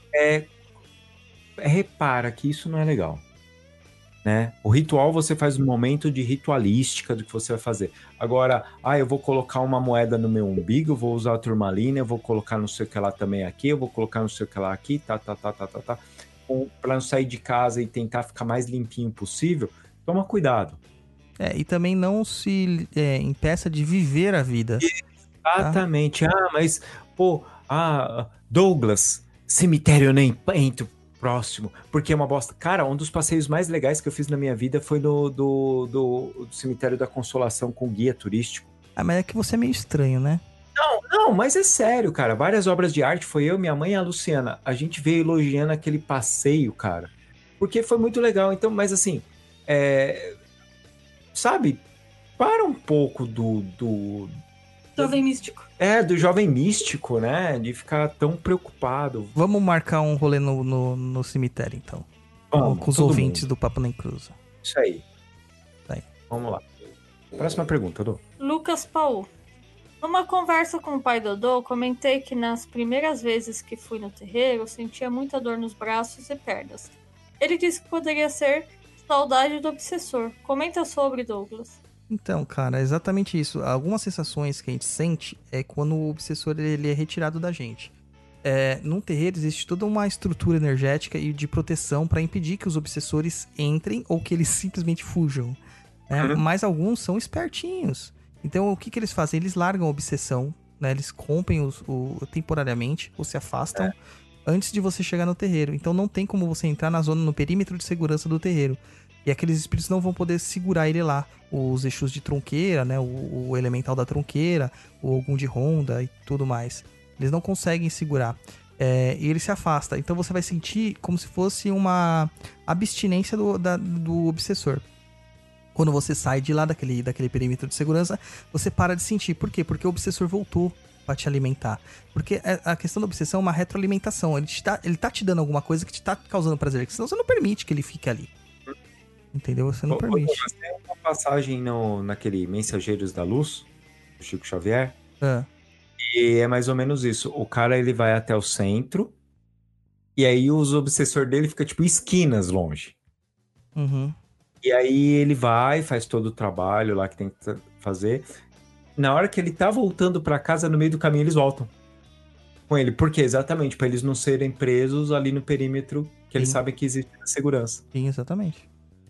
Repara que isso não é legal, né? O ritual você faz um momento de ritualística do que você vai fazer. Agora, eu vou colocar uma moeda no meu umbigo, eu vou usar a turmalina, eu vou colocar não sei o que lá também aqui, eu vou colocar não sei o que lá aqui, tá. para não sair de casa e tentar ficar mais limpinho possível, toma cuidado. E também não se impeça de viver a vida. Exatamente. Tá? Mas, Douglas, cemitério nem entro próximo, porque é uma bosta. Cara, um dos passeios mais legais que eu fiz na minha vida foi do cemitério da Consolação com guia turístico. Mas é que você é meio estranho, né? Não, mas é sério, cara. Várias obras de arte, foi eu, minha mãe e a Luciana. A gente veio elogiando aquele passeio, cara, porque foi muito legal. Então, mas assim, sabe, para um pouco do jovem místico. Do jovem místico, né? De ficar tão preocupado. Vamos marcar um rolê no cemitério, então. Vamos, com os ouvintes do Papo Nem Cruza. Isso aí. Tá. Vamos lá. Próxima pergunta, Dô. Lucas Paul. Numa conversa com o pai Dodô, comentei que nas primeiras vezes que fui no terreiro, sentia muita dor nos braços e pernas. Ele disse que poderia ser saudade do obsessor. Comenta sobre, Douglas. Então, cara, é exatamente isso. Algumas sensações que a gente sente é quando o obsessor ele é retirado da gente. Num terreiro existe toda uma estrutura energética e de proteção para impedir que os obsessores entrem ou que eles simplesmente fujam. Mas alguns são espertinhos. Então, o que eles fazem? Eles largam a obsessão, né? Eles rompem temporariamente ou se afastam antes de você chegar no terreiro. Então, não tem como você entrar no perímetro de segurança do terreiro. E aqueles espíritos não vão poder segurar ele lá. Os Exus de tronqueira, né? O elemental da tronqueira, o Ogum de ronda e tudo mais. Eles não conseguem segurar. E ele se afasta. Então você vai sentir como se fosse uma abstinência do obsessor. Quando você sai de lá daquele perímetro de segurança, você para de sentir. Por quê? Porque o obsessor voltou para te alimentar. Porque a questão da obsessão é uma retroalimentação. Ele tá te dando alguma coisa que te tá causando prazer. Senão você não permite que ele fique ali. Entendeu? Você não permite. Você tem uma passagem naquele Mensageiros da Luz, do Chico Xavier. E é mais ou menos isso. O cara, ele vai até o centro, e aí os obsessores dele ficam, tipo, esquinas longe. Uhum. E aí ele vai, faz todo o trabalho lá que tem que fazer. Na hora que ele tá voltando pra casa, no meio do caminho, eles voltam com ele. Por quê? Exatamente, pra eles não serem presos ali no perímetro que eles sabem que existe a segurança. Sim, exatamente.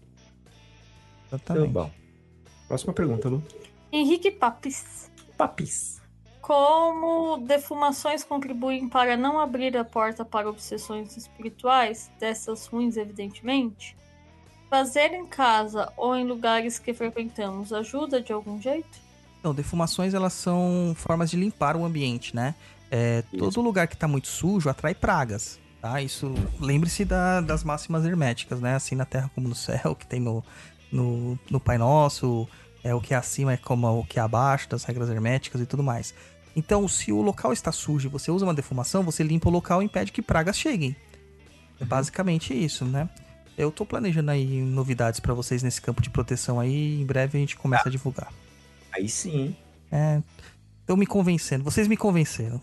Exatamente. Então, bom. Próxima pergunta, Lu. Henrique Papis. Como defumações contribuem para não abrir a porta para obsessões espirituais, dessas ruins, evidentemente, fazer em casa ou em lugares que frequentamos ajuda de algum jeito? Não, defumações, elas são formas de limpar o ambiente, né? Todo lugar que está muito sujo atrai pragas, tá? Isso, lembre-se das máximas herméticas, né? Assim na terra como no céu, que tem no Pai Nosso, o que é acima é como o que é abaixo, das regras herméticas e tudo mais. Então, se o local está sujo e você usa uma defumação, você limpa o local e impede que pragas cheguem. É basicamente isso, né? Eu tô planejando aí novidades pra vocês nesse campo de proteção aí, em breve a gente começa a divulgar. Aí sim. Estão me convencendo, vocês me convenceram.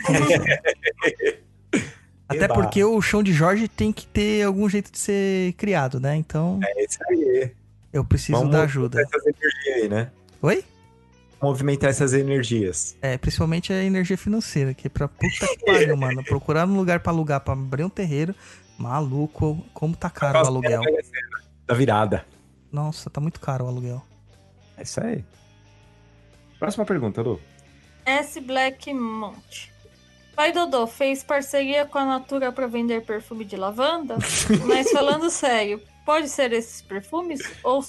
Até porque o chão de Jorge tem que ter algum jeito de ser criado, né? Então... É isso aí. Eu preciso da ajuda. Essas energias aí, né? Oi? Movimentar essas energias. Principalmente a energia financeira, que é pra puta que pariu, mano. Procurar um lugar pra alugar, pra abrir um terreiro. Maluco, como tá caro o aluguel. Da virada. Nossa, tá muito caro o aluguel. É isso aí. Próxima pergunta, Lu. S. Black Mount. Pai Dodô fez parceria com a Natura pra vender perfume de lavanda? Mas falando sério, pode ser esses perfumes?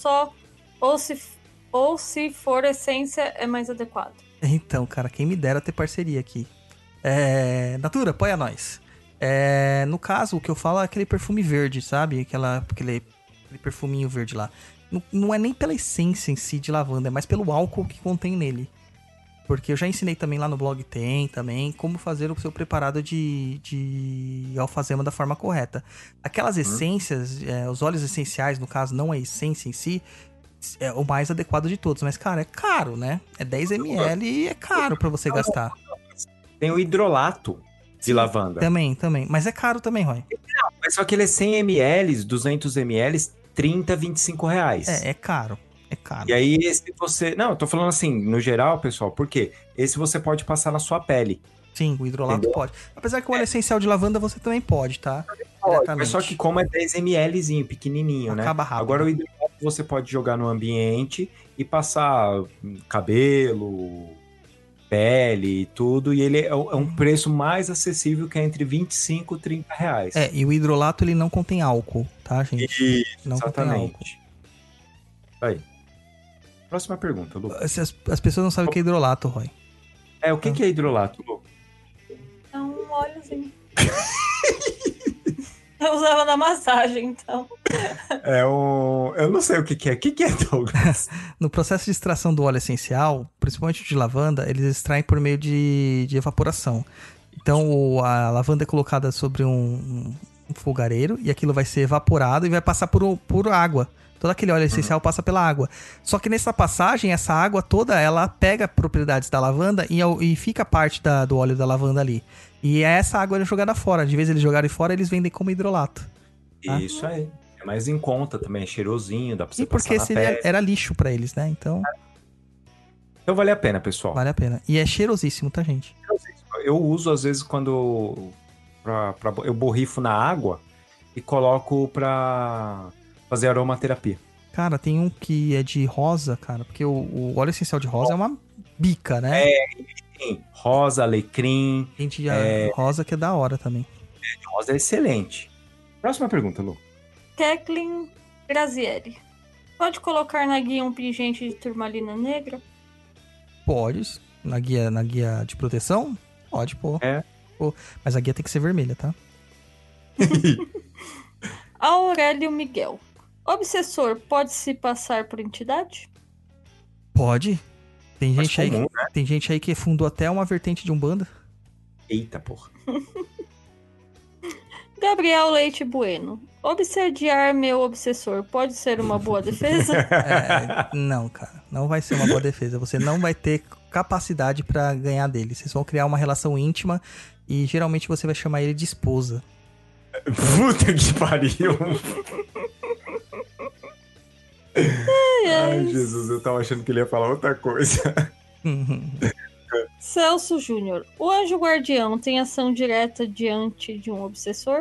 Ou se for essência, é mais adequado? Então, cara, quem me dera ter parceria aqui. Natura, apoia nós. No caso, o que eu falo é aquele perfume verde, sabe? Aquele perfuminho verde lá. Não é nem pela essência em si de lavanda, é mais pelo álcool que contém nele. Porque eu já ensinei também lá no blog, tem também, como fazer o seu preparado de alfazema da forma correta. Aquelas essências, os óleos essenciais, no caso, não a essência em si, é o mais adequado de todos. Mas, cara, é caro, né? É 10 ml e é caro pra você gastar. Tem o hidrolato de lavanda. Também. Mas é caro também, Roy. Não, mas só que ele é 100 ml, 200 ml, 30, 25 reais. É caro. É caro. E aí, esse você... Não, eu tô falando assim, no geral, pessoal, por quê? Esse você pode passar na sua pele. Sim, o hidrolato pode. Apesar que o óleo essencial de lavanda você também pode, tá? diretamente. Mas só que como é 10 mlzinho, pequenininho, né? Acaba rápido. Agora o hidrolato você pode jogar no ambiente e passar cabelo, pele e tudo, e ele é um preço mais acessível, que é entre 25 e 30 reais. E o hidrolato ele não contém álcool, tá, gente? Isso, não exatamente. contém álcool. Aí. Próxima pergunta, Lu. As pessoas não sabem o que é hidrolato, Roy. O que é hidrolato, Lu? É um óleozinho. Eu usava na massagem, então. Eu não sei o que é. O que é, Douglas? No processo de extração do óleo essencial, principalmente de lavanda, eles extraem por meio de evaporação. Então, a lavanda é colocada sobre um fogareiro e aquilo vai ser evaporado e vai passar por água. Todo aquele óleo essencial passa pela água. Só que nessa passagem, essa água toda, ela pega propriedades da lavanda e fica parte do óleo da lavanda ali. E essa água é jogada fora. De vez em eles jogarem fora, eles vendem como hidrolato. Tá? Isso aí. É mais em conta também, é cheirosinho, dá pra você porque passar na pele. Era lixo pra eles, né? Então vale a pena, pessoal. Vale a pena. E é cheirosíssimo, tá, gente? Eu uso, às vezes, quando eu borrifo na água e coloco pra fazer aromaterapia. Cara, tem um que é de rosa, cara, porque o óleo essencial de rosa é uma bica, né? Sim. Rosa, alecrim. Tem de rosa que é da hora também. Rosa é excelente. Próxima pergunta, Lu. Kathleen Grazieri. Pode colocar na guia um pingente de turmalina negra? Pode. Na guia de proteção? Pode, pô. Pô. Mas a guia tem que ser vermelha, tá? Aurélio Miguel. Obsessor pode se passar por entidade? Pode. Tem Mas gente, comum, aí, né? Tem gente aí que fundou até uma vertente de Umbanda. Eita, porra. Gabriel Leite Bueno. Obsediar meu obsessor pode ser uma boa defesa? Não, cara. Não vai ser uma boa defesa. Você não vai ter capacidade pra ganhar dele. Vocês vão criar uma relação íntima e geralmente você vai chamar ele de esposa. Puta que pariu. Ai, Jesus, eu tava achando que ele ia falar outra coisa. Celso Júnior. O anjo guardião tem ação direta diante de um obsessor?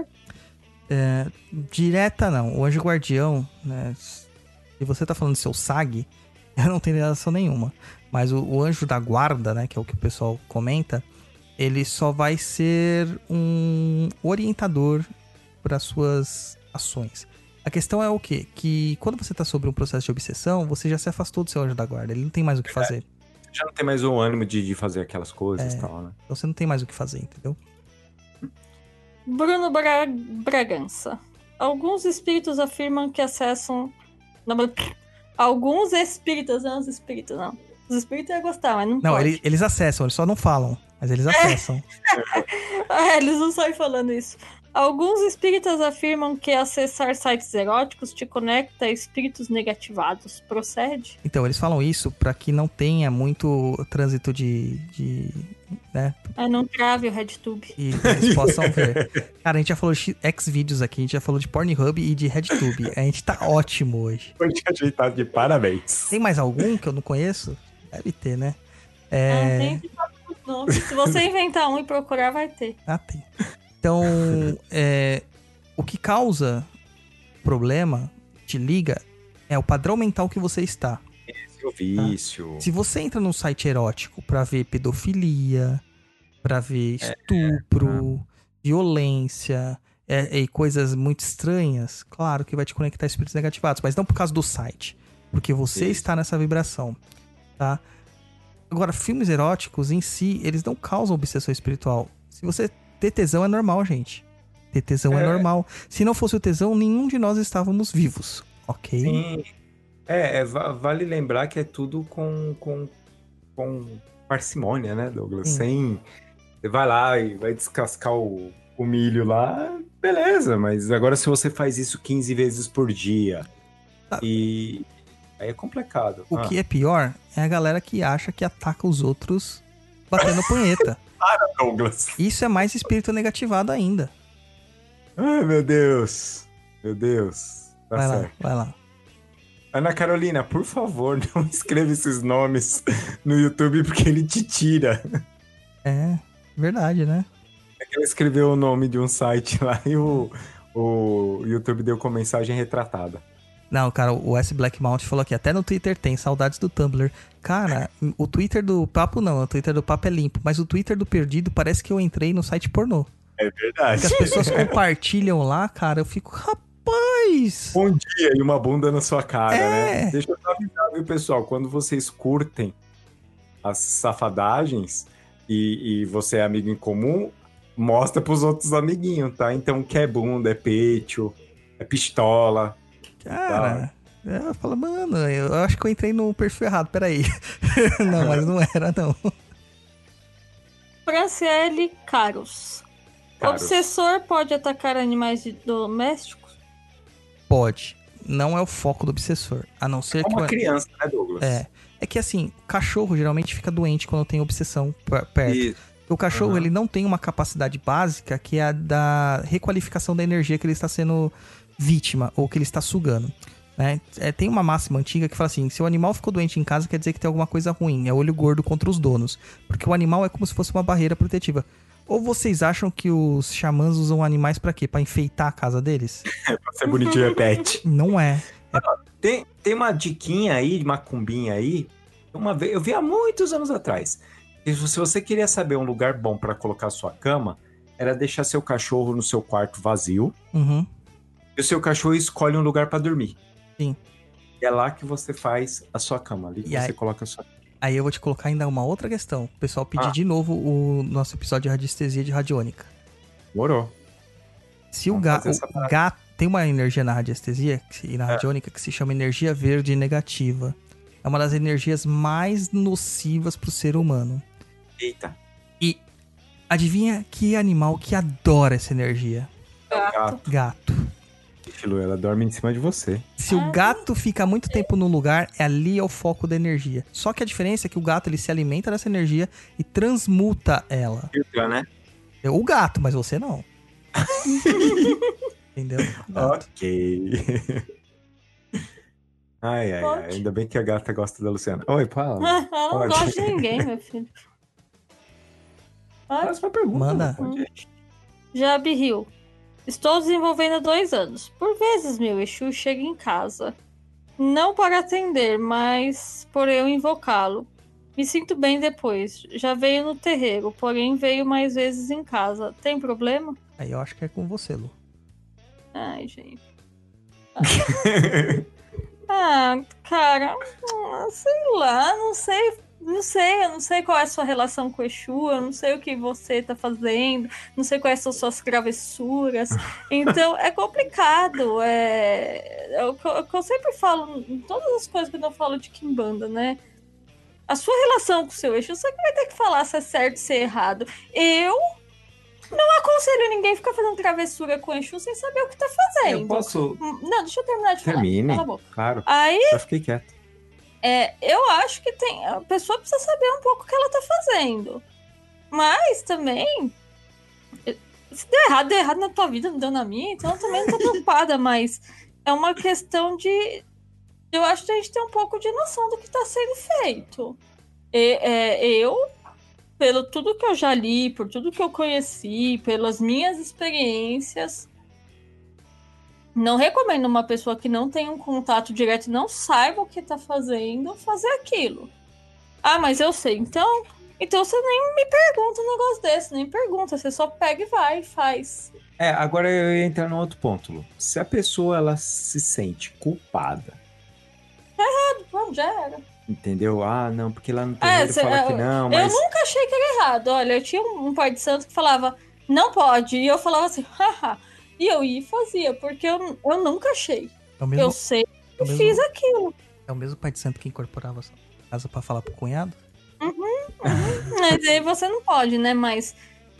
Direta não. O anjo guardião, né? Se você tá falando do seu SAG, não tem relação nenhuma. Mas o anjo da guarda, né? Que é o que o pessoal comenta, ele só vai ser um orientador para suas ações. A questão é o quê? Que quando você tá sobre um processo de obsessão, você já se afastou do seu anjo da guarda. Ele não tem mais o que fazer. Já não tem mais o ânimo de fazer aquelas coisas e tal, né? Então você não tem mais o que fazer, entendeu? Bruno Bragança. Alguns espíritos afirmam que acessam... Alguns espíritos, não os espíritos, não. Os espíritos iam gostar, mas não pode. Eles acessam, eles só não falam. Mas eles acessam. Eles não saem falando isso. Alguns espíritas afirmam que acessar sites eróticos te conecta a espíritos negativados. Procede? Então, eles falam isso pra que não tenha muito trânsito de né? Não trave o RedTube. E eles possam ver. Cara, a gente já falou de Xvideos aqui, a gente já falou de Pornhub e de RedTube. A gente tá ótimo hoje. Foi ajeitado de parabéns. Tem mais algum que eu não conheço? Deve ter, né? Tem de todos os nomes. Se você inventar um e procurar, vai ter. Tem. Então, o que causa problema, te liga, é o padrão mental que você está. O vício. Tá? Se você entra num site erótico pra ver pedofilia, pra ver estupro, violência e coisas muito estranhas, claro que vai te conectar a espíritos negativados, mas não por causa do site, porque você está nessa vibração, tá? Agora, filmes eróticos em si, eles não causam obsessão espiritual. Se você ter tesão é normal, gente. Ter tesão é normal. Se não fosse o tesão, nenhum de nós estávamos vivos, ok? Sim. Vale lembrar que é tudo com parcimônia, né, Douglas? Você vai lá e vai descascar o milho lá, beleza, mas agora se você faz isso 15 vezes por dia, e aí é complicado. O que é pior é a galera que acha que ataca os outros batendo punheta. Para, Douglas. Isso é mais espírito negativado ainda. Ai, meu Deus. Meu Deus. Tá certo. Vai lá. Ana Carolina, por favor, não escreva esses nomes no YouTube porque ele te tira. Verdade, né? É que ela escreveu o nome de um site lá e o O YouTube deu com mensagem retratada. Não, cara, o S. Blackmount falou aqui, até no Twitter tem, saudades do Tumblr. Cara, o Twitter do Papo não, o Twitter do Papo é limpo, mas o Twitter do Perdido parece que eu entrei no site pornô. É verdade. Porque as pessoas compartilham lá, cara, eu fico, rapaz! Bom dia e uma bunda na sua cara, né? É. Deixa eu só avisar, viu, pessoal? Quando vocês curtem as safadagens e você é amigo em comum, mostra pros outros amiguinhos, tá? Então, que é bunda, é peito, é pistola... Cara, eu falo, mano, eu acho que eu entrei no perfil errado, peraí. Não, mas não era, não. Franciele Caros. Obsessor pode atacar animais domésticos? Pode. Não é o foco do obsessor. A não ser que... uma criança, né, Douglas? É que assim, o cachorro geralmente fica doente quando tem obsessão perto. Isso. O cachorro, ele não tem uma capacidade básica que é a da requalificação da energia que ele está sendo vítima ou que ele está sugando, né? Tem uma máxima antiga que fala assim, se o animal ficou doente em casa, quer dizer que tem alguma coisa ruim, é olho gordo contra os donos, porque o animal é como se fosse uma barreira protetiva. Ou vocês acham que os xamãs usam animais pra quê? Pra enfeitar a casa deles? Pra ser bonitinho é pet. Não é. Tem uma diquinha aí, de macumbinha aí, uma vez, eu vi há muitos anos atrás. E se você queria saber um lugar bom pra colocar sua cama, era deixar seu cachorro no seu quarto vazio. Uhum. E o seu cachorro escolhe um lugar pra dormir. Sim. E é lá que você faz a sua cama, ali que você coloca a sua cama. Aí eu vou te colocar ainda uma outra questão. O pessoal pedir de novo o nosso episódio de radiestesia de radiônica. Morou. Se o gato tem uma energia na radiestesia e na radiônica que se chama energia verde negativa. É uma das energias mais nocivas pro ser humano. Eita. E adivinha que animal que adora essa energia? Gato. Filho, ela dorme em cima de você. Se o gato fica muito tempo num lugar, ali é o foco da energia. Só que a diferença é que o gato ele se alimenta dessa energia e transmuta ela. Filtra, né? O gato, mas você não. Entendeu? Ok. Ai. Ainda bem que a gata gosta da Luciana. Oi, fala. Eu não gosto de ninguém, meu filho. Faz uma pergunta. Manda. Jabi Hill. Estou desenvolvendo há 2 anos. Por vezes, meu Exu chega em casa. Não para atender, mas por eu invocá-lo. Me sinto bem depois. Já veio no terreiro, porém veio mais vezes em casa. Tem problema? Aí eu acho que é com você, Lu. Ai, gente. Cara, sei lá, não sei, eu não sei qual é a sua relação com o Exu, eu não sei o que você tá fazendo, não sei quais são suas travessuras, então é complicado, é o que eu sempre falo, em todas as coisas que eu falo de Kimbanda, né? A sua relação com o seu Exu, você que vai ter que falar se é certo, se é errado. Eu não aconselho ninguém a ficar fazendo travessura com o Exu sem saber o que tá fazendo. Eu posso... Não, deixa eu terminar de falar. Termine, Cala a boca. Claro. Aí... Já fiquei quieto. Eu acho que a pessoa precisa saber um pouco o que ela tá fazendo. Mas também, se deu errado na tua vida, não deu na minha, então eu também não tô preocupada, mas é uma questão de... Eu acho que a gente tem um pouco de noção do que tá sendo feito. Eu, pelo tudo que eu já li, por tudo que eu conheci, pelas minhas experiências... Não recomendo uma pessoa que não tem um contato direto e não saiba o que tá fazendo, fazer aquilo. Ah, mas eu sei. Então você nem me pergunta um negócio desse, nem pergunta. Você só pega e vai e faz. Agora eu ia entrar num outro ponto, Lu. Se a pessoa, ela se sente culpada... Pronto, já era. Entendeu? Não, porque lá no terreiro fala que não, mas... Eu nunca achei que era errado. Olha, eu tinha um pai de santo que falava, não pode. E eu falava assim, haha. E eu ia e fazia, porque eu nunca achei. Eu sei que fiz aquilo. É o mesmo pai de santo que incorporava a casa pra falar pro cunhado? Mas aí você não pode, né? Mas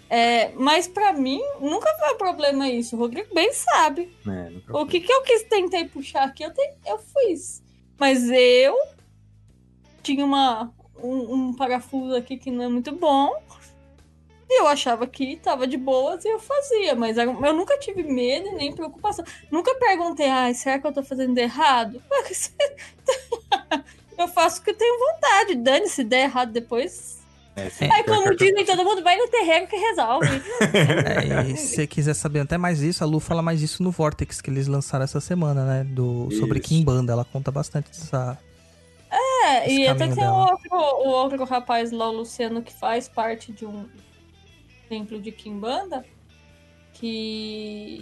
pra mim, nunca foi um problema isso. O Rodrigo bem sabe. O que eu tentei puxar aqui, eu fiz. Mas eu tinha um parafuso aqui que não é muito bom. E eu achava que tava de boas e eu fazia, mas eu nunca tive medo nem preocupação. Nunca perguntei, será que eu tô fazendo errado? Eu faço o que eu tenho vontade. Dane, se der errado depois, Aí, como dizem, todo mundo vai no terreiro que resolve. E se você quiser saber até mais isso, a Lu fala mais isso no Vortex, que eles lançaram essa semana, né? Sobre Kimbanda. Ela conta bastante dessa... E até tem o outro rapaz lá, o Luciano, que faz parte de um templo de Kimbanda, que...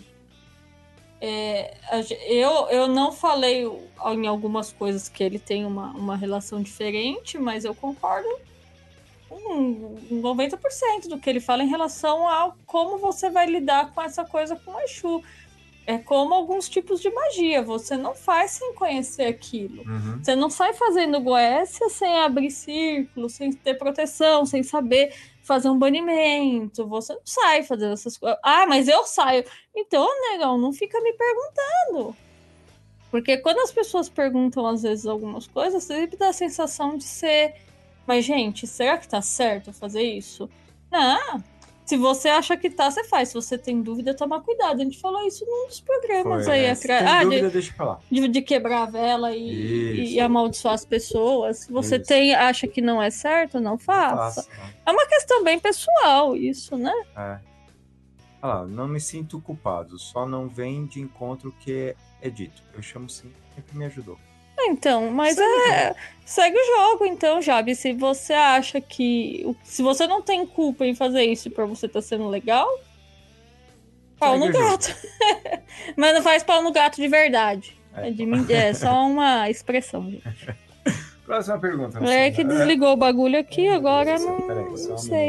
eu não falei em algumas coisas que ele tem uma relação diferente, mas eu concordo com 90% do que ele fala em relação a como você vai lidar com essa coisa com o Exu. É como alguns tipos de magia, você não faz sem conhecer aquilo. Você não sai fazendo goécia sem abrir círculo, sem ter proteção, sem saber fazer um banimento. Você não sai fazendo essas coisas. Ah, mas eu saio. Então, negão, não fica me perguntando. Porque quando as pessoas perguntam, às vezes, algumas coisas, sempre dá a sensação de ser... Mas, gente, será que tá certo fazer isso? Não. Se você acha que tá, você faz. Se você tem dúvida, toma cuidado. A gente falou isso num dos programas aí atrás. Dúvida, deixa eu falar. De quebrar a vela e amaldiçoar as pessoas. Se você acha que não é certo, não faça. É uma questão bem pessoal, isso, né? Olha lá, não me sinto culpado. Só não vem de encontro o que é dito. Eu chamo sim, sempre me ajudou. Então, mas segue o jogo, então, Jabi. Se você acha que... Se você não tem culpa em fazer isso pra você tá sendo legal, pau no gato. Mas não faz pau no gato de verdade. É só uma expressão, gente. Próxima pergunta. É que desligou o bagulho aqui, agora não sei.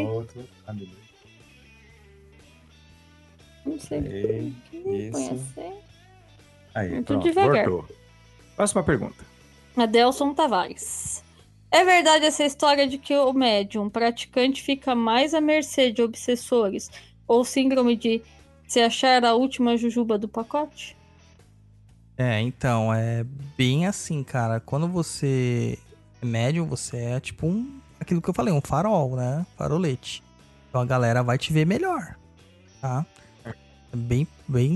Não sei. Isso. Aí, muito pronto, devagar. Voltou. Próxima pergunta. Adelson Tavares. É verdade essa história de que o médium praticante fica mais à mercê de obsessores ou síndrome de se achar a última jujuba do pacote? Então, é bem assim, cara. Quando você é médium, você é tipo aquilo que eu falei, um farol, né? Farolete. Então a galera vai te ver melhor, tá? É bem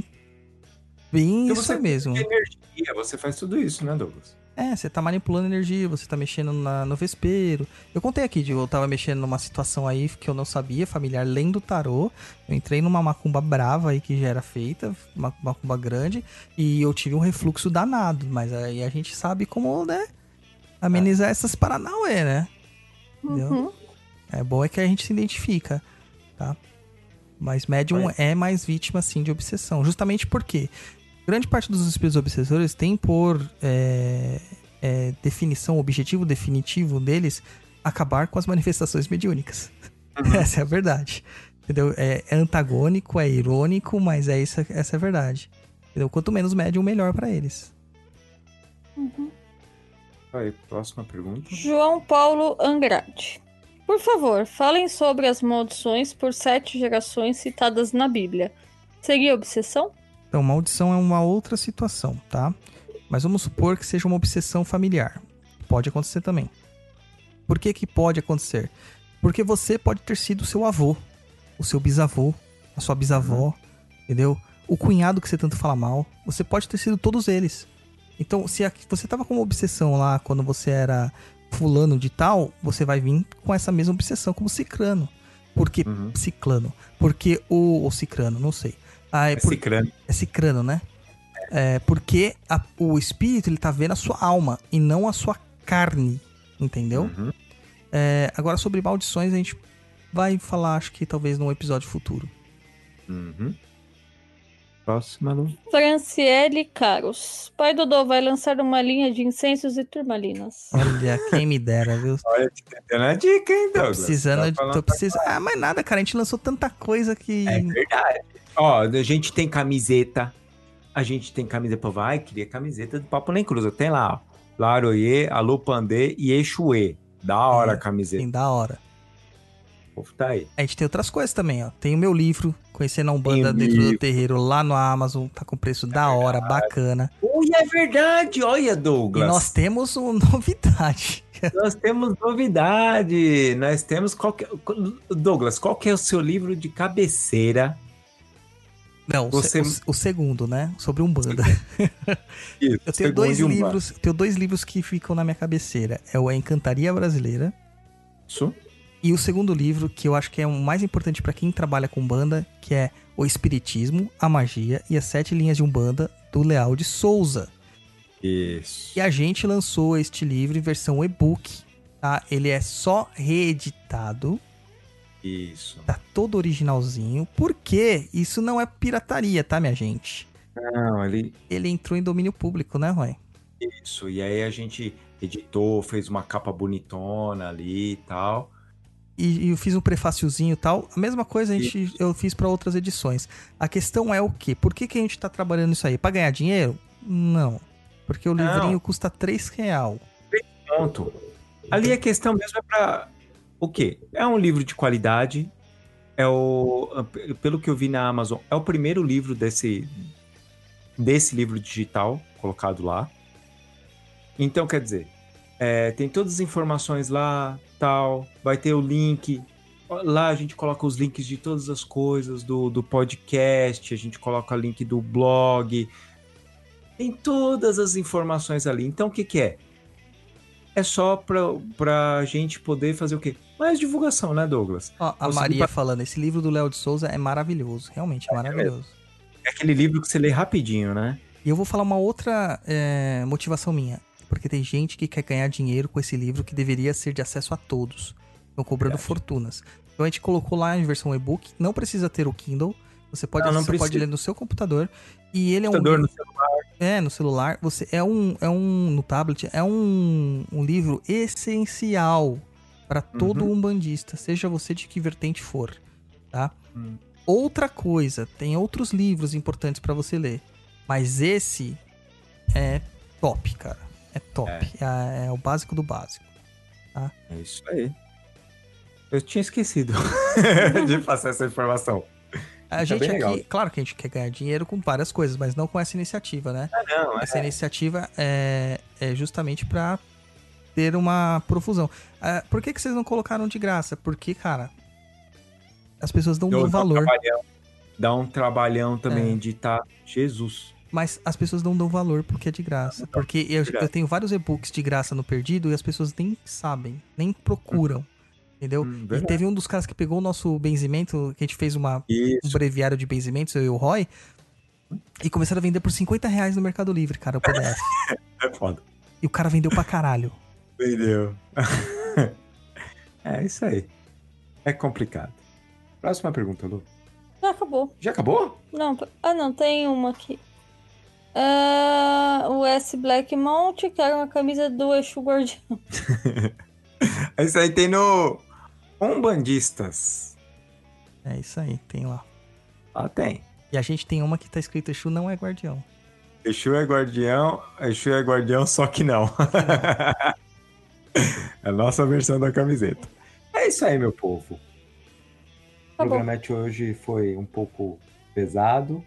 isso mesmo. Energia, você faz tudo isso, né, Douglas? Você tá manipulando energia, você tá mexendo no vespeiro. Eu contei aqui, eu tava mexendo numa situação aí que eu não sabia, familiar, lendo tarô. Eu entrei numa macumba brava aí que já era feita, uma macumba grande, e eu tive um refluxo danado. Mas aí a gente sabe como, né, amenizar essas paranauê, né? Entendeu? É bom que a gente se identifica, tá? Mas médium é mais vítima, sim, de obsessão. Justamente porque grande parte dos espíritos obsessores tem por definição, objetivo definitivo deles, acabar com as manifestações mediúnicas. Essa é a verdade. Entendeu? É antagônico, é irônico, mas essa é a verdade. Entendeu? Quanto menos médium, melhor pra eles. Aí, próxima pergunta. João Paulo Andrade. Por favor, falem sobre as maldições por 7 gerações citadas na Bíblia. Seria obsessão? Então, maldição é uma outra situação, tá? Mas vamos supor que seja uma obsessão familiar. Pode acontecer também. Por que pode acontecer? Porque você pode ter sido o seu avô, o seu bisavô, a sua bisavó, entendeu? O cunhado que você tanto fala mal. Você pode ter sido todos eles. Então, se você tava com uma obsessão lá quando você era fulano de tal, você vai vir com essa mesma obsessão como cicrano. Por que ciclano? Porque o cicrano, não sei. Cicrano. É cicrano, né? Porque o espírito, ele tá vendo a sua alma e não a sua carne, entendeu? Agora, sobre maldições, a gente vai falar, acho que talvez num episódio futuro. Próxima, Lu. Franciele Caros. Pai Dodô vai lançar uma linha de incensos e turmalinas. Olha, quem me dera, viu? Olha, dando a dica, hein, Douglas? Tô precisando. Mas nada, cara, a gente lançou tanta coisa que... É verdade. Ó, a gente tem camiseta. A gente tem camiseta. Vai, queria camiseta do Papo Nem Cruza. Tem lá, ó. Laroye, Alô Pandê e Exuê. Da hora a camiseta. Sim, da hora. O povo tá aí. A gente tem outras coisas também, ó. Tem o meu livro, Conhecendo a Umbanda Dentro do Terreiro, lá no Amazon. Tá com preço da hora, bacana. É verdade. Olha, Douglas. E nós temos uma novidade. Nós temos novidade. Nós temos... Douglas, qual que é o seu livro de cabeceira? Não, o segundo, né? Sobre Umbanda. Isso, eu tenho dois livros que ficam na minha cabeceira. É o A Encantaria Brasileira. Isso. E o segundo livro, que eu acho que é o mais importante para quem trabalha com Umbanda, que é O Espiritismo, a Magia e as 7 Linhas de Umbanda, do Leal de Souza. Isso. E a gente lançou este livro em versão e-book, tá? Ele é só reeditado. Isso. Tá todo originalzinho. Porque isso não é pirataria, tá, minha gente? Não, Ele entrou em domínio público, né, Roy? Isso, e aí a gente editou, fez uma capa bonitona ali e tal. E eu fiz um prefáciozinho e tal. A mesma coisa eu fiz para outras edições. A questão é o quê? Por que a gente tá trabalhando isso aí? Pra ganhar dinheiro? Não. Porque o livrinho custa R$3. Ponto. Ali a questão mesmo é pra... O quê? É um livro de qualidade. Pelo que eu vi na Amazon, é o primeiro livro desse livro digital colocado lá. Então, quer dizer, tem todas as informações lá, tal, vai ter o link. Lá a gente coloca os links de todas as coisas do podcast, a gente coloca o link do blog. Tem todas as informações ali. Então, o que é? É só pra gente poder fazer o quê? Mais divulgação, né, Douglas? Ó, a Maria falando, esse livro do Léo de Souza é maravilhoso. Realmente é maravilhoso. É aquele livro que você lê rapidinho, né? E eu vou falar uma outra motivação minha. Porque tem gente que quer ganhar dinheiro com esse livro que deveria ser de acesso a todos. Estão cobrando fortunas. Então a gente colocou lá em versão e-book. Não precisa ter o Kindle. Você pode ler no seu computador. E ele é um livro... no celular. No celular. No tablet. É um livro essencial para todo umbandista. Seja você de que vertente for. Tá? Outra coisa. Tem outros livros importantes para você ler. Mas esse é top, cara. É top. É o básico do básico. Tá? É isso aí. Eu tinha esquecido de passar essa informação. A gente aqui, legal. Claro que a gente quer ganhar dinheiro com várias coisas, mas não com essa iniciativa, né? Essa iniciativa é justamente pra ter uma profusão. Por que vocês não colocaram de graça? Porque, cara, as pessoas dão um valor. Dá um trabalhão também editar. Jesus. Mas as pessoas não dão valor porque é de graça. Porque eu tenho vários e-books de graça no Perdido e as pessoas nem sabem, nem procuram. Entendeu? E teve um dos caras que pegou o nosso benzimento, que a gente fez um breviário de benzimentos, eu e o Roy, e começaram a vender por R$50 no Mercado Livre, cara, o PDF. É foda. E o cara vendeu pra caralho. Vendeu. É isso aí. É complicado. Próxima pergunta, Lu. Já acabou. Já acabou? Não, tem uma aqui. O S. Blackmount quer uma camisa do Exu Guardião. Isso aí tem no Umbandistas. É isso aí, tem lá. Ah, tem. E a gente tem uma que tá escrito Exu não é guardião. Exu é guardião, só que não. É a nossa versão da camiseta. É isso aí, meu povo. O programete hoje foi um pouco pesado,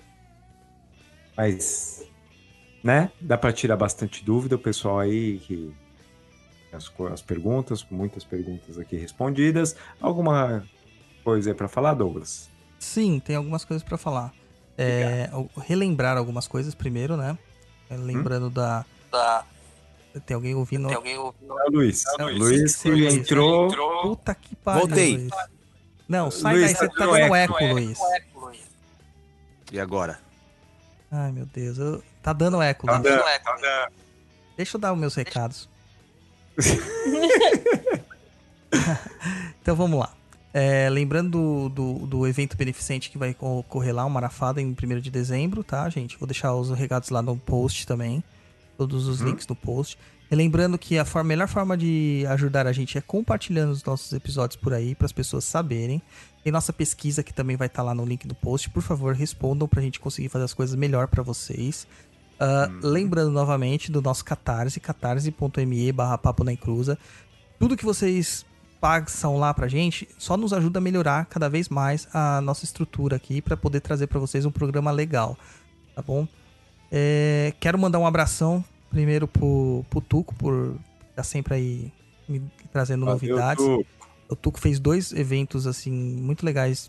mas, né, dá para tirar bastante dúvida. O pessoal aí que as perguntas, muitas perguntas aqui respondidas. Alguma coisa aí para falar, Douglas? Sim, tem algumas coisas para falar. Relembrar algumas coisas primeiro, né? Lembrando da... Tem alguém ouvindo? É o Luiz. Luiz entrou. Puta que pariu, Voltei. Luiz. Não, sai daí, você tá dando eco, Luiz. E agora? Ai, meu Deus. Tá dando eco, Luiz. Deixa eu dar os meus recados. Então vamos lá. Lembrando do evento beneficente que vai ocorrer lá, o Marafada, em 1º de dezembro, tá, gente? Vou deixar os recados lá no post também. Todos os links no post. E lembrando que a melhor forma de ajudar a gente é compartilhando os nossos episódios por aí, para as pessoas saberem. Tem nossa pesquisa que também vai estar lá no link do post. Por favor, respondam pra gente conseguir fazer as coisas melhor para vocês. Lembrando novamente do nosso Catarse, catarse.me/papo na encruza. Tudo que vocês passam lá pra gente só nos ajuda a melhorar cada vez mais a nossa estrutura aqui para poder trazer para vocês um programa legal, tá bom? Quero mandar um abração primeiro pro Tuco, por estar sempre aí me trazendo novidades. O Tuco fez 2 eventos assim muito legais,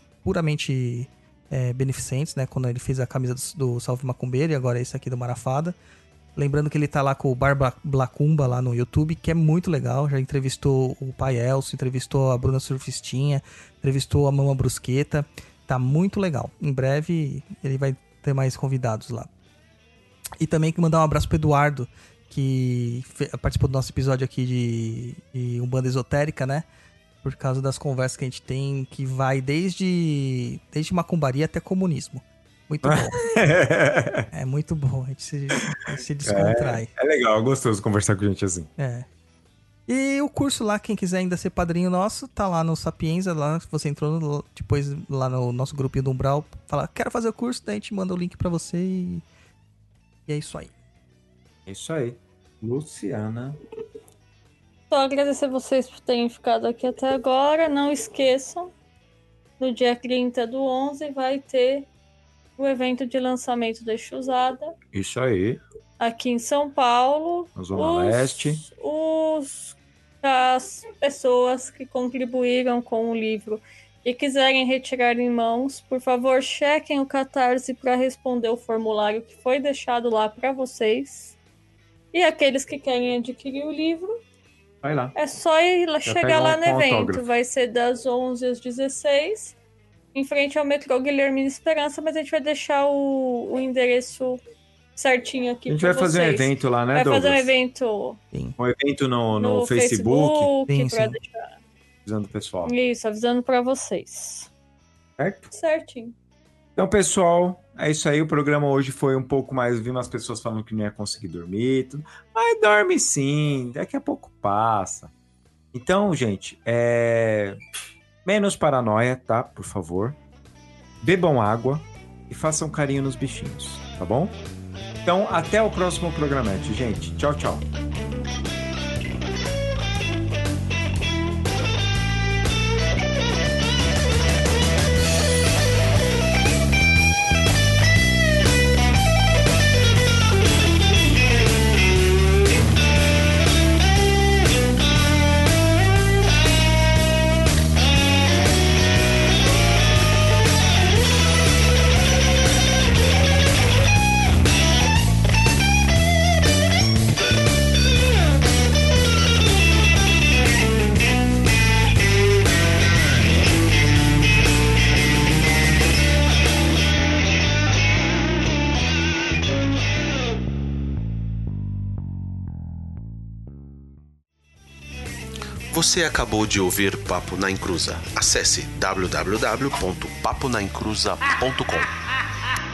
puramente beneficentes, né? Quando ele fez a camisa do Salve Macumbeiro e agora esse aqui do Marafada. Lembrando que ele tá lá com o Bar Blacumba lá no YouTube, que é muito legal. Já entrevistou o Pai Elcio, entrevistou a Bruna Surfistinha, entrevistou a Mama Brusqueta. Tá muito legal. Em breve ele vai ter mais convidados lá. E também mandar um abraço pro Eduardo, que participou do nosso episódio aqui de Umbanda Esotérica, né? Por causa das conversas que a gente tem, que vai desde macumbaria até comunismo. Muito bom. É muito bom, a gente se descontrai. É legal, é gostoso conversar com gente assim. E o curso lá, quem quiser ainda ser padrinho nosso, tá lá no Sapienza, lá você entrou depois lá no nosso grupinho do Umbral, fala, quero fazer o curso, daí a gente manda o link pra você e é isso aí. É isso aí. Luciana. Só agradecer vocês por terem ficado aqui até agora. Não esqueçam, no dia 30/11 vai ter o evento de lançamento da Exusada. Isso aí. Aqui em São Paulo. Na Zona Leste. As pessoas que contribuíram com o livro e quiserem retirar em mãos, por favor, chequem o Catarse para responder o formulário que foi deixado lá para vocês. E aqueles que querem adquirir o livro, vai lá. É só chegar lá no evento. Vai ser das 11 às 16, em frente ao metrô Guilhermina Esperança, mas a gente vai deixar o endereço certinho aqui. A gente vai fazer um evento lá, né, Douglas? Vai fazer um evento. Sim. Um evento no Facebook. Sim. Deixar... Avisando o pessoal. Isso, avisando pra vocês. Certo? Certinho. Então, pessoal, é isso aí. O programa hoje foi um pouco mais... Vi umas pessoas falando que não ia conseguir dormir e tudo. Mas dorme sim. Daqui a pouco passa. Então, gente, menos paranoia, tá? Por favor. Bebam água e façam carinho nos bichinhos, tá bom? Então, até o próximo programete, gente. Tchau, tchau. Você acabou de ouvir Papo na Encruza. Acesse www.paponaencruza.com.